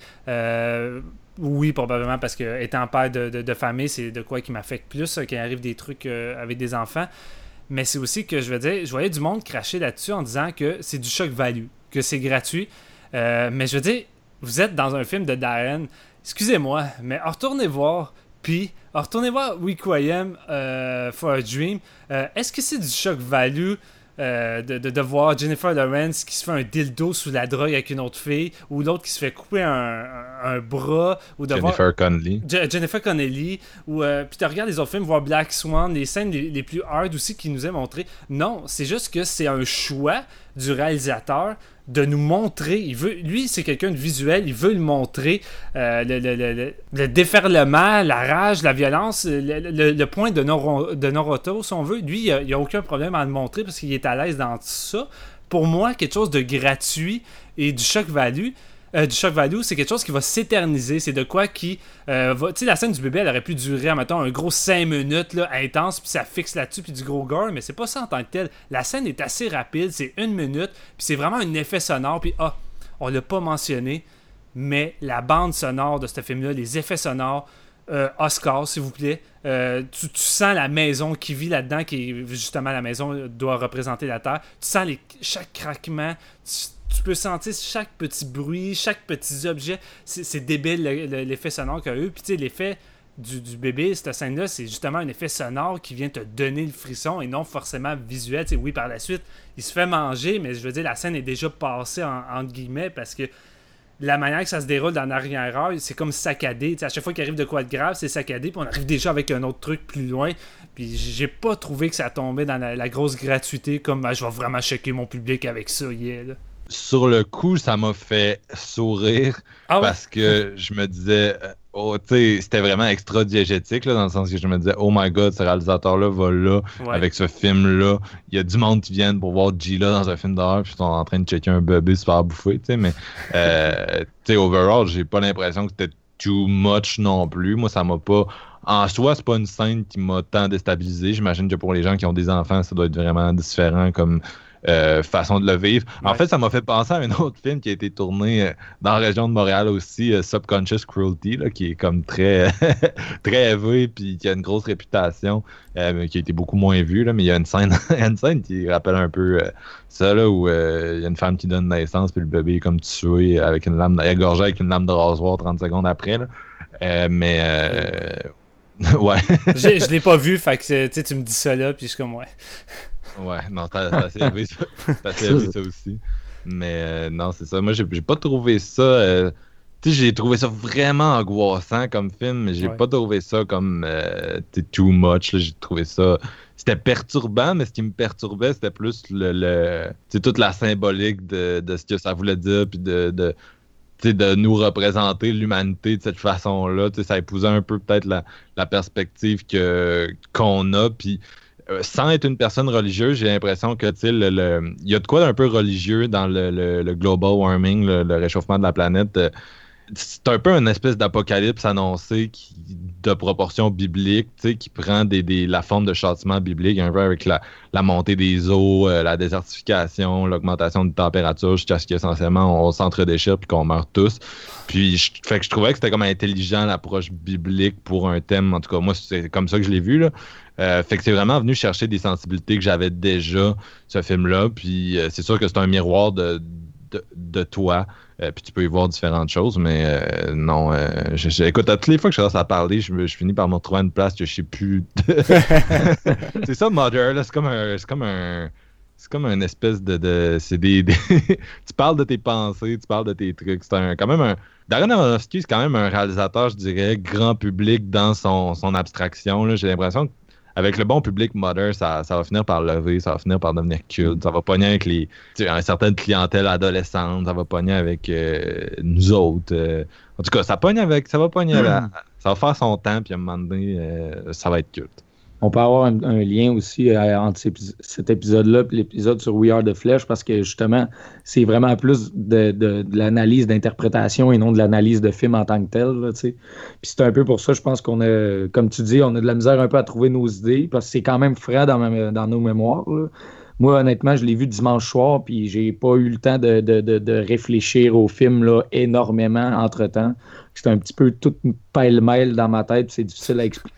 Oui, probablement, parce que étant père de famille, c'est de quoi qui m'affecte plus quand il arrive des trucs avec des enfants. Mais c'est aussi que, je voyais du monde cracher là-dessus en disant que c'est du shock value, que c'est gratuit. Mais je veux dire, vous êtes dans un film de Darren, excusez-moi, mais retournez voir Requiem for a Dream. Est-ce que c'est du shock value de voir Jennifer Lawrence qui se fait un dildo sous la drogue avec une autre fille, ou l'autre qui se fait couper un bras, ou de Jennifer Connelly. Jennifer Connelly, ou puis tu regardes les autres films, voir Black Swan, les scènes les plus hard aussi qui nous est montré. Non, c'est juste que c'est un choix du réalisateur de nous montrer, lui c'est quelqu'un de visuel, il veut le montrer, le déferlement, la rage, la violence, le point de non-retour si on veut, lui il n'y a aucun problème à le montrer parce qu'il est à l'aise dans tout ça. Pour moi, quelque chose de gratuit et du shock value, c'est quelque chose qui va s'éterniser. C'est de quoi qui va... Tu sais, la scène du bébé, elle aurait pu durer, mettons, un gros 5 minutes là, intense, puis ça fixe là-dessus, puis du gros gore, mais c'est pas ça en tant que tel. La scène est assez rapide, c'est 1 minute, puis c'est vraiment un effet sonore, puis on l'a pas mentionné, mais la bande sonore de ce film-là, les effets sonores, Oscar, s'il vous plaît, tu sens la maison qui vit là-dedans, qui est justement la maison doit représenter la Terre. Tu sens chaque craquement, tu peux sentir chaque petit bruit, chaque petit objet. C'est débile l'effet sonore qu'il y a eu. Puis tu sais, l'effet du bébé, cette scène-là, c'est justement un effet sonore qui vient te donner le frisson et non forcément visuel. Tu sais, oui, par la suite, il se fait manger, mais je veux dire, la scène est déjà passée entre guillemets parce que la manière que ça se déroule dans l'arrière-heure, c'est comme saccadé. T'sais, à chaque fois qu'il arrive de quoi de grave, c'est saccadé, puis on arrive déjà avec un autre truc plus loin. Puis j'ai pas trouvé que ça tombait dans la grosse gratuité, comme je vais vraiment choquer mon public avec ça, là. Sur le coup, ça m'a fait sourire parce que je me disais, c'était vraiment extra diégétique, là, dans le sens que je me disais, oh my god, ce réalisateur-là va là, avec ce film-là. Il y a du monde qui vient pour voir Gila dans un film d'horreur, puis ils sont en train de checker un bébé se faire bouffer, mais overall, j'ai pas l'impression que c'était too much non plus. Moi, ça m'a pas... En soi, c'est pas une scène qui m'a tant déstabilisé. J'imagine que pour les gens qui ont des enfants, ça doit être vraiment différent comme... façon de le vivre. En fait, ça m'a fait penser à un autre film qui a été tourné dans la région de Montréal aussi, Subconscious Cruelty, là, qui est comme très très élevé puis qui a une grosse réputation, mais qui a été beaucoup moins vu, là, mais il y a une scène qui rappelle un peu ça, là, où il y a une femme qui donne naissance puis le bébé est comme tué avec une lame, égorgé avec une lame de rasoir 30 secondes après. Là. Ouais. Je l'ai pas vu, fait que tu me dis ça là, puis je suis comme Ouais, non, t'as assez élevé ça. T'as assez élevé ça aussi. Mais non, c'est ça. Moi, j'ai pas trouvé ça... tu sais, j'ai trouvé ça vraiment angoissant comme film, mais j'ai pas trouvé ça comme too much. Là. J'ai trouvé ça... C'était perturbant, mais ce qui me perturbait, c'était plus toute la symbolique de ce que ça voulait dire, puis de nous représenter l'humanité de cette façon-là. Ça épousait un peu peut-être la perspective qu'on a, puis... sans être une personne religieuse, j'ai l'impression que il y a de quoi d'un peu religieux dans le global warming, le réchauffement de la planète. C'est un peu une espèce d'apocalypse annoncé de proportions bibliques, qui prend la forme de châtiment biblique, un peu avec la montée des eaux, la désertification, l'augmentation de température, jusqu'à ce qu'essentiellement on s'entre-déchire puis qu'on meurt tous. Puis je trouvais que c'était comme intelligent l'approche biblique pour un thème. En tout cas, moi, c'est comme ça que je l'ai vu, là. Fait que c'est vraiment venu chercher des sensibilités que j'avais déjà, ce film-là. Puis c'est sûr que c'est un miroir de toi. Puis tu peux y voir différentes choses, mais non. Écoute, à toutes les fois que je commence à parler, je finis par me retrouver à une place que je sais plus. C'est ça, Mother, là. C'est comme un espèce de c'est des tu parles de tes pensées, tu parles de tes trucs. Quand même un... Darren Aronofsky, c'est quand même un réalisateur, je dirais, grand public dans son abstraction. Là. J'ai l'impression que avec le bon public Mother, ça va finir par lever, ça va finir par devenir culte. Ça va pogner avec une certaine clientèle adolescente, ça va pogner avec nous autres. En tout cas, ça va pogner ça va faire son temps, puis à un moment donné, ça va être culte. On peut avoir un lien aussi entre cet épisode-là et l'épisode sur We Are the Flesh, parce que justement, c'est vraiment plus de l'analyse d'interprétation et non de l'analyse de film en tant que tel. Là, puis c'est un peu pour ça, je pense qu'on a, comme tu dis, on a de la misère un peu à trouver nos idées, parce que c'est quand même frais dans nos mémoires. Là. Moi, honnêtement, je l'ai vu dimanche soir, puis j'ai pas eu le temps de réfléchir au film là, énormément entre-temps. C'est un petit peu tout pêle-mêle dans ma tête, puis c'est difficile à expliquer.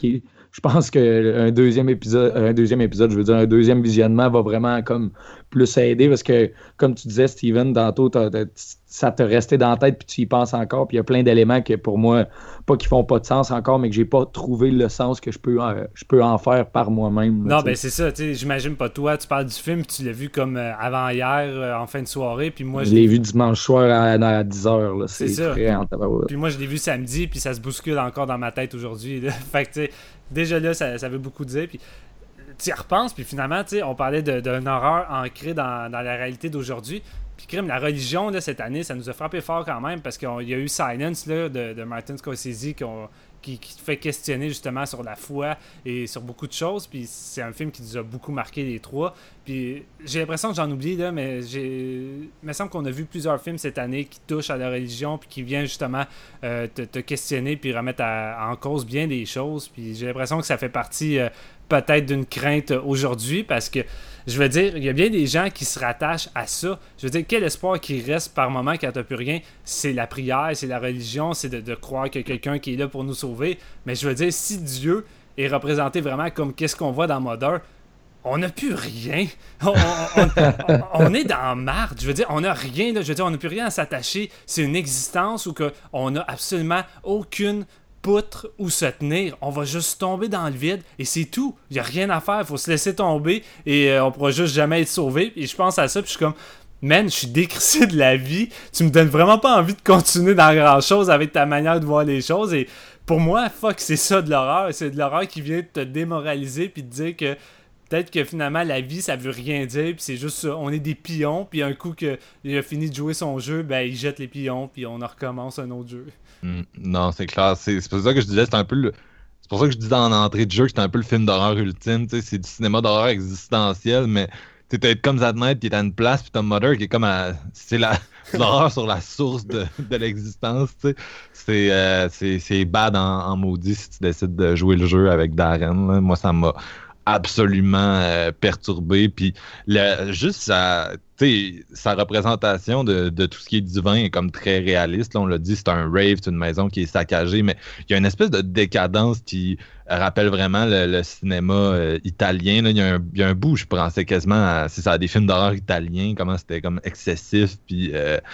je pense qu'un deuxième épisode, je veux dire, un deuxième visionnement va vraiment comme plus aider parce que, comme tu disais, Steven, tantôt, ça te restait dans la tête puis tu y penses encore. Puis il y a plein d'éléments que pour moi, pas qui font pas de sens encore, mais que j'ai pas trouvé le sens que je peux en faire par moi-même. Non, ben c'est ça. J'imagine pas toi, tu parles du film puis tu l'as vu comme avant-hier, en fin de soirée. Puis moi, je l'ai vu dimanche soir à 10h. C'est ça. Très en tabarouette. Puis moi, je l'ai vu samedi puis ça se bouscule encore dans ma tête aujourd'hui. Fait que, tu sais, déjà là, ça veut beaucoup dire. Puis tu y repenses, puis finalement, tu sais, on parlait d'une horreur ancrée dans la réalité d'aujourd'hui. Puis crime, la religion, là, cette année, ça nous a frappé fort quand même, parce qu'il y a eu Silence là, de Martin Scorsese qui fait questionner justement sur la foi et sur beaucoup de choses. Puis c'est un film qui nous a beaucoup marqué les trois. Puis j'ai l'impression que j'en oublie, là, mais il me semble qu'on a vu plusieurs films cette année qui touchent à la religion, puis qui viennent justement te questionner, puis remettre en cause bien des choses. Puis j'ai l'impression que ça fait partie peut-être d'une crainte aujourd'hui, parce que je veux dire, il y a bien des gens qui se rattachent à ça. Je veux dire, quel espoir qui reste par moment quand t'as plus rien? C'est la prière, c'est la religion, c'est de croire qu'il y a quelqu'un qui est là pour nous sauver. Mais je veux dire, si Dieu est représenté vraiment comme qu'est-ce qu'on voit dans Mother, on n'a plus rien. On est dans marde. Je veux dire, on n'a rien. Là. Je veux dire, on n'a plus rien à s'attacher. C'est une existence où on n'a absolument aucune poutre où se tenir. On va juste tomber dans le vide et c'est tout. Il n'y a rien à faire. Il faut se laisser tomber et on pourra juste jamais être sauvé. Et je pense à ça puis je suis comme, man, je suis décrissé de la vie. Tu me donnes vraiment pas envie de continuer dans grand chose avec ta manière de voir les choses. Et pour moi, fuck, c'est ça de l'horreur. C'est de l'horreur qui vient te démoraliser puis te dire que peut-être que finalement la vie ça veut rien dire puis c'est juste ça, on est des pions puis un coup qu'il a fini de jouer son jeu, ben il jette les pions puis on en recommence un autre jeu. Non, c'est clair, c'est pour ça que je disais, c'est un peu c'est pour ça que je disais en entrée de jeu que c'était un peu le film d'horreur ultime, tu sais, c'est du cinéma d'horreur existentiel, mais tu sais, comme Zadnight qui est à une place puis t'as Mother qui est comme c'est l'horreur sur la source de l'existence, tu sais, c'est bad en maudit si tu décides de jouer le jeu avec Darren, là. Moi ça m'a absolument perturbé. Puis juste sa représentation de tout ce qui est divin est comme très réaliste. Là, on l'a dit, c'est un rave, c'est une maison qui est saccagée, mais il y a une espèce de décadence qui rappelle vraiment le cinéma italien. Là. Il y a un bout, je pensais quasiment à des films d'horreur italiens, comment c'était comme excessif. Puis,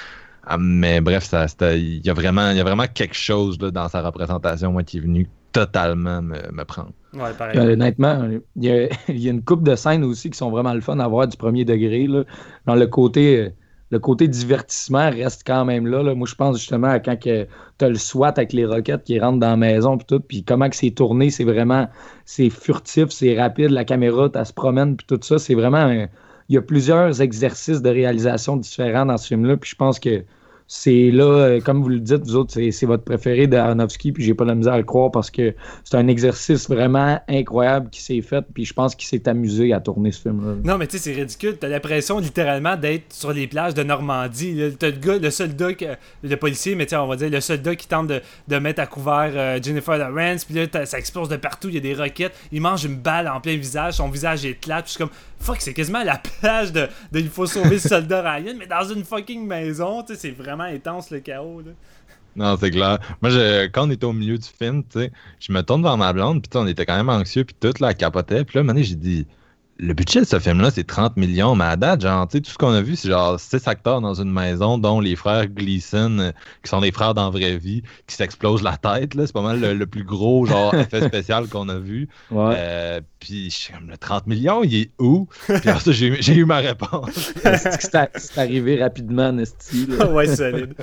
mais bref, il y a vraiment quelque chose là, dans sa représentation, moi, qui est venu totalement me prendre. Ouais, pareil. Honnêtement, il y a une couple de scènes aussi qui sont vraiment le fun à voir du premier degré. Là. Dans le côté divertissement reste quand même là. Moi, je pense justement à quand tu as le SWAT avec les roquettes qui rentrent dans la maison puis tout, puis comment que c'est tourné, c'est furtif, c'est rapide, la caméra, elle se promène puis tout ça, c'est vraiment... il y a plusieurs exercices de réalisation différents dans ce film-là, puis je pense que c'est là, comme vous le dites, vous autres, c'est votre préféré d'Aronofsky, puis j'ai pas la misère à le croire parce que c'est un exercice vraiment incroyable qui s'est fait, puis je pense qu'il s'est amusé à tourner ce film-là. Non, mais tu sais, c'est ridicule. T'as l'impression littéralement d'être sur les plages de Normandie. Là, t'as le soldat, le policier, mais on va dire le soldat qui tente de mettre à couvert Jennifer Lawrence, puis là, ça explose de partout, il y a des roquettes, il mange une balle en plein visage, son visage éclate, puis je suis comme, fuck, c'est quasiment la plage de il faut sauver le soldat Ryan, mais dans une fucking maison, tu sais, c'est vraiment intense le chaos, là. Non, c'est clair. Moi, quand on était au milieu du film, tu sais, je me tourne vers ma blonde, puis on était quand même anxieux, puis tout, là, elle capotait. Puis là, à un moment donné, j'ai dit, le budget de ce film-là, c'est 30 millions, mais à date, genre, tu sais, tout ce qu'on a vu, c'est genre 6 acteurs dans une maison, dont les frères Gleason, qui sont des frères dans la vraie vie, qui s'explosent la tête, là. C'est pas mal le plus gros, genre, effet spécial qu'on a vu. Ouais. Puis, je suis comme, le 30 millions, il est où? Puis après ça, j'ai eu ma réponse. C'est arrivé rapidement, Nesty. Ouais, solide.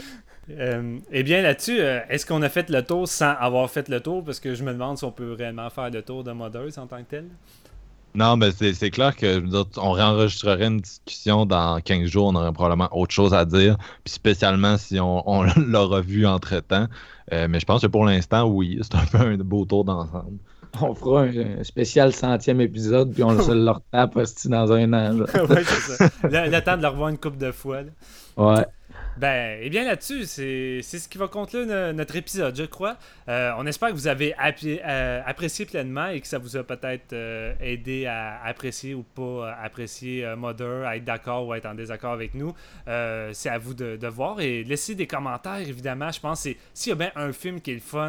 Eh bien là-dessus, est-ce qu'on a fait le tour sans avoir fait le tour? Parce que je me demande si on peut réellement faire le tour de Mothers en tant que tel. Non, mais c'est clair que je veux dire, on réenregistrerait une discussion dans 15 jours, on aurait probablement autre chose à dire, puis spécialement si on l'aura vu entre-temps. Mais je pense que pour l'instant, oui, c'est un peu un beau tour d'ensemble. On fera un spécial 100e épisode, puis on se le retape dans un an. Ouais, c'est ça. Le temps de le revoir une couple de fois. Là. Ouais. Ben, eh bien là-dessus, c'est ce qui va conclure notre épisode, je crois. On espère que vous avez apprécié pleinement et que ça vous a peut-être aidé à apprécier ou pas apprécier Mother, à être d'accord ou à être en désaccord avec nous. C'est à vous de voir et laissez des commentaires, évidemment. Je pense que s'il y a bien un film qui est le fun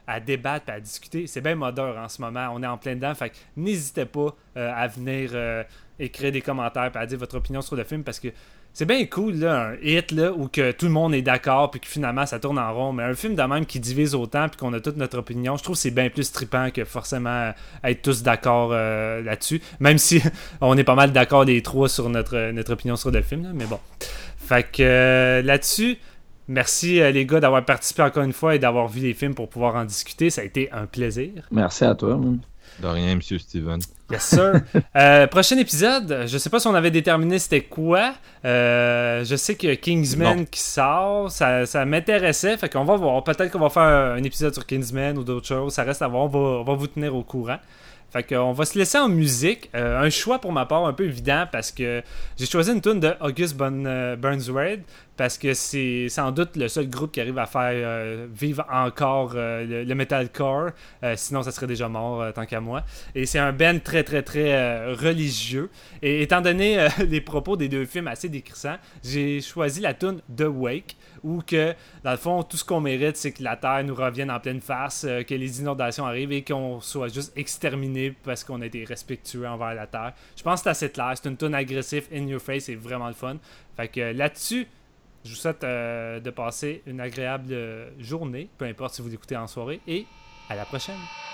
à débattre et à discuter. C'est bien moderne en ce moment. On est en plein dedans. Fait que n'hésitez pas à venir écrire des commentaires et à dire votre opinion sur le film parce que c'est bien cool, là, un hit là, où que tout le monde est d'accord puis que finalement ça tourne en rond. Mais un film de même qui divise autant puis qu'on a toute notre opinion, je trouve que c'est bien plus trippant que forcément être tous d'accord là-dessus. Même si on est pas mal d'accord les trois sur notre opinion sur le film. Là, mais bon. Fait que là-dessus, merci les gars d'avoir participé encore une fois et d'avoir vu les films pour pouvoir en discuter. Ça a été un plaisir. Merci à toi. Man. De rien, Monsieur Steven. Yes, sir. Prochain épisode, je sais pas si on avait déterminé c'était quoi. Je sais que Kingsman qui sort, ça m'intéressait. Fait qu'on va voir. Peut-être qu'on va faire un épisode sur Kingsman ou d'autres choses. Ça reste à voir. On va vous tenir au courant. Fait qu'on va se laisser en musique. Un choix pour ma part un peu évident parce que j'ai choisi une tune de August Burnsword parce que c'est sans doute le seul groupe qui arrive à faire vivre encore le metalcore. Sinon, ça serait déjà mort tant qu'à moi. Et c'est un band très, très, très religieux. Et étant donné les propos des deux films assez décrissants, j'ai choisi la tune The Wake où que, dans le fond, tout ce qu'on mérite, c'est que la Terre nous revienne en pleine face, que les inondations arrivent et qu'on soit juste exterminés parce qu'on a été respectueux envers la Terre. Je pense que c'est assez clair. C'est une tune agressive, in your face, c'est vraiment le fun. Fait que là-dessus, je vous souhaite de passer une agréable journée, peu importe si vous l'écoutez en soirée, et à la prochaine.